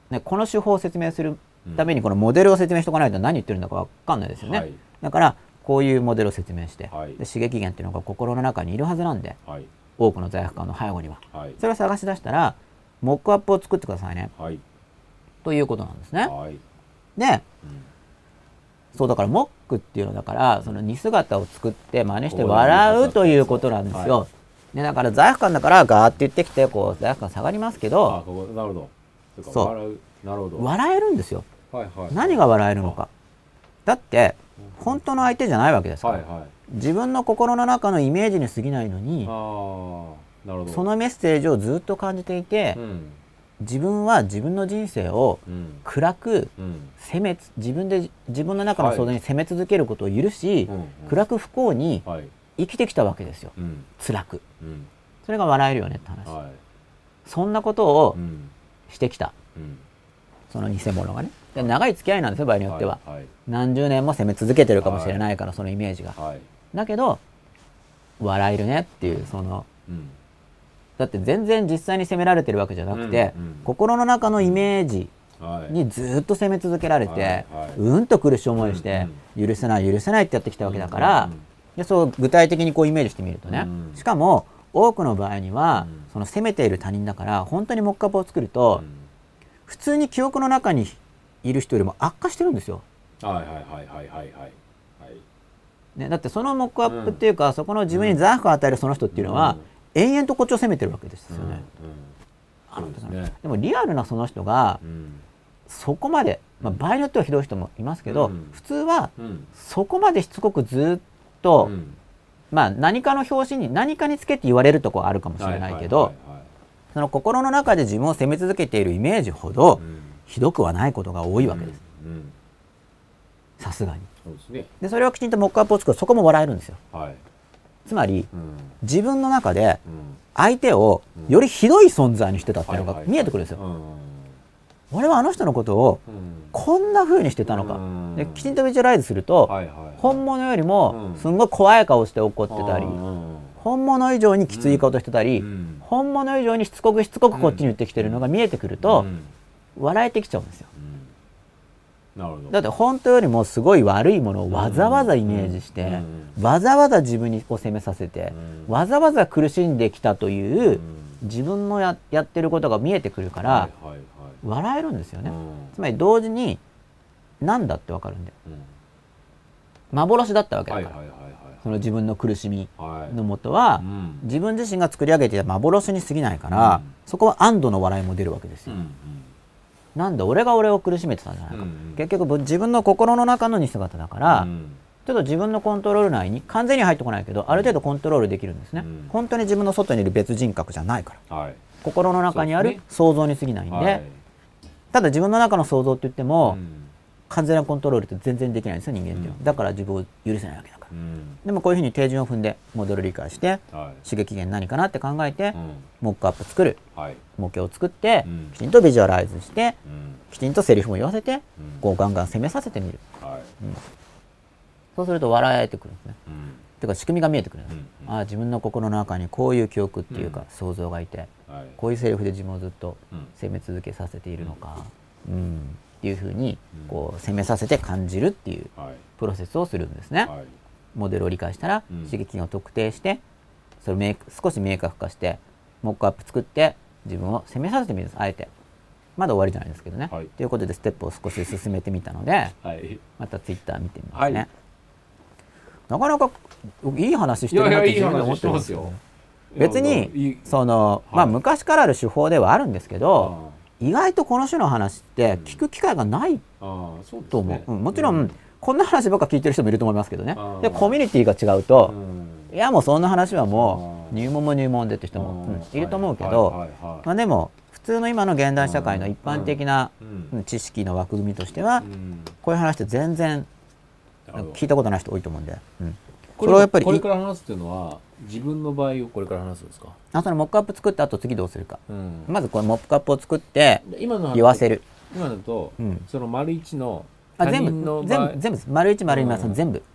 S1: ね、この手法を説明するためにこのモデルを説明しておかないと何言ってるんだか分かんないですよね、はい、だからこういうモデルを説明して、はい、で刺激源っていうのが心の中にいるはずなんで、はい、多くの罪悪感の背後には、はい、それを探し出したらモックアップを作ってくださいね、はい、ということなんですね、はい、で、うん、そうだからモックっていうのだからその似姿を作って真似して笑うということなんですよ、はい、でだから罪悪感だからガーって言ってきてこう罪悪感下がりますけど、
S2: あここなるほど
S1: そう
S2: 笑うなるほど
S1: 笑えるんですよ、
S2: はいはい、
S1: 何が笑えるのか。だって本当の相手じゃないわけですから、はいはい、自分の心の中のイメージに過ぎないのに、
S2: あなるほど
S1: そのメッセージをずっと感じていて、うん、自分は自分の人生を暗く責め、自分で自分の中の想像に責め続けることを許し、はい、暗く不幸に生きてきたわけですよ、はい、辛く、うん、それが笑えるよねって話、はい、そんなことをしてきた、うん、その偽物がね。で長い付き合いなんですよ場合によっては、はいはい、何十年も責め続けてるかもしれないから、はい、そのイメージが、はい、だけど笑えるねっていうその、うん、だって全然実際に責められてるわけじゃなくて、うんうん、心の中のイメージにずっと責め続けられて、はいはい、うんと苦しい思いして、うんうん、許せない許せないってやってきたわけだから、うんうん、でそう具体的にこうイメージしてみるとね、うん、しかも多くの場合には、うん、その責めている他人だから本当にモックアップを作ると、うん、普通に記憶の中にいる人よりも悪化してるんですよ。はいはいはいはいはいはい、はいね、だってそのモックアップっていうか、うん、そこの自分に罪悪を与えるその人っていうのは、うん、延々とこっちを責めてるわけですよね。うんうん、あのですね。でもリアルなその人が、うん、そこまで、まあ、場合によってはひどい人もいますけど、うん、普通は、うん、そこまでしつこくずっと、うん、まあ何かの表紙に何かにつけて言われるとこはあるかもしれないけど、その心の中で自分を責め続けているイメージほど、うんひどくはないことが多いわけです。さすがに。そうですね。でそれをきちんとモックアップを作るそこも笑えるんですよ。はい、つまり、うん、自分の中で相手をよりひどい存在にしてたっていうのが見えてくるんですよ。俺はあの人のことをこんな風にしてたのか。できちんとビジュアライズすると、はいはいはい、本物よりもすんごい怖い顔して怒ってたり、本物以上にきついことしてたり、うん、本物以上にしつこくしつこくこっちに言ってきてるのが見えてくると、うん笑えてきちゃうんですよ、うん、なるほど。だって本当よりもすごい悪いものをわざわざイメージして、うんうん、わざわざ自分にこう責めさせて、うん、わざわざ苦しんできたという、うん、自分の や, やってることが見えてくるから、はいはいはい、笑えるんですよね、うん、つまり同時に何だって分かるんだよ、うん、幻だったわけだから、はいはいはいはい、その自分の苦しみのもとは、はいうん、自分自身が作り上げていた幻に過ぎないから、うん、そこは安堵の笑いも出るわけですよ、うんうんなんだ俺が俺を苦しめてたんじゃないか、うんうん、結局自分の心の中の似姿だから、うん、ちょっと自分のコントロール内に完全に入ってこないけどある程度コントロールできるんですね、うん、本当に自分の外にいる別人格じゃないから、はい、心の中にある想像に過ぎないんで、はい、ただ自分の中の想像って言っても、うん、完全なコントロールって全然できないんですよ人間っていうのは、うん、だから自分を許せないわけだから、うん、でもこういうふうに手順を踏んでモデル理解して、はい、刺激源何かなって考えて、うん、モックアップ作る、はい、模型を作って、うん、きちんとビジュアライズして、うん、きちんとセリフも言わせて、うん、こうガンガン攻めさせてみる、はいうん、そうすると笑えてくるんですね、うん、てか仕組みが見えてくるんです、うん、ああ自分の心の中にこういう記憶っていうか、うん、想像がいて、はい、こういうセリフで自分をずっと攻め続けさせているのか、うんうん、っていうふうにこう攻めさせて感じるっていうプロセスをするんですね、はい、モデルを理解したら、うん、刺激源を特定してそれを少し明確化してモックアップ作って自分を攻めさせてみるんですあえてまだ終わりじゃないですけどね、はい、ということでステップを少し進めてみたので、はい、またツイッター見てみますね、はい、なかなかいい話してるなって自分で思ってますよ。別にその、まあ、昔からある手法ではあるんですけど、意外とこの種の話って聞く機会がないと思う、うん、もちろんこんな話ばっか聞いてる人もいると思いますけどね。でコミュニティが違うと、いやもうそんな話はもう入門も入門でって人も、うん、いると思うけど、まあ、でも普通の今の現代社会の一般的な知識の枠組みとしては、こういう話って全然聞いたことない人多いと思うんで、うん、
S2: これはやっぱりこれから話すっていうのは自分の場合をこれから話すんですか？
S1: あそのモックアップ作った後次どうするか、うん、まずこのモックアップを作って言わせる。
S2: 今だと、うん、その丸一の
S1: あ全部全部全部です丸一丸二丸三全部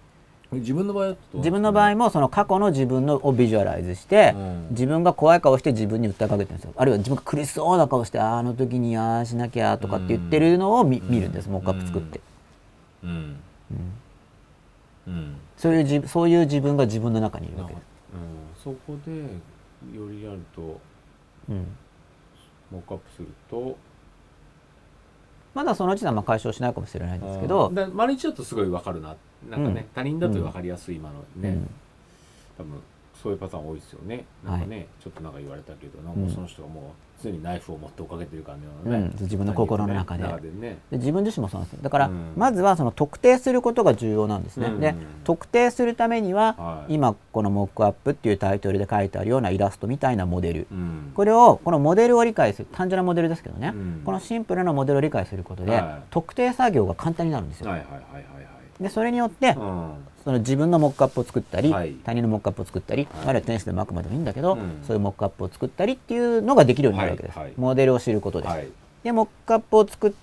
S2: 自分の場合だと
S1: 自分の場合もその過去の自分のをビジュアライズして、うん、自分が怖い顔して自分に訴えかけてるんですよ。あるいは自分が苦しそうな顔してあの時にああしなきゃとかって言ってるのを 見,、うん、見るんです。モックアップ作って、うんうんうん、そういうじそういう自分が自分の中にいるわけです。
S2: うん、そこでよりやると、うん、モックアップすると
S1: まだそのうちはまあ解消しないかもしれないんですけど、
S2: だ毎日だとすごい分かるな、なんかね、うん、他人だと分かりやすい今のね、うん、多分そういうパターン多いですよね。なんかね、はい、ちょっとなんか言われたけど、なんかその人がもう常にナイフを持って追っかけてる感じのね、
S1: うん、自分の心の中で、中で、ね、で自分自身もそうなんですよ。だから、うん、まずはその特定することが重要なんですね。うん、で特定するためには、はい、今このモックアップっていうタイトルで書いてあるようなイラストみたいなモデル、うん、これをこのモデルを理解する、単純なモデルですけどね、うん、このシンプルなモデルを理解することで、はい、特定作業が簡単になるんですよ。でそれによって、うん、その自分のモックアップを作ったり、はい、他人のモックアップを作ったり、はい、あるいは天使でもあくまでもいいんだけど、うん、そういうモックアップを作ったりっていうのができるようになるわけです。はいはい、モデルを知ることで、はい、でモックアップを作って、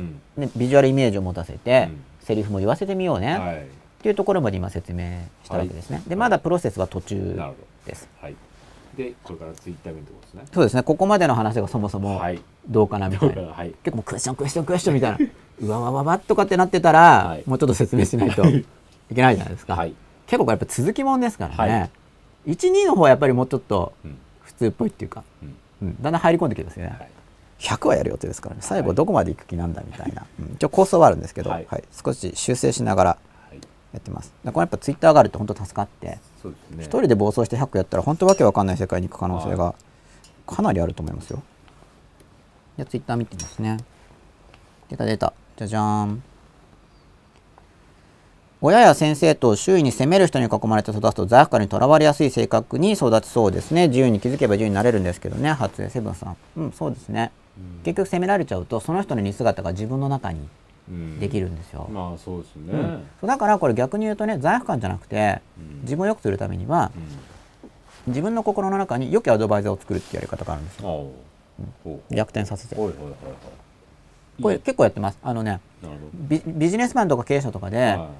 S1: うんね、ビジュアルイメージを持たせて、うん、セリフも言わせてみようね、はい、っていうところまで今説明したわけですね。はい、でまだプロセスは途中です。
S2: はい、でこれからツイッター見るところですね。
S1: そうですね。ここまでの話がそもそもどうかなみたいな、はい、結構もうクエスチョンクエスチョンクエスチョンみたいなうわわわわとかってなってたら、はい、もうちょっと説明しないといけないじゃないですか。はい、結構これやっぱ続きもんですからね。はい、いち、にの方はやっぱりもうちょっと普通っぽいっていうか、うんうん、だんだん入り込んできますよね。はい、ひゃくはやる予定ですからね。最後どこまで行く気なんだみたいな、うん、一応構想はあるんですけど、はいはい、少し修正しながらやってます。これやっぱツイッターがあると本当助かって、そうですね、一人で暴走してひゃくやったら本当わけわかんない世界に行く可能性がかなりあると思いますよ。じゃあツイッター見てみますね。出た出た。じゃじゃーん。親や先生と周囲に責める人に囲まれて育つと罪悪感にとらわれやすい性格に育ちそうですね。自由に気づけば自由になれるんですけどね。初江セブンさん。うん、そうですね。うん、結局責められちゃうとその人の似姿が自分の中にできるんですよ。
S2: うん、まあそうですね、
S1: うん。だからこれ逆に言うとね、罪悪感じゃなくて、うん、自分を良くするためには、うん、自分の心の中に良きアドバイザーを作るっていうやり方があるんですよ。うん、逆転させて。はいはいはいはい、これ結構やってます。あのね、ビ, ビジネスマンとか経営者とかで、はい、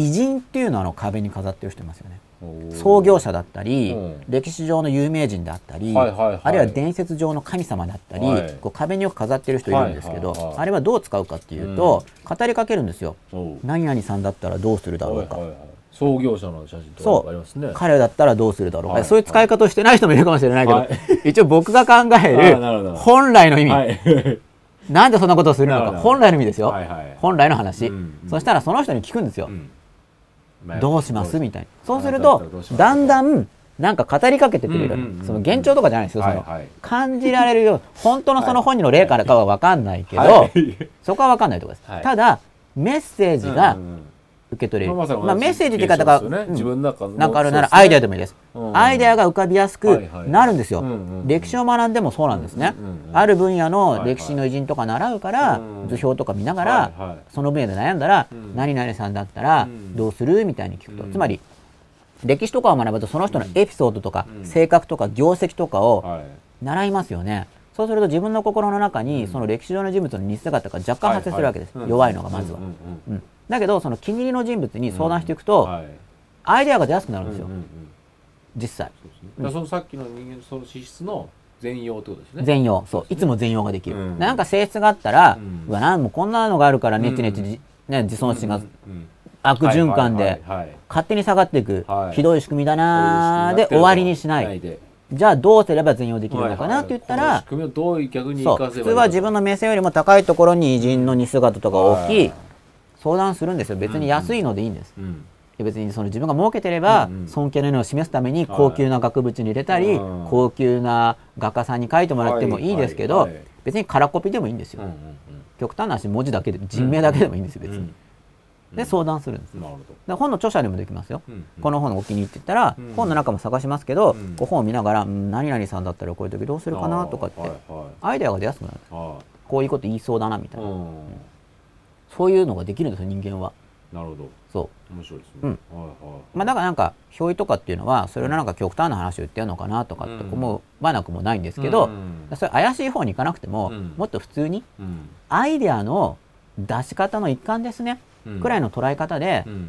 S1: 偉人っていうのをあの壁に飾ってる人いますよね。創業者だったり、うん、歴史上の有名人だったり、はいはいはい、あるいは伝説上の神様だったり、はい、こう壁によく飾ってる人いるんですけど、はいはいはい、あれはどう使うかっていうと、うん、語りかけるんですよ。何々さんだったらどうするだろうか、はいはいはい、
S2: 創業者の写真とかありますね。
S1: 彼だったらどうするだろうか、はい、そういう使い方をしてない人もいるかもしれないけど、はい、一応僕が考える本来の意味、はい、なんでそんなことをするのか、本来の意味ですよ、はいはい、本来の話、うんうん、そしたらその人に聞くんですよ、うん、どうしますみたいな。そうするとだんだんなんか語りかけてくれる、うんうんうん、その幻聴とかじゃないですよ、はいはい、その感じられるよう本当のその本人の例からかは分かんないけど、はい、そこは分かんないところです、はい、ただメッセージが受け取れる、まあまあ、メッセージって方が、ね、うん、自分の中なんかあるならアイデアでもいいです、うんうん、アイデアが浮かびやすくなるんですよ、はいはい、歴史を学んでもそうなんですね、うんうんうん、ある分野の歴史の偉人とか習うから、はいはい、図表とか見ながら、はいはい、その分野で悩んだら、うん、何々さんだったらどうするみたいに聞くと、うん、つまり歴史とかを学ぶとその人のエピソードとか、うん、性格とか業績とかを習いますよね、はい、そうすると自分の心の中にその歴史上の人物の似姿が若干発生するわけです、はいはい、弱いのがまずは、うんうんうん、だけどその気に入りの人物に相談していくと、うんはい、アイデアが出やすくなるんですよ、うんうんうん、実際そうですね、
S2: うん、だそのさっきの人間のその資質の全容ってことですね。
S1: 全容、そう、いつも全容ができる、うん、なんか性質があったら、うん、うわなんもこんなのがあるからネチネチ、うんね、自尊心が、うんうんうん、悪循環で勝手に下がっていく、はい、ひどい仕組みだなーで終わりにしない。じゃあどうすれば全容できるのかなって言ったら、はいはい、
S2: この仕組みをどう逆に活かせばいいのか。
S1: そう、普通は自分の目線よりも高いところに偉人の似姿とか大きい相談するんですよ。別に安いのでいいんです、うんうん、別にその自分が儲けてれば尊敬の念を示すために高級な額縁に入れたり、はい、高級な画家さんに描いてもらってもいいですけど、はいはいはい、別に空コピでもいいんですよ、うんうんうん、極端な話文字だけで人名だけでもいいんですよ別に、うんうんで相談するんです。なるほど。で本の著者にもできますよ、うんうん、この本のお気に入りって言ったら、うん、本の中も探しますけど、うん、こう本を見ながら、うん、何々さんだったらこういう時どうするかなとかって、はいはい、アイデアが出やすくなる、はい、こういうこと言いそうだなみたいな、うん、そういうのができるんですよ人間は。
S2: なるほど。
S1: そう
S2: 面白いですね、
S1: うんはいはいまあ、だからなんか表意とかっていうのはそれのなんか極端な話を言ってるのかなとかって思わなくもないんですけど、うん、それ怪しい方に行かなくても、うん、もっと普通に、うん、アイデアの出し方の一環ですね、くらいの捉え方で、うん、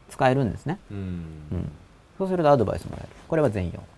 S1: 使えるんですね。
S2: うん
S1: うん、そうするとアドバイスもらえる。これは全容。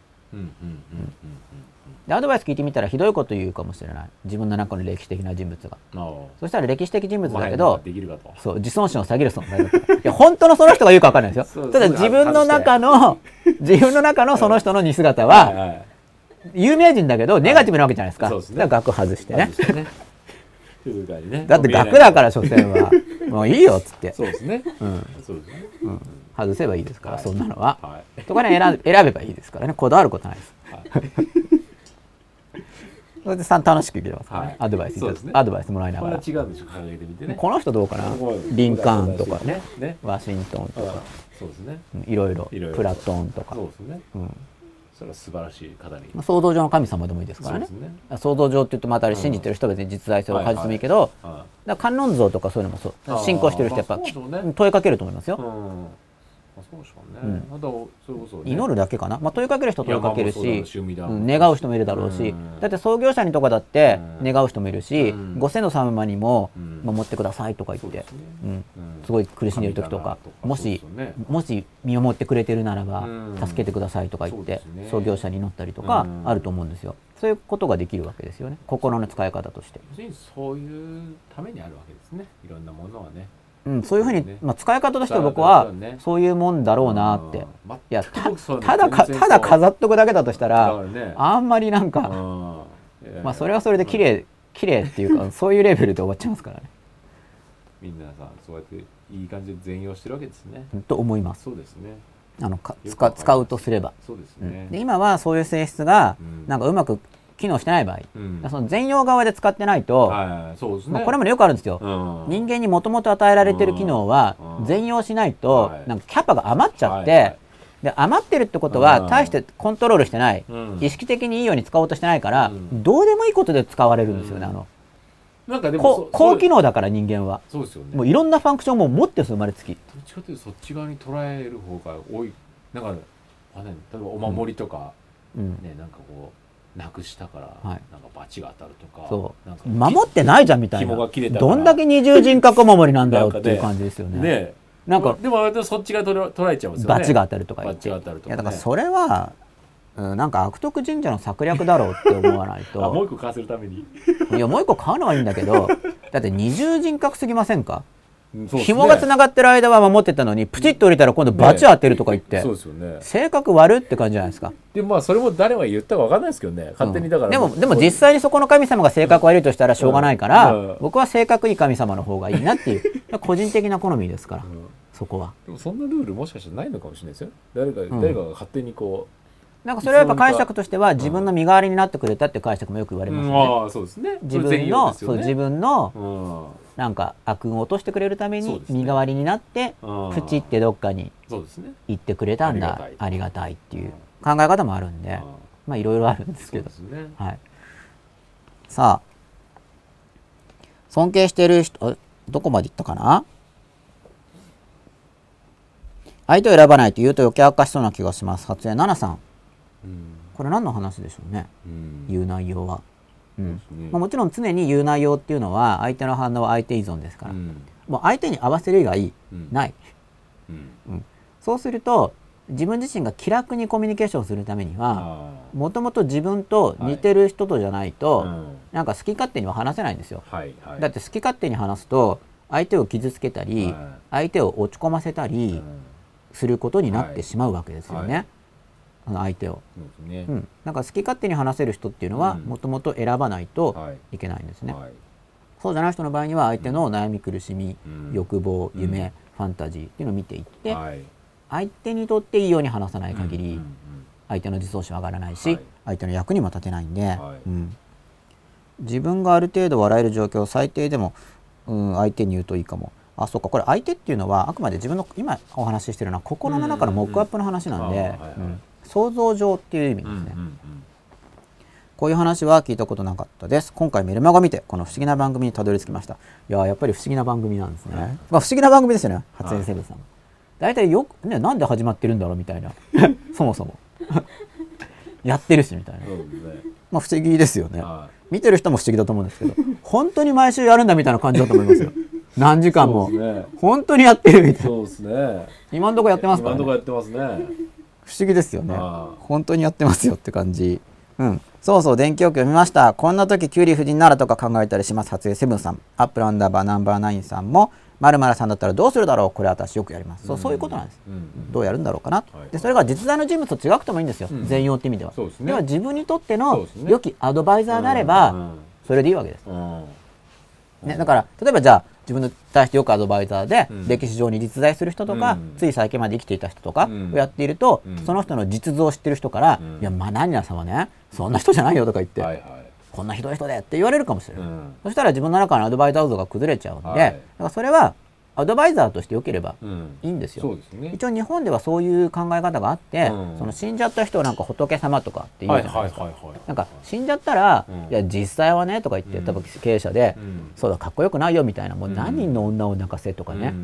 S1: でアドバイス聞いてみたらひどいこと言うかもしれない。自分の中の歴史的な人物が。そしたら歴史的人物だけど、そう自尊心を下げる存在だった。いや本当のその人が言うか分からないですよ。ただ自分の中の自分の中のその人の似姿は有名人だけどネガティブなわけじゃないですか。だから額外してね。だって額だから所詮はもういいよっつって。そうですね。外せばいいですから、そんなのは。とかね選べばいいですからね。こだわることないです。それでさん楽しくいけますからね。アドバイスアドバイスもらいながら。この人どうかな。リンカーンとかね、ワシントンとか、いろいろプラトンとか。
S2: それは素晴らしい方に。
S1: 想像上の神様でもいいですからね。想像上って言うとまたあれ信じてる人は別に実在性を感じてもいいけど、だから観音像とかそういうのもそう。信仰してる人やっぱ問いかけると思いますよ。祈るだけかな、まあ、問いかける人問いかけるし、願う人もいるだろうし、だって創業者にとかだって願う人もいるし、ご先祖様にも守ってくださいとか言って、すごい苦しんでる時とか、もしもし見守ってくれてるならば助けてくださいとか言って創業者に祈ったりとかあると思うんですよ。そういうことができるわけですよね、心の使い方として。
S2: そういうためにあるわけですね、いろんなものはね。
S1: うん、そういうふうに、まあ、使い方としては僕はそういうもんだろうなって。いや た, ただかただ飾っとくだけだとしたらあんまりなんかまあそれはそれで綺麗綺麗っていうかそういうレベルで終わっちゃいますからね。
S2: みんなさんそうやっていい感じで全容してるわけですね。
S1: と思います。
S2: そうですね。
S1: あのか 使, 使うとすれば。
S2: そうですね。
S1: で今はそういう性質がなんかうまく機能してない場合、うん、その全容側で使ってないと、はいそうですね、まあこれまでよくあるんですよ、うん、人間にもともと与えられてる機能は全容しないと、うん、なんかキャパが余っちゃって、はいはい、で余ってるってことは大してコントロールしてない、うん、意識的にいいように使おうとしてないから、うん、どうでもいいことで使われるんですよね、うん、あのなんかでも高機能だから人間はそうですよ、ね、もういろんなファンクションも持ってるんです生まれつき。ど
S2: っちかというとそっち側に捉える方が多い。なんかあ、ね、例えばお守りとか、うんね、なんかこうなくしたから、はい、なんか罰が当たるとか、
S1: そうなんか守ってないじゃんみたいな、どんだけ二重人格守りなんだよっていう感じですよね。ねなんか
S2: でもそっちが捉えちゃうんですよね。
S1: 罰が当たるとか言って、罰が当たるとか、ね、いやだからそれは、うん、なんか悪徳神社の策略だろうって思わないと
S2: あもう一個買わせるために
S1: いやもう一個買うのはいいんだけどだって二重人格すぎませんか。紐がつながってる間は守ってたのにプチッと降りたら今度バチ当てるとか言って、ねそうですよね、性格悪って感じじゃないですか。
S2: でもまあそれも誰が言ったか分かんないですけどね、勝手にだから、
S1: うん、でもでも実際にそこの神様が性格悪いとしたらしょうがないから、うんうん、僕は性格いい神様の方がいいなっていう個人的な好みですから、うん、そこは。
S2: でもそんなルールもしかしたらないのかもしれないですよ。誰か、うん、誰かが勝手にこう
S1: なんかそれはやっぱ解釈としては自分の身代わりになってくれたっていう解釈もよく言われますよね、
S2: うん、あそうですね。
S1: 自分のそう自分の、うんなんか悪運を落としてくれるために身代わりになってプチってどっかに行ってくれたんだ、ありがたいっていう考え方もあるんで、まあいろいろあるんですけど、はい、さあ尊敬している人どこまでいったかな。相手を選ばないと言うと余計悪化しそうな気がします。初江奈々さん、これ何の話でしょうね、言う内容は。うんまあ、もちろん常に言う内容っていうのは相手の反応は相手依存ですから、うん、もう相手に合わせる以外ない、うんうん、そうすると自分自身が気楽にコミュニケーションするためにはもともと自分と似てる人とじゃないと、はい、なんか好き勝手には話せないんですよ、はいはい、だって好き勝手に話すと相手を傷つけたり、はい、相手を落ち込ませたりすることになってしまうわけですよね、はいあの相手を、うんねうん、なんか好き勝手に話せる人っていうのはもともと選ばないといけないんですね、はいはい、そうじゃない人の場合には相手の悩み苦しみ、うん、欲望夢、うん、ファンタジーっていうのを見ていって、はい、相手にとっていいように話さない限り、うんうんうん、相手の自尊心は上がらないし、はい、相手の役にも立てないんで、はいうん、自分がある程度笑える状況を最低でも、うん、相手に言うといいかも。あ、そうか、これ相手っていうのはあくまで自分の今お話ししてるのは心の中のモックアップの話なんで想像上っていう意味ですね、うんうんうん、こういう話は聞いたことなかったです。今回メルマガ見てこの不思議な番組にたどり着きました。いややっぱり不思議な番組なんですね、はいまあ、不思議な番組ですよね。初音セブさん大体よくねなんで始まってるんだろうみたいなそもそもやってるしみたいな、ね、まあ不思議ですよね。見てる人も不思議だと思うんですけど本当に毎週やるんだみたいな感じだと思いますよ何時間も、
S2: ね、
S1: 本当にやってるみたいな。
S2: そうですね。
S1: 今のところやってますからね。
S2: 今のところやってますね。
S1: 不思議ですよね。本当にやってますよって感じ。うん。そうそう、電気予記を見ました。こんな時キュウリ夫人ならとか考えたりします。初江セブンさん、アップルアンダーバーナンバーナインさんも、まるまるさんだったらどうするだろう、これ私よくやります。そう、そういうことなんです。うん、どうやるんだろうかな。はい、で、それが実在の人物と違くてもいいんですよ。うん、全容って意味では。そうですね。では自分にとっての良きアドバイザーであれば、それでいいわけです。ね、だから例えばじゃあ自分に対してよくアドバイザーで、うん、歴史上に実在する人とか、うん、つい最近まで生きていた人とかをやっていると、うん、その人の実像を知ってる人から「うん、いやまあ何々さんはねそんな人じゃないよ」とか言って、はいはい、こんなひどい人でって言われるかもしれない、うん、そしたら自分の中のアドバイザー像が崩れちゃうんで、はい、だからそれはアドバイザーとして良ければいいんですよ。うん、そうですね、一応日本ではそういう考え方があって、うん、その死んじゃった人をなんか仏様とかって言うじゃないですか。なんか死んじゃったら、うん、いや実際はねとか言って、うん、多分経営者で、うん、そうだかっこよくないよみたいな、もう何人の女を泣かせとかね、うん、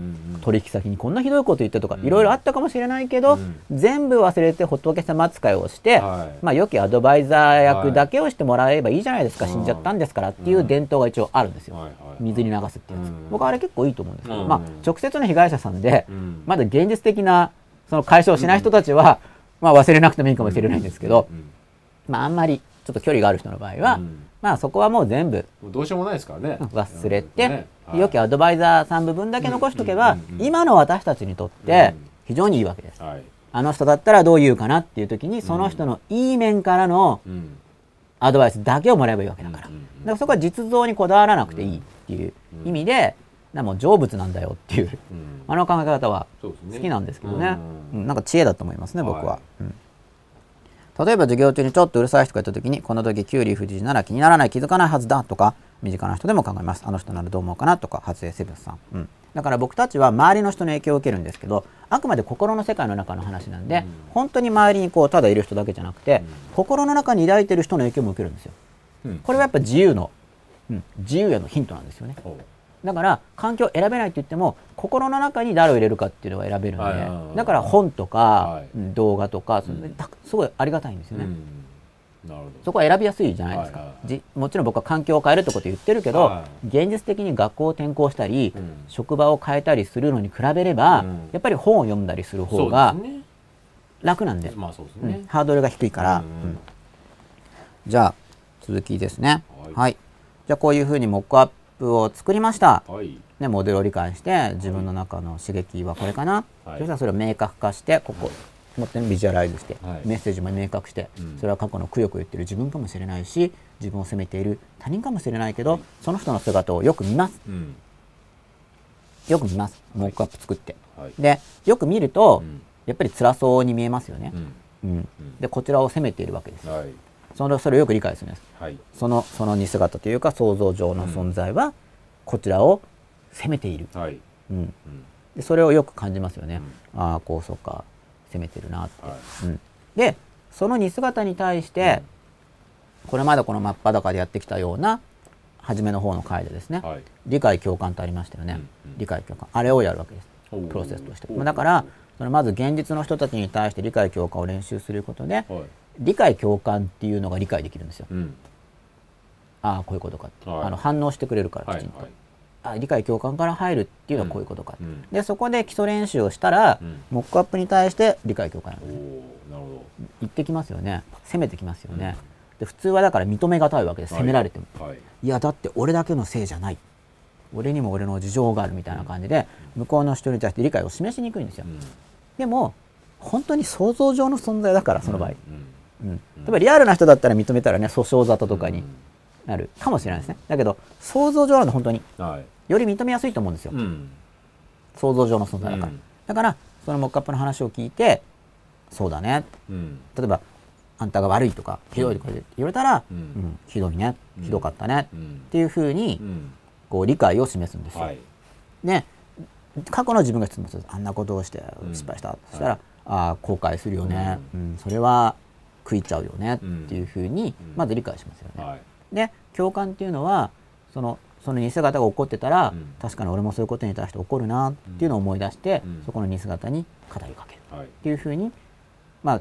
S1: 取引先にこんなひどいこと言ってとか、うん、いろいろあったかもしれないけど、うん、全部忘れて仏様扱いをして、はい、まあ良きアドバイザー役だけをしてもらえばいいじゃないですか、はい、死んじゃったんですからっていう伝統が一応あるんですよ。はいはい、水に流すってやつ、うん、僕はあれ結構いいと思うんですけど、うん、まあ直接の被害者さんで、うん、まだ現実的なその解消しない人たちは、うん、まあ忘れなくてもいいかもしれないんですけど、うん、まああんまりちょっと距離がある人の場合は、うん、まあそこはもう全部
S2: どうしようもないですからね、
S1: 忘れて、ね、はい、良きアドバイザーさん部分だけ残しておけば、今の私たちにとって非常にいいわけです、はい、あの人だったらどう言うかなっていう時にその人のいい面からのアドバイスだけをもらえばいいわけだから、だからそこは実像にこだわらなくていいっていう意味で、なもう成仏なんだよっていう、うん、あの考え方は好きなんですけどね、うん、なんか知恵だと思いますね、僕は、はい、うん、例えば授業中にちょっとうるさい人がいた時にこの時キュウリ夫人なら気にならない、気づかないはずだとか、身近な人でも考えます。あの人ならどう思うかなとか、初江セブンさん、うん、だから僕たちは周りの人の影響を受けるんですけど、あくまで心の世界の中の話なんで、うん、本当に周りにこうただいる人だけじゃなくて、うん、心の中に抱いてる人の影響も受けるんですよ、うん、これはやっぱ自由の、うん、自由へのヒントなんですよね。だから環境を選べないって言っても心の中に誰を入れるかっていうのは選べるんで、だから本とか、はい、動画とか、うん、すごいありがたいんですよね、うん、なるほど、そこは選びやすいじゃないですか、はいはいはい、もちろん僕は環境を変えるってこと言ってるけど、はい、現実的に学校を転校したり、うん、職場を変えたりするのに比べれば、うん、やっぱり本を読んだりする方が楽なんで、まあそうですね、うん、ハードルが低いから、うんうん、じゃあ続きですね、はい、はい、じゃあこういうふうにモックアップを作りました、はい、ね、モデルを理解して自分の中の刺激はこれかな、はい、そしたらそれを明確化してここ、はい、持ってビジュアライズして、はい、メッセージも明確して、うん、それは過去のくよく言ってる自分かもしれないし、自分を責めている他人かもしれないけど、はい、その人の姿をよく見ます、うん、よく見ます、モックアップ作って、はい、でよく見ると、うん、やっぱり辛そうに見えますよね、うんうん、でこちらを責めているわけです、はい、そのそれをよく理解するんです、はい、そのその似姿というか想像上の存在はこちらを責めている、はいうん、でそれをよく感じますよね、うん、ああこうそうか責めてるなって、はいうん、でその似姿に対して、うん、これまでこの真っ裸でやってきたような初めの方の回でですね、はい、理解共感とありましたよね、うんうん、理解共感あれをやるわけです、プロセスとして、まあ、だからそれまず現実の人たちに対して理解共感を練習することで、はい、理解共感っていうのが理解できるんですよ、うん、ああこういうことかって、はい、あの反応してくれるからきちんと、はいはい、あ理解共感から入るっていうのはこういうことか、うん、でそこで基礎練習をしたら、うん、モックアップに対して理解共感なんですね、なるほど言ってきますよね、攻めてきますよね、うん、で普通はだから認めがたいわけです、はい、責められても、はい、いやだって俺だけのせいじゃない、俺にも俺の事情があるみたいな感じで、うん、向こうの人に対して理解を示しにくいんですよ、うん、でも本当に想像上の存在だからその場合、うんうん、例えばリアルな人だったら認めたらね訴訟沙汰とかになるかもしれないですね、だけど想像上なんで本当に、はい、より認めやすいと思うんですよ、うん、想像上の存在だから、うん、だからそのモックアップの話を聞いてそうだね、うん、例えばあんたが悪いとかひどいとか言われたら、うんうん、ひどいね、ひどかったね、うん、っていうふうに、うん、こう理解を示すんですよ、はい、で過去の自分が質問する、あんなことをして失敗した、うん、そしたら、はい、ああ後悔するよね、うんうん、それは食いちゃうよね、っていうふうにまず理解しますよね、はい、で共感っていうのはそのその似姿が起こってたら、うん、確かに俺もそういうことに対して起こるなっていうのを思い出して、うん、そこの似姿に語りかける、はい、っていうふうに、まあ、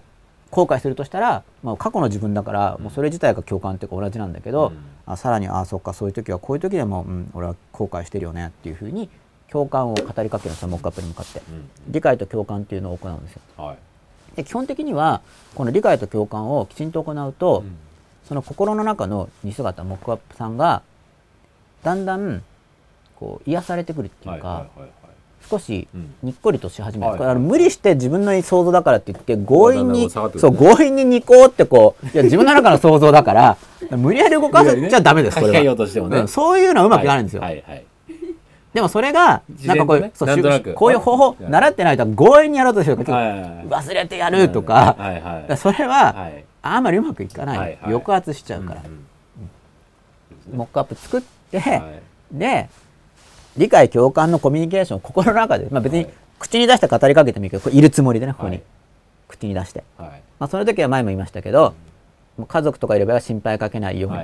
S1: 後悔するとしたら、まあ、過去の自分だからもうそれ自体が共感っていうか同じなんだけど、うん、あさらにああそっかそういう時はこういう時でも、うん、俺は後悔してるよねっていうふうに共感を語りかけるんですよモックアップに向かって、うん、理解と共感っていうのを行うんですよ、はい、で基本的にはこの理解と共感をきちんと行うと、うん、その心の中の似姿モックアップさんがだんだんこう癒されてくるっていうか、はいはいはいはい、少しにっこりとし始める、うん、あの無理して自分の想像だからって言って強引に、そう強引にニコってこういや自分の中の想像だから無理やり動かせちゃダメですこれは、ね、うん、そういうのはうまくいかないんですよ、はいはいはい、でもそれがなんかこういう、ね、そうこういう方法習ってないと強引にやろうとしてるから、はいはいはい、忘れてやるとか、はいはいはい、それは、はい、あんまりうまくいかない、はいはい、抑圧しちゃうから、うんうん、モックアップ作って、はい、で理解共感のコミュニケーションを心の中で、まあ、別に口に出して語りかけてもいいけどこれいるつもりでねここに、はい、口に出して、はい、まあ、その時は前も言いましたけど、うん、家族とかいれば心配かけないように、はい、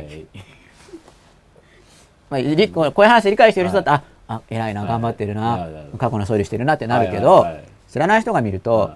S1: まあ、こういう話理解している人だったら、はい、ああ偉いな頑張ってるな、はい、過去の処理してるなってなるけど、はいはいはい、知らない人が見ると、はい、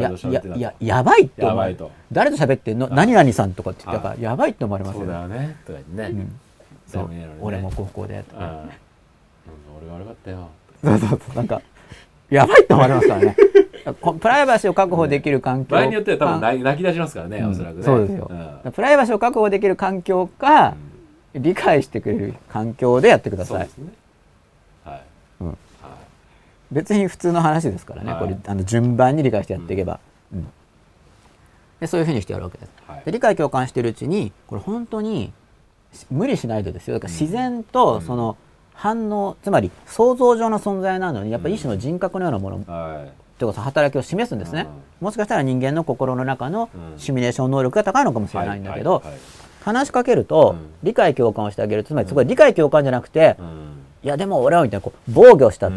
S1: や, や, や, やばいって思うと誰と喋ってんの、はい、何々さんとかって言ったから、はい、やばいって思われますよね。
S2: そうだよねとかね、うん、
S1: そう、ね、俺も高校でとか、
S2: 俺悪かったよ。
S1: そうそうそう、なんかやばいって思われますからね。プライバシーを確保できる環境、
S2: 場合によっては多分泣き出しますからね、うん、おそらくね。
S1: そうですよ、うん、プライバシーを確保できる環境か、うん、理解してくれる環境でやってください。そうですね、はい、うん、はい、別に普通の話ですからね、はい、これあの順番に理解してやっていけば、うんうん、でそういうふうにしてやるわけです、はい、で理解共感しているうちにこれ本当に無理しないでですよ。だから自然とその反応、うん、つまり想像上の存在なのにやっぱり一種の人格のようなもの、うん、というか働きを示すんですね、うん、もしかしたら人間の心の中のシミュレーション能力が高いのかもしれないんだけど、はいはいはい、話しかけると、うん、理解共感をしてあげる、つまりそこで理解共感じゃなくて、うん、いやでも俺はみたいなこう防御したって、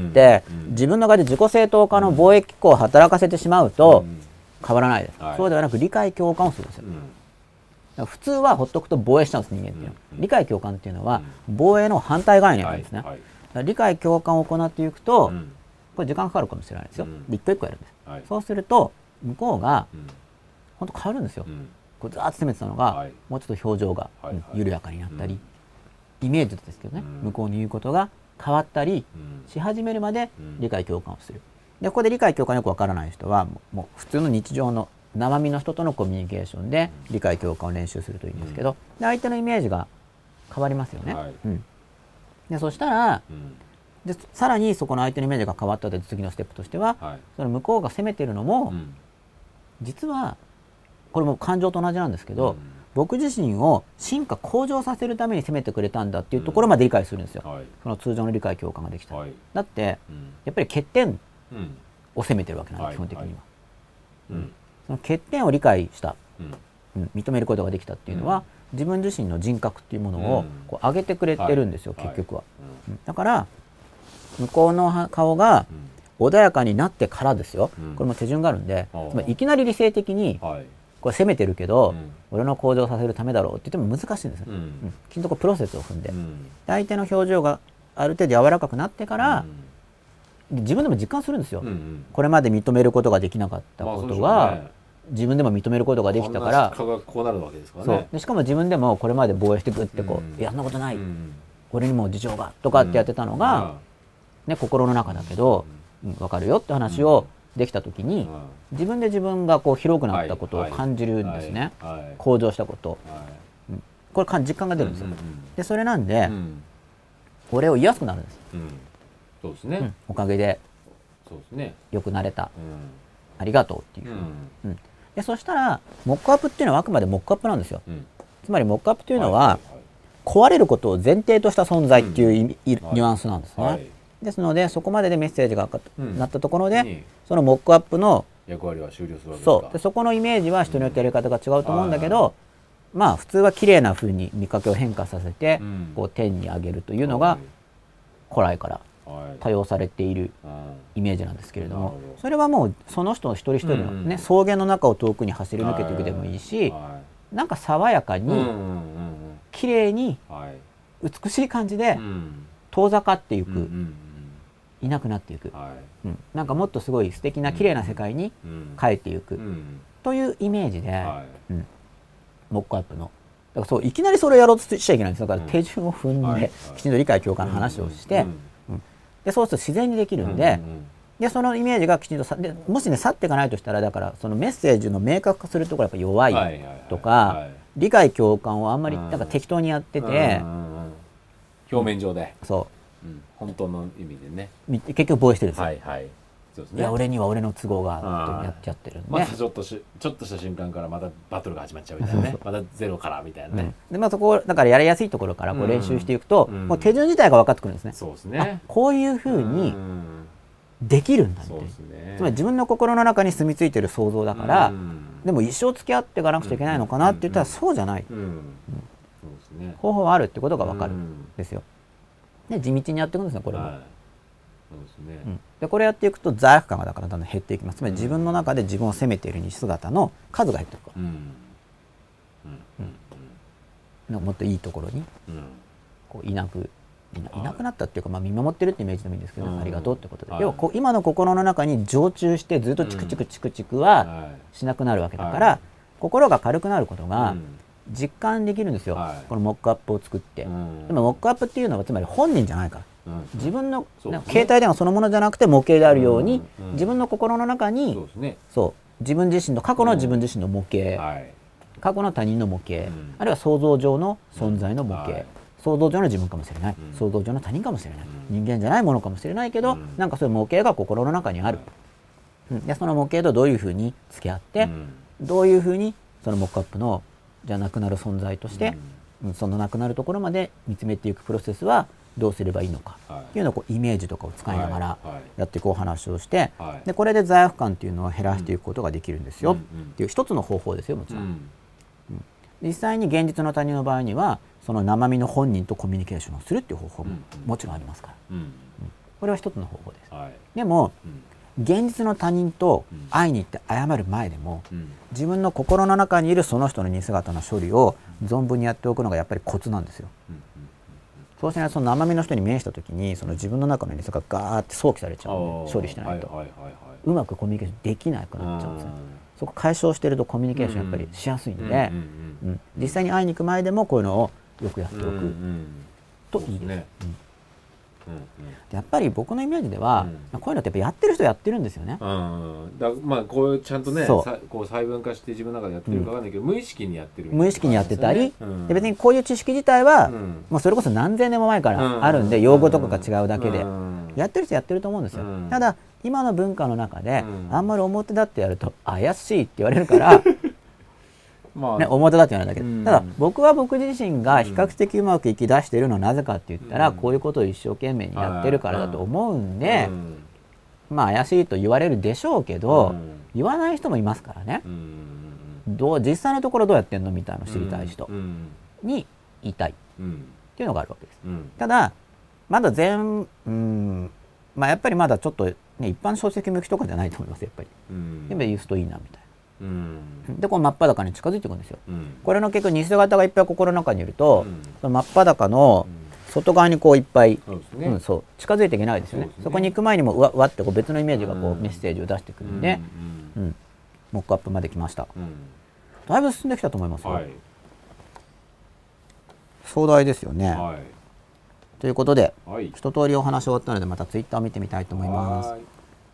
S1: うん、自分の中で自己正当化の貿易機構を働かせてしまうと変わらないです、はい、そうではなく理解共感をするんですよ、うん、普通はほっとくと防衛しちゃうんです人間っていうのは、うん、理解共感っていうのは防衛の反対概念なんですね、はいはい、だから理解共感を行っていくと、うん、これ時間かかるかもしれないですよ、うん、一個一個やるんです、はい、そうすると向こうが、うん、本当変わるんですよ、うん、こうザーッと攻めてたのが、はい、もうちょっと表情が、はいはい、緩やかになったり、うん、イメージですけどね、うん、向こうに言うことが変わったりし始めるまで理解共感をする。でここで理解共感よくわからない人はもう普通の日常の生身の人とのコミュニケーションで理解共感を練習するといいんですけど、で相手のイメージが変わりますよね、はい、うん、でそしたら、うん、でさらにそこの相手のイメージが変わったで次のステップとしては、はい、その向こうが責めてるのも、うん、実はこれも感情と同じなんですけど、うん、僕自身を進化向上させるために責めてくれたんだっていうところまで理解するんですよ、うんはい、その通常の理解共感ができた、はい、だって、うん、やっぱり欠点を責めてるわけなんです、基本的には、はいうん、その欠点を理解した、うんうん、認めることができたっていうのは、うん、自分自身の人格っていうものをこう上げてくれてるんですよ、はい、結局は、はいうん、だから向こうの顔が穏やかになってからですよ、うん、これも手順があるんで、つまりいきなり理性的に、はいこれ責めてるけど、うん、俺の向上させるためだろうって言っても難しいんですよ、うんうん、きちんとこうプロセスを踏んで、うん、相手の表情がある程度柔らかくなってから、うん、自分でも実感するんですよ、うんうん、これまで認めることができなかったことが、まあね、自分でも認めることができたから
S2: こうなるわけですからね。
S1: そうでしかも自分でもこれまで防衛してくってこう、うん、いやそんなことない、うん、俺にも事情がとかってやってたのが、うんね、心の中だけど、うん、分かるよって話を、うんできた時に、うん、自分で自分がこう広くなったことを感じるんですね、はいはいはい、向上したこと、はいうん、これ実感が出るんですよ、うんうんうん、でそれなんで、うん、これを言いやすくなるんです、うん、
S2: そうですね、うん、
S1: おかげで
S2: そうですね
S1: よくなれた、
S2: うん、
S1: ありがとうっていう、うんうん、でそしたらモックアップっていうのはあくまでモックアップなんですよ、うん、つまりモックアップというのは、はいはいはい、壊れることを前提とした存在っていう、うん、ニュアンスなんですね、はいはいですのでそこまででメッセージがなったところで、うん、そのモックアップの
S2: 役割は終了するわけですか。
S1: そうでそこのイメージは人によってやり方が違うと思うんだけど、うん、まあ普通は綺麗な風に見かけを変化させて、うん、こう天に上げるというのが古来から多用されているイメージなんですけれども、はい、それはもうその人の一人一人の、ね、草原の中を遠くに走り抜けていくでもいいし、はい、なんか爽やかに綺麗に美しい感じで遠ざかっていく、うんうんうんいなくなっていく、はいうん、なんかもっとすごい素敵な綺麗な世界に変えていく、うんうん、 というイメージで、
S2: はい
S1: うん、モックアップのだからそういきなりそれをやろうとしちゃいけないんです。だから手順を踏んで、うんはいはい、きちんと理解共感の話をして、うんうんうん、でそうすると自然にできるんで、うんうん、でそのイメージがきちんとさでもしね去っていかないとしたらだからそのメッセージの明確化するところがやっぱ弱いとか、はいはいはい、理解共感をあんまりなんか適当にやってて、うんうんうん、
S2: 表面上で、
S1: そう、
S2: うん、本当の意味でね
S1: 結局防衛してるんですよ。
S2: はいはいそうですね、
S1: いや俺には俺の都合がってやっちゃってるんで、
S2: またちょっとしちょっとした瞬間からまたバトルが始まっちゃうみたいなねまたゼロからみたいなね、
S1: うん、でまあそこだからやりやすいところからこう練習していくと、うん、もう手順自体が分かってくるんですね。
S2: そうですね。
S1: こういうふうにできるんだみたいな、そうですね、つまり自分の心の中に住み着いてる想像だから、うん、でも一生付き合っていかなくちゃいけないのかなって言ったらそうじゃない、うんうんうん、そうですね、方法はあるってことが分かるんですよ。で地道にやっていくんですねこれも。はいそうですねうん、でこれやっていくと罪悪感がだからだんだん減っていきます。つまり自分の中で自分を責めている西姿の数が減っていくから、うんうんうん、もっといいところに、うん、こういなくい な, いなくなったっていうか、まあ、見守ってるってイメージでもいいんですけど、うん、ありがとうってことで、要はこう今の心の中に常駐してずっとチクチクチクチクはしなくなるわけだから、はい、心が軽くなることが実感できるんですよ、はい、このモックアップを作って、うん、でもモックアップっていうのはつまり本人じゃないからうん、自分の、ね、携帯電話そのものじゃなくて模型であるように、うんうん、自分の心の中に そうですね、そう自分自身の過去の自分自身の模型、うんはい、過去の他人の模型、うん、あるいは想像上の存在の模型、うんはい、想像上の自分かもしれない、うん、想像上の他人かもしれない、うん、人間じゃないものかもしれないけど、うん、なんかそういう模型が心の中にある、うん、でその模型とどういうふうに付き合って、うん、どういうふうにそのモックアップのじゃなくなる存在として、うん、そのなくなるところまで見つめていくプロセスはどうすればいいのかっていうのをこうイメージとかを使いながらやっていくお話をして、でこれで罪悪感っていうのを減らしていくことができるんですよっていう一つの方法ですよもちろん、うんうん、実際に現実の他人の場合にはその生身の本人とコミュニケーションをするっていう方法ももちろんありますから、うんうん、これは一つの方法です、はい、でも、うん、現実の他人と会いに行って謝る前でも、うん、自分の心の中にいるその人の似姿の処理を存分にやっておくのがやっぱりコツなんですよ、うんそうしないとその生身の人に面した時にその自分の中の似姿がガーって想起されちゃうので処理してないと、はいはいはいはい、うまくコミュニケーションできなくなっちゃうんですね。そこ解消してるとコミュニケーションやっぱりしやすいんで実際に会いに行く前でもこういうのをよくやっておくといいです、ねうんうんうん、やっぱり僕のイメージでは、うん、こういうのってやっぱやってる人やってるんですよね、うん、
S2: だまあこうちゃんとねこう細分化して自分の中でやってるかわかんないけど、うん、無意識にやってる、
S1: 無意識にやってたり、うん、で別にこういう知識自体は、うん、もうそれこそ何千年も前からあるんで、うん、用語とかが違うだけで、うん、やってる人やってると思うんですよ、うん、ただ今の文化の中で、うん、あんまり表立ってやると怪しいって言われるからまあね、表立って言わないだけで、うん、ただ僕は僕自身が比較的うまくいき出しているのはなぜかって言ったら、うん、こういうことを一生懸命にやってるからだと思うんで、うん、まあ怪しいと言われるでしょうけど、うん、言わない人もいますからね、うん、どう実際のところどうやってんのみたいなのを知りたい人に言いたいっていうのがあるわけです、うん、ただまだ全、うんまあ、やっぱりまだちょっと、ね、一般小説向きとかじゃないと思いますやっぱり、うん、でも言うといいなみたいなうん、でこの真っ裸に近づいていくんですよ、うん、これの結局偽姿がいっぱい心の中にいると、うん、その真っ裸の外側にこういっぱい、うんうん、そう近づいていけないですよね。 そ, ねそこに行く前にもうわわってこう別のイメージがこうメッセージを出してくるんで、うんうん、モックアップまで来ました、うん、だいぶ進んできたと思いますよ、はい、壮大ですよね、はい、ということで、はい、一通りお話終わったのでまたツイッターを見てみたいと思います。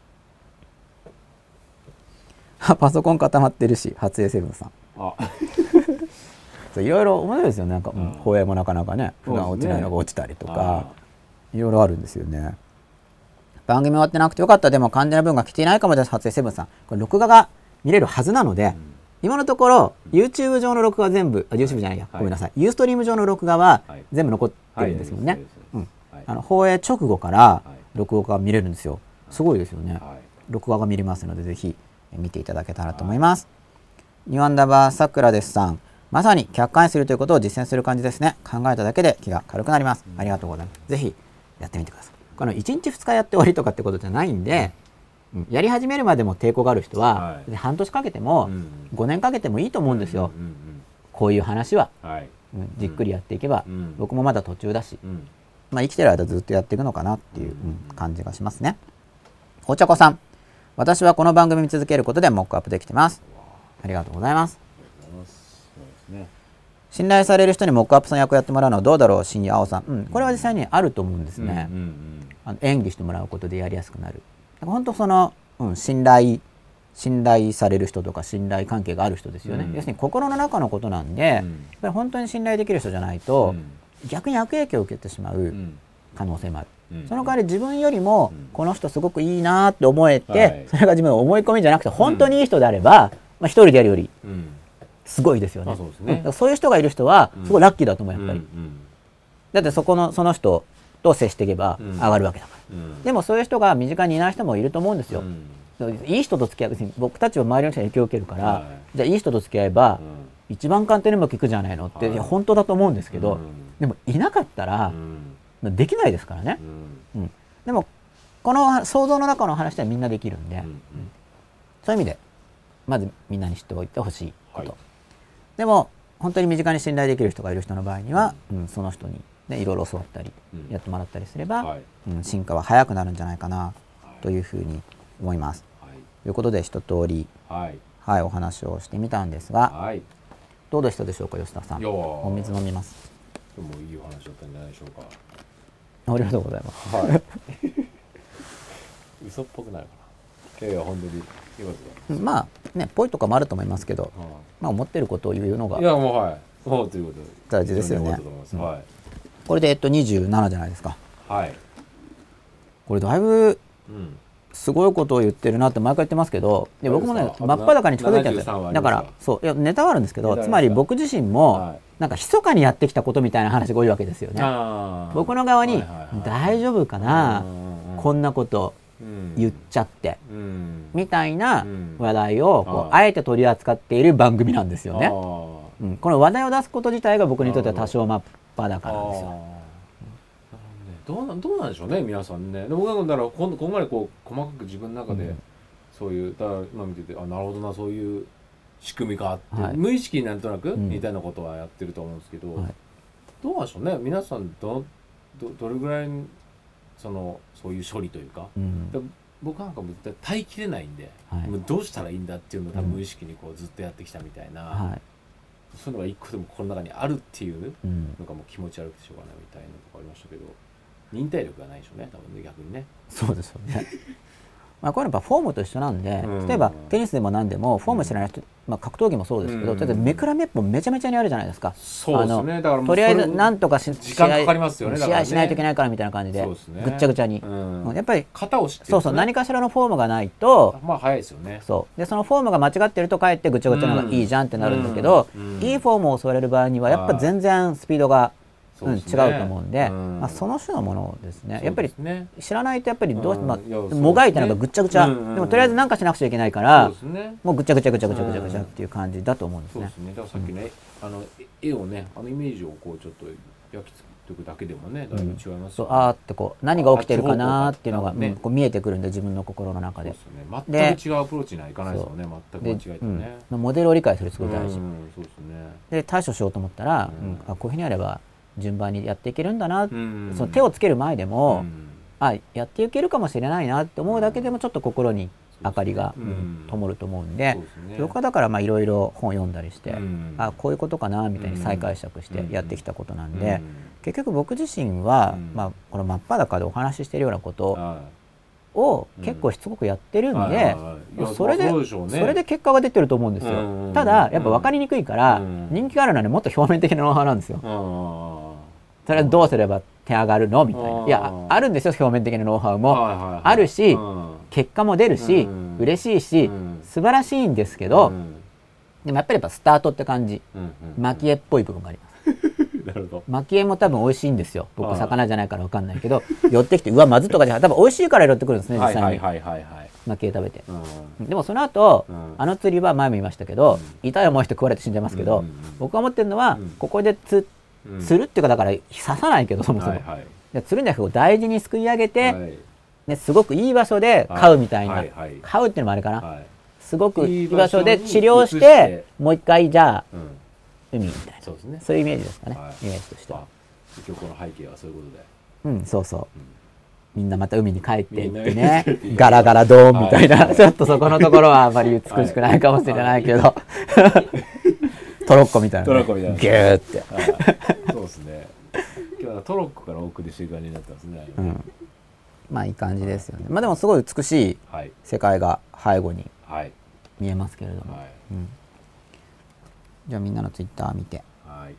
S1: パソコン固まってるし、初江セブンさん。あいろいろ面白いですよね。なんか、うん、放映もなかなかね、普段落ちないのが落ちたりとか、いろいろあるんですよね。番組終わってなくてよかった。でも完全な分が来ていないかもです。初江セブンさん。これ録画が見れるはずなので、うん、今のところ YouTube 上の録画は全部、あ YouTube じゃないや、はい、ごめんなさい。ユーストリーム上の録画は全部残ってるんですもんね。放映直後から録画が見れるんですよ。すごいですよね。録画が見れますのでぜひ。見ていただけたらと思います。ニューアンダーバーさくらですさん、まさに客観視するということを実践する感じですね。考えただけで気が軽くなります。ありがとうございます。ぜひやってみてください。このいちにちふつかやって終わりとかってことじゃないんで、うん、やり始めるまでも抵抗がある人は、はい、半年かけてもごねんかけてもいいと思うんですよ。こういう話は、はいうん、じっくりやっていけば、うん、僕もまだ途中だし、うん、まあ、生きてる間ずっとやっていくのかなっていう、うん、感じがしますね。お茶子さん、私はこの番組見続けることでモックアップできてます。 ありがとうございます。
S2: ありがとうございます。そうですね。
S1: 信頼される人にモックアップさん役をやってもらうのはどうだろう、新井青さん。うん、これは実際にあると思うんですね。うんうんうん、あの演技してもらうことでやりやすくなる。本当その、うん、信頼信頼される人とか信頼関係がある人ですよね、うん、要するに心の中のことなんで、うん、やっぱり本当に信頼できる人じゃないと、うん、逆に悪影響を受けてしまう可能性もある、うん、その代わり自分よりもこの人すごくいいなって思えて、うん、それが自分の思い込みじゃなくて本当にいい人であれば、まあ、一人でやるよりすごいですよね、うん、そうですね。だからそういう人がいる人はすごいラッキーだと思う、やっぱり、うんうん、だってそこのその人と接していけば上がるわけだから、うん、でもそういう人が身近にいない人もいると思うんですよ、うん、いい人と付き合う、別に僕たちは周りの人に影響を受けるから、はい、じゃあいい人と付き合えば、うん、一番簡単にうまくいくじゃないのって、はい、いや本当だと思うんですけど、うん、でもいなかったら、うん、できないですからね、うんうん、でもこの想像の中の話ではみんなできるんで、うんうん、そういう意味でまずみんなに知っておいてほしいこと、はい、でも本当に身近に信頼できる人がいる人の場合には、うんうん、その人に、ね、いろいろ教わったり、うん、やってもらったりすれば、はい、うん、進化は早くなるんじゃないかなというふうに思います。はい、ということで一通り、はいはい、お話をしてみたんですが、はい、どうでしたでしょうか、吉田さん。お水飲みます。
S2: でもいいお話だったんじゃないでしょうか。
S1: ありがとうございます。はい、
S2: 嘘っぽくなるかな。いやいや本当に
S1: まあね、ぽいとかもあると思いますけど、うん、まあ思ってることを言うのが、
S2: いやもうはいそうということ
S1: 大事ですよね。
S2: うん、はい、
S1: これでえっとにじゅうななじゃないですか。
S2: はい。
S1: これだいぶすごいことを言ってるなって毎回言ってますけど、で僕もね真っ裸に近づいてるんですよ。だからそういやネタはあるんですけど、つまり僕自身も、はい、なんか密かにやってきたことみたいな話が多いわけですよね。僕の側に、はいはいはい、大丈夫かな、こんなこと言っちゃって、うん、みたいな話題をこうあえて取り扱っている番組なんですよね。うん、この話題を出すこと自体が僕にとっては多少真っ裸なんですよ。
S2: どうな、どうなんでしょうね皆さんね。で僕はだからこんここまでこう細かく自分の中でそういう、だから今見ててあなるほどなそういう仕組みがあって、はい、無意識になんとなく似たようなことはやってると思うんですけど、うんはい、どうなんでしょうね皆さん ど, ど, どれぐらいそのそういう処理というか、うん、で僕なんかもう耐えきれないんで、はい、もうどうしたらいいんだっていうのを多分無意識にこうずっとやってきたみたいな、はい、そういうのが一個でも心の中にあるっていうのがもう気持ち悪くてしょうがないみたいなとこありましたけど、忍耐力がないでしょうね多分ね逆にね。
S1: そうですよね。まあこれやっぱフォームと一緒なんで、例えばテニスでも何でもフォーム知らない人、まあ、格闘技もそうですけど、だってめくらめっぽめちゃめちゃにあるじゃないですか。
S2: そうですね。だから
S1: とりあえずなんとかし
S2: 時間かかりますよね。
S1: 試合しないといけないからみたいな感じでぐっちゃぐちゃに、やっぱり
S2: 型を知って
S1: そうそう何かしらのフォームがないと、
S2: まあ早いですよね。
S1: そうでそのフォームが間違ってるとかえってぐちゃぐちゃの方がいいじゃんってなるんだけど、いいフォームを教われる場合にはやっぱ全然スピードがうん、違うと思うんで、うん、まあ、その種のものですね。やっぱり知らないとやっぱりどうして、まあ、もがいてなんかぐっちゃぐちゃ、うんうん、でもとりあえず何かしなくちゃいけないから、うん、もうぐちゃぐちゃぐちゃぐちゃぐちゃぐちゃっていう感じだと思うんですね。
S2: そうですね。だからさっきね、うん、あの絵をね、あのイメージをこうちょっと焼き付けておくだけでもね、だいぶ違いますよね。うん、そう
S1: あーってこう何が起きてるかなーっていうのが、ね、うん、こう見えてくるんで自分の心の中で。
S2: そうですね。全く違うアプローチにはいかないですよね。全く間違えてね、
S1: うん。モデルを理解するすごい大事。
S2: うん、そうですね。
S1: で対処しようと思ったら、うん、あこういうふうにやれば順番にやっていけるんだな、うん、その手をつける前でも、うん、あやっていけるかもしれないなって思うだけでもちょっと心に明かりが、うん、灯ると思うんで、ね、僕はだからいろいろ本読んだりして、うん、あこういうことかなみたいに再解釈してやってきたことなんで、うん、結局僕自身は、うんまあ、この真っ裸でお話ししているようなことを結構しつこくやってるんで、それでそれで結果が出てると思うんですよ。ただやっぱ分かりにくいから人気があるのはもっと表面的なノウハウなんですよ。それはどうすれば手上がるのみたいな。いやあるんですよ表面的なノウハウもあるし結果も出るし嬉しいし素晴らしいんですけど、でもやっぱりやっぱスタートって感じ蒔絵っぽい部分があります。蒔絵も多分美味しいんですよ。僕魚じゃないから分かんないけど寄ってきてうわまずとかじゃ多分美味しいから寄ってくるんですね実際に蒔絵食べて。でもその後あの釣りは前も言いましたけど痛い思いして食われて死んじゃいますけど、僕が思ってるのはここで釣って釣るっていうかだから刺さないけどそもそも、はいはい、釣るんじゃなくて大事にすくい上げて、はいね、すごくいい場所で飼うみたいな、はいはいはい、飼うっていうのもあれかな、はい、すごくいい場所で治療してもう一回じゃあ、うん、海みたいなそうですね、そういうイメージですかね、はい、イメージとしては。
S2: 結局この背景はそういうことで
S1: うんそうそう、 みんなまた海に帰っていってねガラガラドーンみたいな、はい、ちょっとそこのところはあまり美しくないかもしれないけど、はい、トロッコみたいな、ね、
S2: トロッコみたいな
S1: ギューって、
S2: はい、そうですね。今日はトロッコからお送りしてる感じになってますね、
S1: うん、まあいい感じですよね。まあでもすごい美しい世界が背後に見えますけれども、はいはい、うん、じゃあみんなのツイッター見て、はい、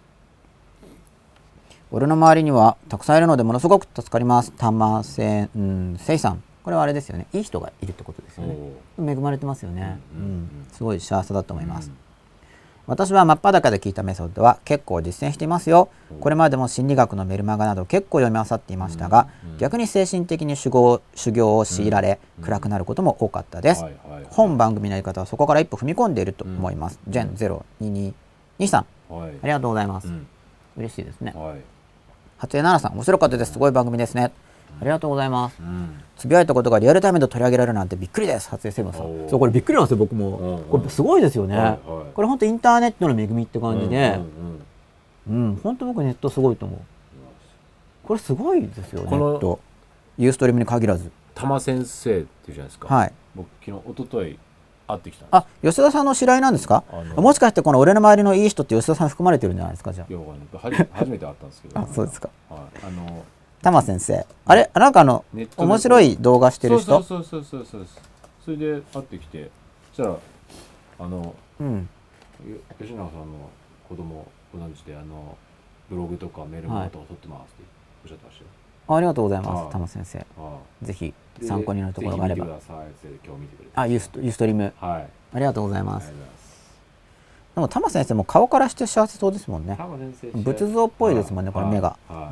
S1: 俺の周りにはたくさんいるのでものすごく助かります。たませんせいさん、これはあれですよね、いい人がいるってことですよね。恵まれてますよね、うんうんうん、すごい幸せだと思います、うん、私は真っ裸で聞いたメソッドは結構実践していますよ。これまでも心理学のメルマガなど結構読み漁っていましたが、うんうん、逆に精神的に修行、修行を強いられ、うん、暗くなることも多かったです、はいはいはい、本番組のやり方はそこから一歩踏み込んでいると思います、うん、ジェンゼロにににさん、はい、ありがとうございます、うん、嬉しいですね、はい、初江奈々さん、面白かったです、すごい番組ですね、ありがとうございます、うん、つぶやいたことがリアルタイムで取り上げられるなんてびっくりです。初江セブンさん、そうこれびっくりなんですよ僕も、うんうん、これすごいですよね、はいはい、これ本当インターネットの恵みって感じで、うん、うんうん、本当僕ネットすごいと思う。これすごいですよ、ネット、ユーストリームに限らず。
S2: 玉先生っていうじゃないですか、はい、僕昨日一昨日会ってきたんです。
S1: あ、吉田さんの知り合いなんですか。もしかしてこの俺の周りのいい人って吉田さん含まれてるんじゃないですか。じゃあいや
S2: 初めて会ったんですけどあ、そうですか、はい、あの
S1: 玉先生、あれなんかあの面白い動画してる人、
S2: そうそうそうそうそう、それで会ってきて、そしたらあの、うん、吉永さんの子供同じであのブログとかメールマガとか撮ってますっておっしゃってましたよ。
S1: あ、ありがとうございます、玉先生。ぜひ参考になるところがあれば。あ、ユース、ユーストリーム、はい、ありがとうございます。でも玉先生も顔からして幸せそうですもんね。仏像っぽいですもんね、これ目が。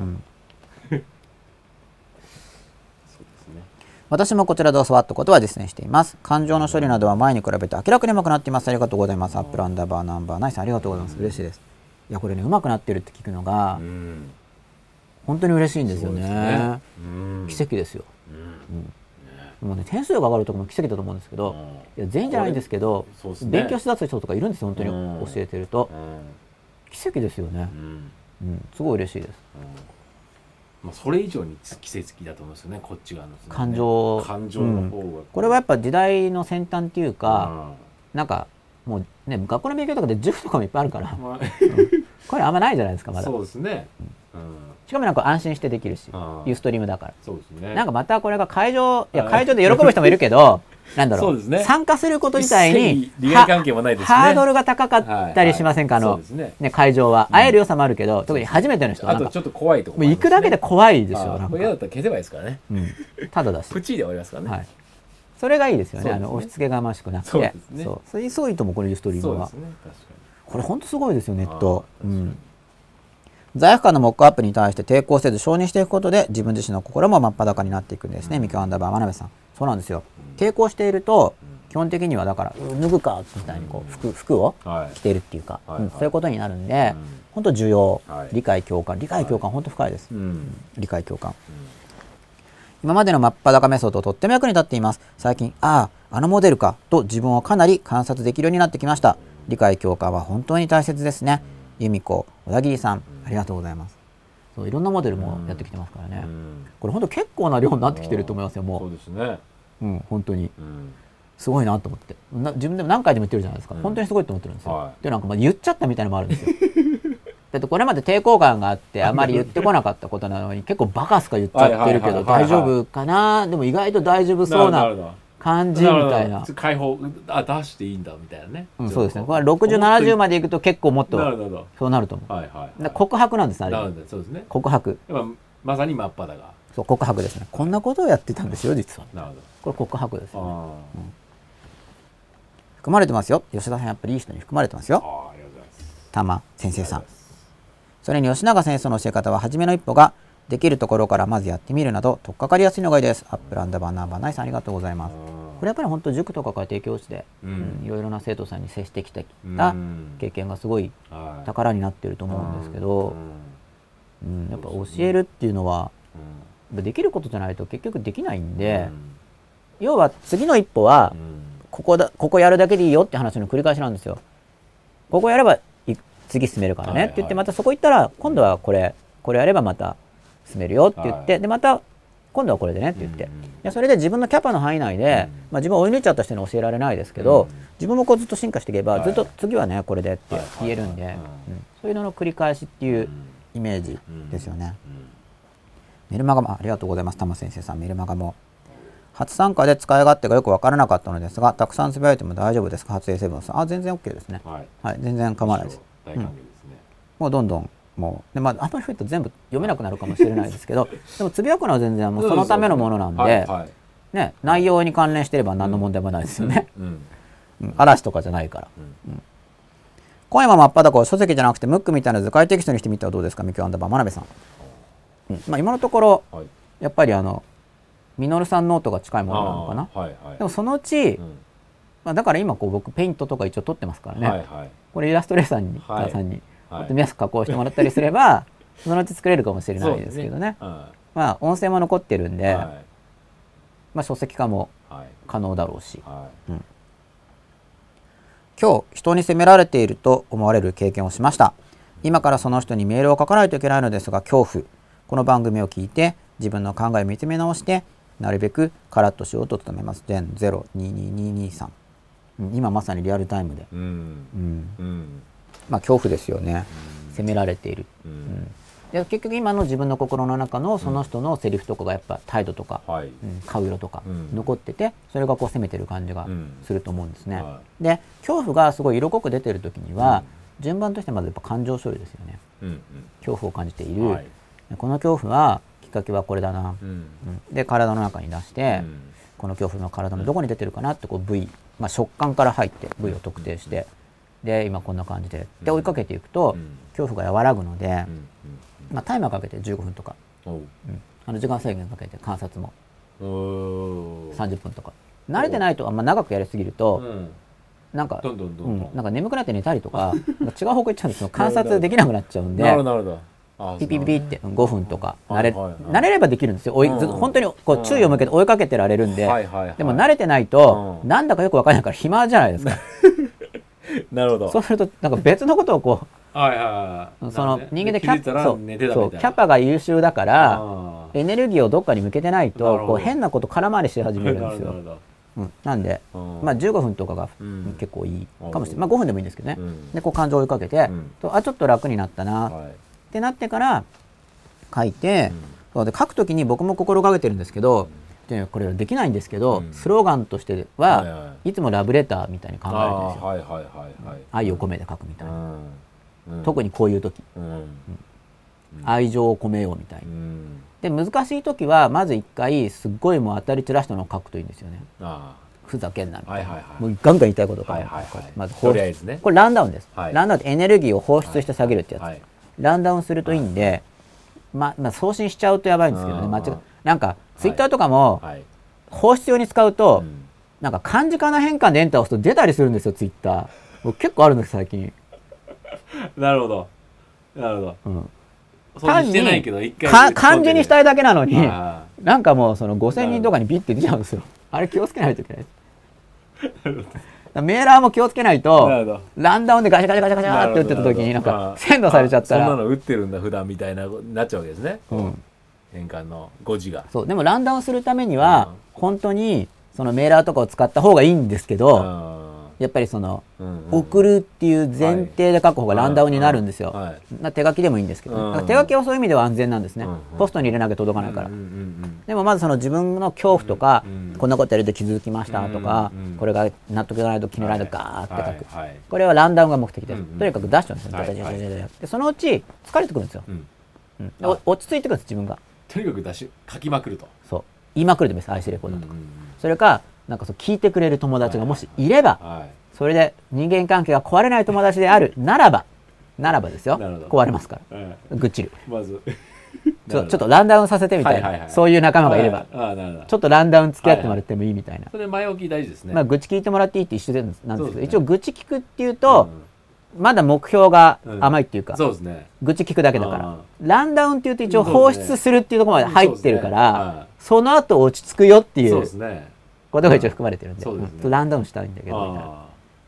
S1: 私もこちらで教わったことは実践しています。感情の処理などは前に比べて明らかに上手くなっています。ありがとうございます。アップルアンダーバーナンバーナイス、ありがとうございます。嬉しいです。いやこれね、上手くなってるって聞くのが本当に嬉しいんですよね。奇跡ですよ。もうね、点数が上がるところも奇跡だと思うんですけど、いや全員じゃないんですけど、勉強しだす人とかいるんですよ、本当に教えてると。奇跡ですよね。うん、すごい嬉しいです。
S2: まあそれ以上に奇跡だと思うんですよね、こっち側の
S1: 感情、
S2: 感情の方が、
S1: これはやっぱ時代の先端っていうか、なんかもうね、学校の勉強とかで塾とかもいっぱいあるから、これあんまないじゃないですか、まだ。そうですね。しかもなんか安心してできるし、ユーストリームだから。そうですね。なんかまたこれが会場、いや会場で喜ぶ人もいるけど、なんだろう、参加すること自体にハードルが高かったりしませんか、あのね、会場は会える良さもあるけど、特に初めての人は
S2: あとちょっと怖いとこ
S1: ろ、行くだけで怖いですよ。
S2: 嫌だったら消せばいいですからね。
S1: ただだし。
S2: プチで終わりますからね。
S1: それがいいですよね。あの押し付けがましくなくて、そうそういうそういいともこれユーストリームは。これ本当すごいですよ、ネット。罪悪感のモックアップに対して抵抗せず承認していくことで自分自身の心も真っ裸になっていくんですね。ミキアンダーバー真鍋さん、そうなんですよ。抵抗していると基本的にはだから脱ぐかみたいにこう 服, 服を着ているっていうか、はい、うん、そういうことになるんで、うん、本当重要、はい、理解共感理解共感、はい、本当深いです、うん、理解共感、うん、今までの真っ裸メソッドとっても役に立っています。最近あああのモデルかと自分をかなり観察できるようになってきました。理解共感は本当に大切ですね。由美子小田切さん、ありがとうございます。そういろんなモデルもやってきてますからね、うん、これ本当結構な量になってきてると思いますよ。もうそうですね、うん、本当に、うん、すごいなと思って、な自分でも何回でも言ってるじゃないですか、うん、本当にすごいと思ってるんですよ、はい、でなんかまあ言っちゃったみたいなのもあるんですよだってこれまで抵抗感があってあまり言ってこなかったことなのに結構バカすか言っちゃってるけど大丈夫かな、でも意外と大丈夫そうな感じみたいな、
S2: 解放あ出していいんだみたいなね、
S1: うん、そうですね。これろくじゅう、ななじゅうまでいくと結構もっとそうなると思う。はいはいはい、告白なんですね、あれ。そうですね、告白、
S2: まさに真っ裸が
S1: そう告白ですね。こんなことをやってたんですよ実は。なるほど、これ告白ですよね、うん、含まれてますよ。吉田さんやっぱりいい人に含まれてますよ。あありがとうございます。玉先生さん、それに吉永先生の教え方は初めの一歩ができるところからまずやってみるなど取っかかりやすいのがいいです。アップルアンダーバーナンバーナイス、ありがとうございます。これやっぱり本当塾とか家庭教師で、うん、いろいろな生徒さんに接してきた経験がすごい宝になっていると思うんですけど、うん、やっぱ教えるっていうのは、うん、できることじゃないと結局できないんで、うん、要は次の一歩は、うん、ここだここやるだけでいいよって話の繰り返しなんですよ。ここやれば次進めるからねって言って、またそこ行ったら今度はこれこれやればまた進めるよって言って、でまた今度はこれでねって言って、
S2: うんうん、
S1: いやそれで自分のキャパの範囲内で、うんまあ、自分を追い抜いちゃった人に教えられないですけど、うん、自分もこうずっと進化していけば、はい、ずっと次はねこれでって言えるんで、はいはいはいうん、そういうのの繰り返しっていうイメージですよね、うんうんうん、メルマガもありがとうございます。玉先生さん、メルマガも初参加で使い勝手がよく分からなかったのですが、たくさんつぶやいても大丈夫ですか？初 エーセブン さん。あ、全然 OK ですね。はい、はい、全然構わないです。大歓迎ですね、うん。もうどんどんもうで、まあ、あんまり増えると全部読めなくなるかもしれないですけど、でもつぶやくのは全然もうそのためのものなんで、はいはい、ね、内容に関連していれば何の問題もないですよね。うんうんうん、嵐とかじゃないから。うんうん、今夜も真っ裸を書籍じゃなくてムックみたいな図解テキストにしてみてはどうですか？みきおアンダーバー真鍋さん。うんまあ、今のところ、はい、やっぱりあのミノルさんノートが近いものなのかな、はいはい、でもそのうち、うんまあ、だから今こう僕ペイントとか一応撮ってますからね、はいはい、これイラストレーターに、はい、さんに見やすく加工してもらったりすればそのうち作れるかもしれないですけど ね, ね、うん、まあ音声も残ってるんで、はいまあ、書籍化も可能だろうし、はいうん、今日人に責められていると思われる経験をしました。今からその人にメールを書かないといけないのですが恐怖。この番組を聞いて自分の考えを見つめ直してなるべくカラッとしようと努めます。ジェンゼロににににさん、うん、今まさにリアルタイムで、うんうんうん、まあ恐怖ですよね、うん、責められている、うんうん、で結局今の自分の心の中のその人のセリフとかがやっぱ態度とか、うんうん、顔色とか残ってて、それがこう責めてる感じがすると思うんですね、うんはい、で恐怖がすごい色濃く出てる時には、うん、順番としてまずやっぱ感情処理ですよね、うんうん、恐怖を感じている、はい、この恐怖はきっかけはこれだな、うんうん、で体の中に出して、うん、この恐怖の体のどこに出てるかなってこう部位、まあ、食感から入って部位を特定して、うん、で今こんな感じでで追いかけていくと、うん、恐怖が和らぐので、うんまあ、タイマーかけてじゅうごふんとか、うん、あの時間制限かけて観察もさんじゅっぷんとか慣れてないとあんま長くやりすぎると、うん、なんかどんどんどんどん、うん、なんか眠くなって寝たりとか違う方向行っちゃうんですよ。観察できなくなっちゃうんでなるほどなるほどピピピピってごふんとか慣れ、はいはいはい、慣れればできるんですよ。追い、うん、本当にこう注意を向けて追いかけてられるんで、はいはいはい、でも慣れてないと、うん、なんだかよく分からないから暇じゃないですかなるほど。そうするとなんか別のことをこう、はいはいはい、その人間でキャパ、そうそうキャパが優秀だからエネルギーをどっかに向けてないとこう変なこと空回りし始めるんですようん、なんで、まあ、じゅうごふんとかが結構いいかもしれない、まあ、ごふんでもいいんですけどね、うん、でこう感情を追いかけて、うん、とあちょっと楽になったな、はい、ってなってから書いて、うん、で書くときに僕も心がけてるんですけど、うん、これできないんですけど、うん、スローガンとしては、はいはい、いつもラブレターみたいに考えるんですよ、はいはいはいはい、愛を込めて書くみたいな、うん、特にこういう時、うんうん、愛情を込めようみたいな、うんで難しい時はまず一回すっごいもう当たり散らしたのを書くといいんですよね。あふざけんなみたいな、はいはいはい、もうガンガン言いたいことを書く、はいはいはい、まず放出、ね、これランダウンです、はい、ランダウンってエネルギーを放出して下げるってやつ、はいはい、ランダウンするといいんで、はいままあ、送信しちゃうとやばいんですけどね間違いなんかツイッターとかも、はい、放出用に使うと、うん、なんか漢字かな変換でエンターを押すと出たりするんですよツイッター僕結構あるんです最近なるほどなるほど、うん単に漢字にしたいだけなのになんかもうそのごせんにんとかにビッて出ちゃうんですよ。あれ気をつけないといけないメーラーも気をつけないとランダウンでガシャガシャガシャガシャって打ってた時になんか鮮度されちゃったら
S2: そんなの打ってるんだ普段みたいななっちゃうわけですね、うん、変換の誤字が
S1: そうでもランダウンするためには本当にそのメーラーとかを使った方がいいんですけどやっぱりその、うんうんうん、送るっていう前提で書く方がランダウンになるんですよ、はいはい、手書きでもいいんですけど、ね、うんうん、手書きはそういう意味では安全なんですね、うんうん、ポストに入れなきゃ届かないから、うんうんうん、でもまずその自分の恐怖とか、うんうん、こんなことやると気づきましたとか、うんうん、これが納得がないと決められるとガーって書く、はいはい、これはランダウンが目的です、うんうん、とにかく出してますね、はいはい、でそのうち疲れてくるんですよ、うんうん、落ち着いてくるんです自分が
S2: とにかく出し書きまくると
S1: そう言いまくるでもいいです アイシー レコーダーとか、うんうんうん、それかなんかそう聞いてくれる友達がもしいれば、はいはいそれで人間関係が壊れない友達であるならばならばですよ壊れますから、はい、ぐっちりまずちょ, ちょっとランダウンさせてみたいな、はいはいはい、そういう仲間がいれば、はいはい、ちょっとランダウン付き合ってもらってもいいみたいな、はいはい、
S2: それ前置き大事ですね、
S1: まあ、愚痴聞いてもらっていいって一緒なんですけど、ね、一応愚痴聞くっていうと、うん、まだ目標が甘いっていうか、うんそうですね、愚痴聞くだけだからランダウンっていうと一応放出するっていうところまで入ってるから そ,、ねはい、その後落ち着くよっていうことが一応含まれてるんで、そうですね、ランダウンしたいんだけど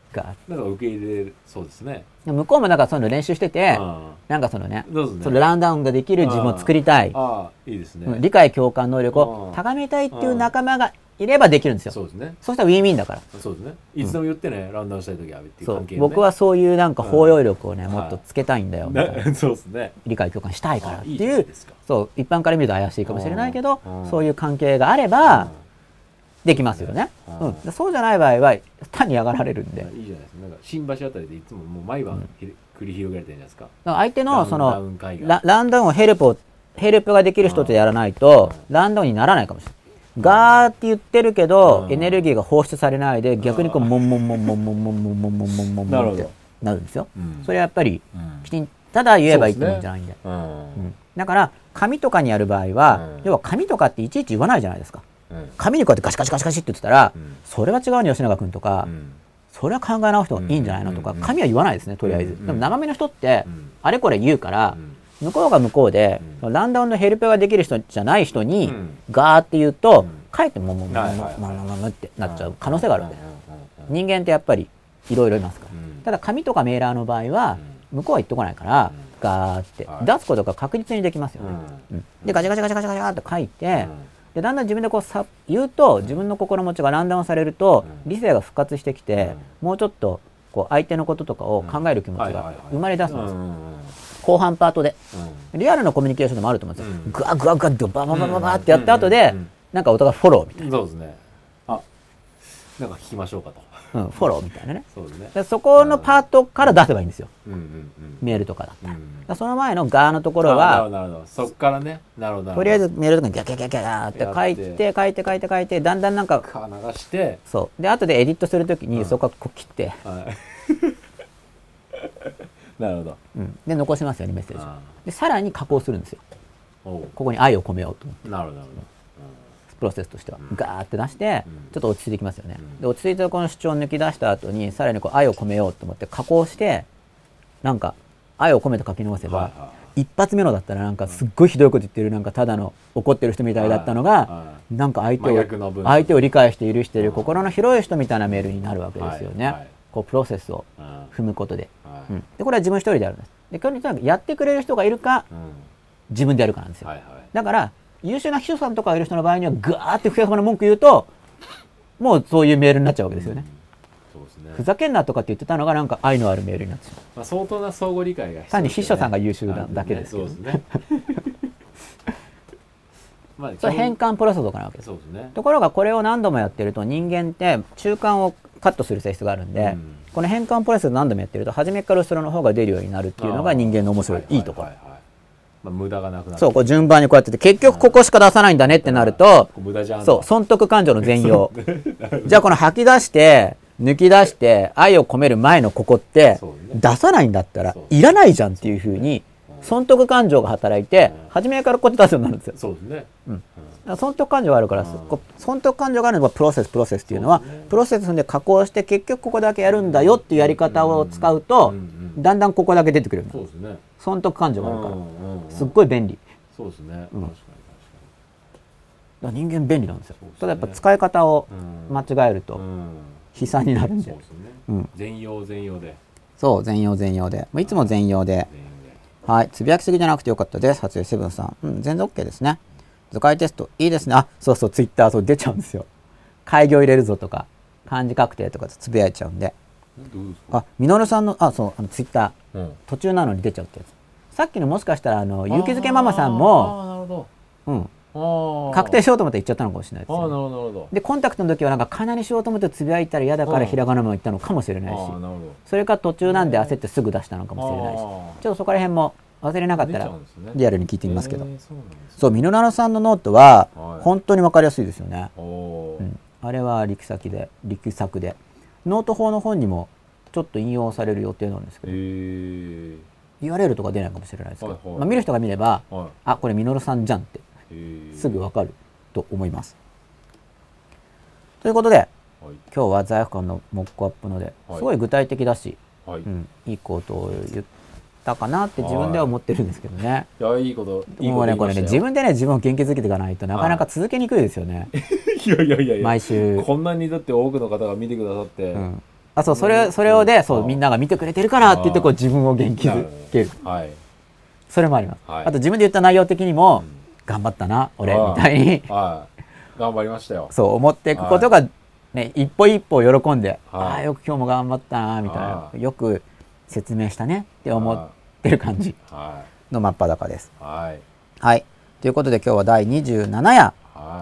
S1: が
S2: なんか受け入れるそうですね。
S1: 向こうもなんかそういうの練習してて、なんかそのね、
S2: そうですね、
S1: そのランダウンができる自分を作りたい、
S2: ああいいですね、
S1: 理解共感能力を高めたいっていう仲間がいればできるんですよ。
S2: そうですね。
S1: そうしたらウィンウィンだから。
S2: そうですね。いつでも言ってね、うん、ランダウンしたい時はっていう関係、ね、
S1: 僕はそういうなんか包容力をね、うん、もっとつけたいんだよみたいな、
S2: そうですね。理
S1: 解共感したいからっていう、いいそう一般から見ると怪しいかもしれないけど、そういう関係があればできますよね。うん、そうじゃない場合は単に嫌がられるんで。
S2: いいじゃないですか。なんか新橋あたりでいつももう毎晩、うん、繰り広げられてるじゃないですか。
S1: 相手のそのラランダウンをヘルプをヘルプができる人とやらないとランダウンにならないかもしれない。ガーって言ってるけどエネルギーが放出されないで逆にこうモンモンモンモンモンモンモンモンモンモンモンモンってなるんですよ。それはやっぱりきちんただ言えばいいってもんじゃないんで。だから紙とかにやる場合は要は紙とかっていちいち言わないじゃないですか。紙にこうやってガシガシガシガシって言ってたらそれは違うね吉永君とかそれは考え直した方がいいんじゃないのとか紙は言わないですねとりあえず。でも長めの人ってあれこれ言うから向こうが向こうで、うん、ランダウンのヘルプができる人じゃない人に、うん、ガーって言うと、うん、かえってもももももももってなっちゃう可能性があるんで、人間ってやっぱりいろいろいますから、うん、ただ紙とかメーラーの場合は、うん、向こうは言ってこないから、うん、ガーって出すことが確実にできますよね、うんうん、でガチャガチャガチャガチャガチャって書いて、うん、でだんだん自分でこうさ言うと自分の心持ちがランダウンされると、うん、理性が復活してきて、うん、もうちょっとこう相手のこととかを考える気持ちが生まれ出すんですよ。後半パートで、うん、リアルなコミュニケーションでもあると思うんですよ、うん、グワグワグワってバババババってやった後で、うんうんうん、なんかお互いフォローみたいな。
S2: そうですね。あ、なんか聞きましょうかと、
S1: うん、フォローみたいなね。
S2: そうですね。
S1: でそこのパートから出せばいいんですよ、うんうんうん、メールとかだったら、うん、だその前のガーのところは
S2: なるほどそっからね、なるほど
S1: とりあえずメールとかにギャギャギャギャって書いて書いて書いて書いてだんだんなんか
S2: 流して
S1: そうで後でエディットするときにそこはこう切って、うんはい
S2: なるほど、
S1: うん、で残しますよねメッセージでさらに加工するんですよ。ここに愛を込めようと思って
S2: なるほどなるほど、うん、
S1: プロセスとしては、うん、ガーって出して、うん、ちょっと落ち着いてきますよね、うん、で落ち着いてこの主張を抜き出した後にさらにこう愛を込めようと思って加工してなんか愛を込めて書き直せば、はいはい、一発目のだったらなんかすっごいひどいこと言ってるなんかただの怒ってる人みたいだったのが、はいはい、なんか相手を相手を理解して許している心の広い人みたいなメールになるわけですよね、はいはい、こうプロセスを踏むことで、はいうん、でこれは自分一人でやるんです。で基本的にやってくれる人がいるか、うん、自分でやるかなんですよ、はいはい、だから優秀な秘書さんとかがいる人の場合にはガーってふやふやな文句言うともうそういうメールになっちゃうわけですよね、うん、そうですね。ふざけんなとかって言ってたのがなんか愛のあるメールになっちゃう、
S2: まあ、相当な相互理解が必要ですよね。
S1: 単に秘書さんが優秀なだけですけど、ね、そうですねまあ、それ変換プロセスとかなわけです。そうですね。ところがこれを何度もやってると人間って中間をカットする性質があるんで、うん、この変換プロセスを何度もやってると初めから後ろの方が出るようになるっていうのが人間の面白いいいところ、はいはいはい
S2: まあ、無駄がなくなる。
S1: そうこう順番にこうやってて結局ここしか出さないんだねってなると、うん、無駄じゃんそう損得感情の全容じゃあこの吐き出して抜き出して愛を込める前のここって出さないんだったらいらないじゃんっていうふうに損得感情が働いて初めからこうやって出すようになるんですよ。そうですね、うん損得感情があるから、うん、損得感情があるのはプロセスプロセスっていうのは、ね、プロセスで加工して結局ここだけやるんだよっていうやり方を使うと、うんうん、だんだんここだけ出てくるようになる。そうですね。損得感情があるから、うんうんうん、すっごい便利。そうですね、うん、確かに確かに。だから人間便利なんですよ。そうですね、ただやっぱ使い方を間違えると悲惨になるんで、うんそうですねうん、
S2: 全容全容で
S1: そう全容全容でいつも全容で、はい、つぶやきすぎじゃなくてよかったです。初江セブンさん、うん、全然 OK ですね。図解テストいいですね。あ、そうそうツイッターそう出ちゃうんですよ。開業入れるぞとか漢字確定とかつぶやいちゃうんで。あ、みのるさんのあそうあのツイッター、うん、途中なのに出ちゃうってやつ。さっきのもしかしたらあの勇気づけママさんも、あなるほど、うん、確定しようと思って言っちゃったのかもしれないですよ、ね。あなるほどなるほど。でコンタクトの時はなんかかなりしようと思ってつぶやいたら嫌だからひらがなも言ったのかもしれないし、それか途中なんで焦ってすぐ出したのかもしれないし、ちょっとそこら辺も。忘れなかったらリアルに聞いてみますけど、そうミノラノさんのノートは本当に分かりやすいですよね、うん、あれは力作で力作でノート法の本にもちょっと引用される予定なんですけど ユーアールエル とか出ないかもしれないですけど、はいはいまあ、見る人が見れば、はい、あこれミノルさんじゃんってすぐ分かると思います。ということで、はい、今日は罪悪感のモックアップので、はい、すごい具体的だし、はいうん、いいことを言ってたかなって自分では思ってるんですけどね。
S2: いやいいこといいこと
S1: もうねこれね自分でね自分を元気づけていかないとなかなか続けにくいですよね。
S2: いやいやいやいや
S1: 毎週
S2: こんなにだって多くの方が見てくださって、うん、
S1: あそうそれそれをでそうみんなが見てくれてるからって言ってこう自分を元気づける、はい、それもあります、はい、あと自分で言った内容的にも、うん、頑張ったな俺みたいに、
S2: はい、頑張りましたよ
S1: そう思っていくことが、ね、一歩一歩喜んで、はい、ああよく今日も頑張ったなみたいな、よく説明したねって思ってる感じの真っ裸です。はい、はい、ということで今日はだいにじゅうなな夜、はい、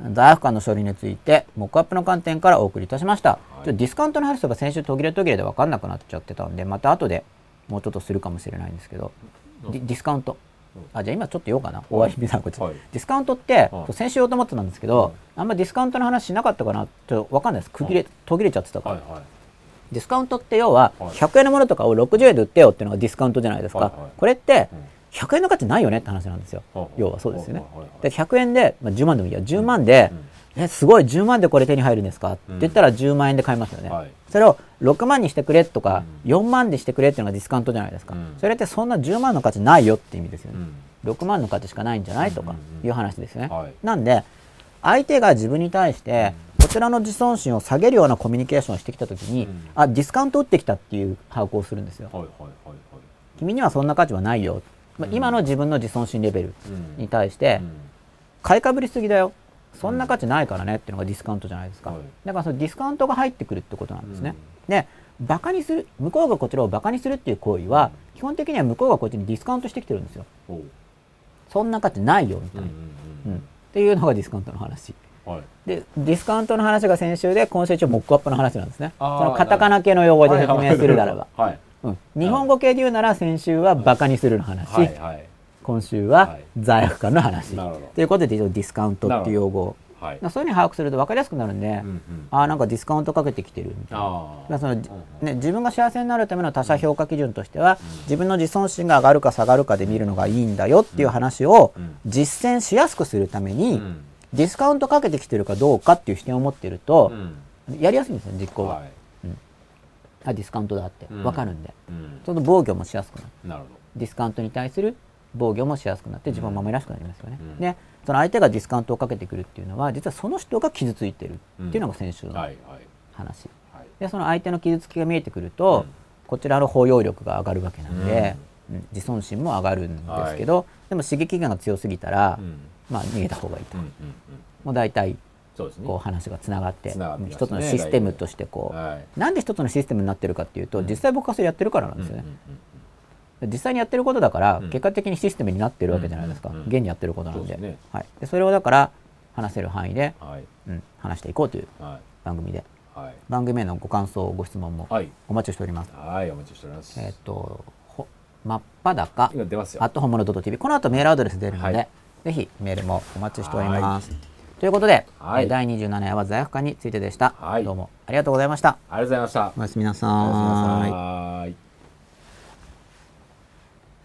S1: 罪悪感の処理についてモックアップの観点からお送りいたしました。はい、ちょっとディスカウントの話とか先週途切れ途切れで分かんなくなっちゃってたんで、また後でもうちょっとするかもしれないんですけど、ディ、ディスカウント、あじゃあ今ちょっと言おうかな、終わりみたいなこっち、はい、ディスカウントって、はい、先週言おうと思ってたんですけど、はい、あんまディスカウントの話しなかったかなちょっと分かんないです、区切れ、はい、途切れちゃってたから、はいはい、ディスカウントって要はひゃくえんのものとかをろくじゅうえんで売ってよっていうのがディスカウントじゃないですか、はいはい、これって、うん、ひゃくえんの価値ないよねって話なんですよ、はい、要はそうですよね、はいはい、でひゃくえんで、まあ、じゅうまんでもいいやじゅうまんで、うん、えすごいじゅうまんでこれ手に入るんですかって言ったらじゅうまんえんで買いますよね、はい、それをろくまんにしてくれとか、うん、よんまんにしてくれっていうのがディスカウントじゃないですか、うん、それってそんなじゅうまんの価値ないよって意味ですよね、うん、ろくまんの価値しかないんじゃないとかいう話ですよね、はい、なんで相手が自分に対してこちらの自尊心を下げるようなコミュニケーションをしてきたときに、うん、あディスカウント打ってきたっていう把握をするんですよ、はいはいはいはい、君にはそんな価値はないよ、まあ、今の自分の自尊心レベルに対して、うん、買いかぶりすぎだよそんな価値ないからねっていうのがディスカウントじゃないですか、はい、だからそのディスカウントが入ってくるってことなんですね、うん、でバカにする向こうがこちらをバカにするっていう行為は、うん、基本的には向こうがこっちにディスカウントしてきてるんですよ、うん、そんな価値ないよみたいな、うんうんうんうん、っていうのがディスカウントの話、はい、でディスカウントの話が先週で今週一応モックアップの話なんですね。そのカタカナ系の用語で説明するならば、はい、うん、日本語系で言うなら先週はバカにするの話、はいはい、今週は罪悪感の話、はい、ということでディスカウントっていう用語、はい、そういうふうに把握すると分かりやすくなるんで、うんうん、ああなんかディスカウントかけてきてるみたいな、その、ね、自分が幸せになるための他者評価基準としては、うん、自分の自尊心が上がるか下がるかで見るのがいいんだよっていう話を実践しやすくするために、うん、ディスカウントかけてきてるかどうかっていう視点を持っていると、うん、やりやすいんですよ実行が、はい、うん、あディスカウントだって分かるんで、うん、その防御もしやすくなる、なるほど、ディスカウントに対する防御もしやすくなって自分を守りやすくなりますよね、うん、でその相手がディスカウントをかけてくるっていうのは実はその人が傷ついてるっていうのが先週の話、うんはいはいはい、でその相手の傷つきが見えてくると、うん、こちらの包容力が上がるわけなんで、うんうん、自尊心も上がるんですけど、はい、でも刺激源が強すぎたら、うん、まあ逃げた方がいいと、うんうんうん、もう大体こう話がつながって、ね、一つのシステムとしてこう、はい、なんで一つのシステムになってるかっていうと、うん、実際僕はそれやってるからなんですよね、うんうんうん、実際にやってることだから、うん、結果的にシステムになってるわけじゃないですか、うんうんうん、現にやってることなん で, で、ね、はい、でそれをだから話せる範囲で、はい、うん、話していこうという番組で、はい、番組へのご感想ご質問もお待ちしております。
S2: はい、お待ちしております。
S1: えっ、ー、と真っ裸アット本物 .tv この後メールアドレス出るので、はい、ぜひメールもお待ちしております。ということで、はい、だいにじゅうなな夜は罪悪感についてでした、はい、どうもありがとうございました。
S2: ありがとうございました。
S1: おやすみなさい。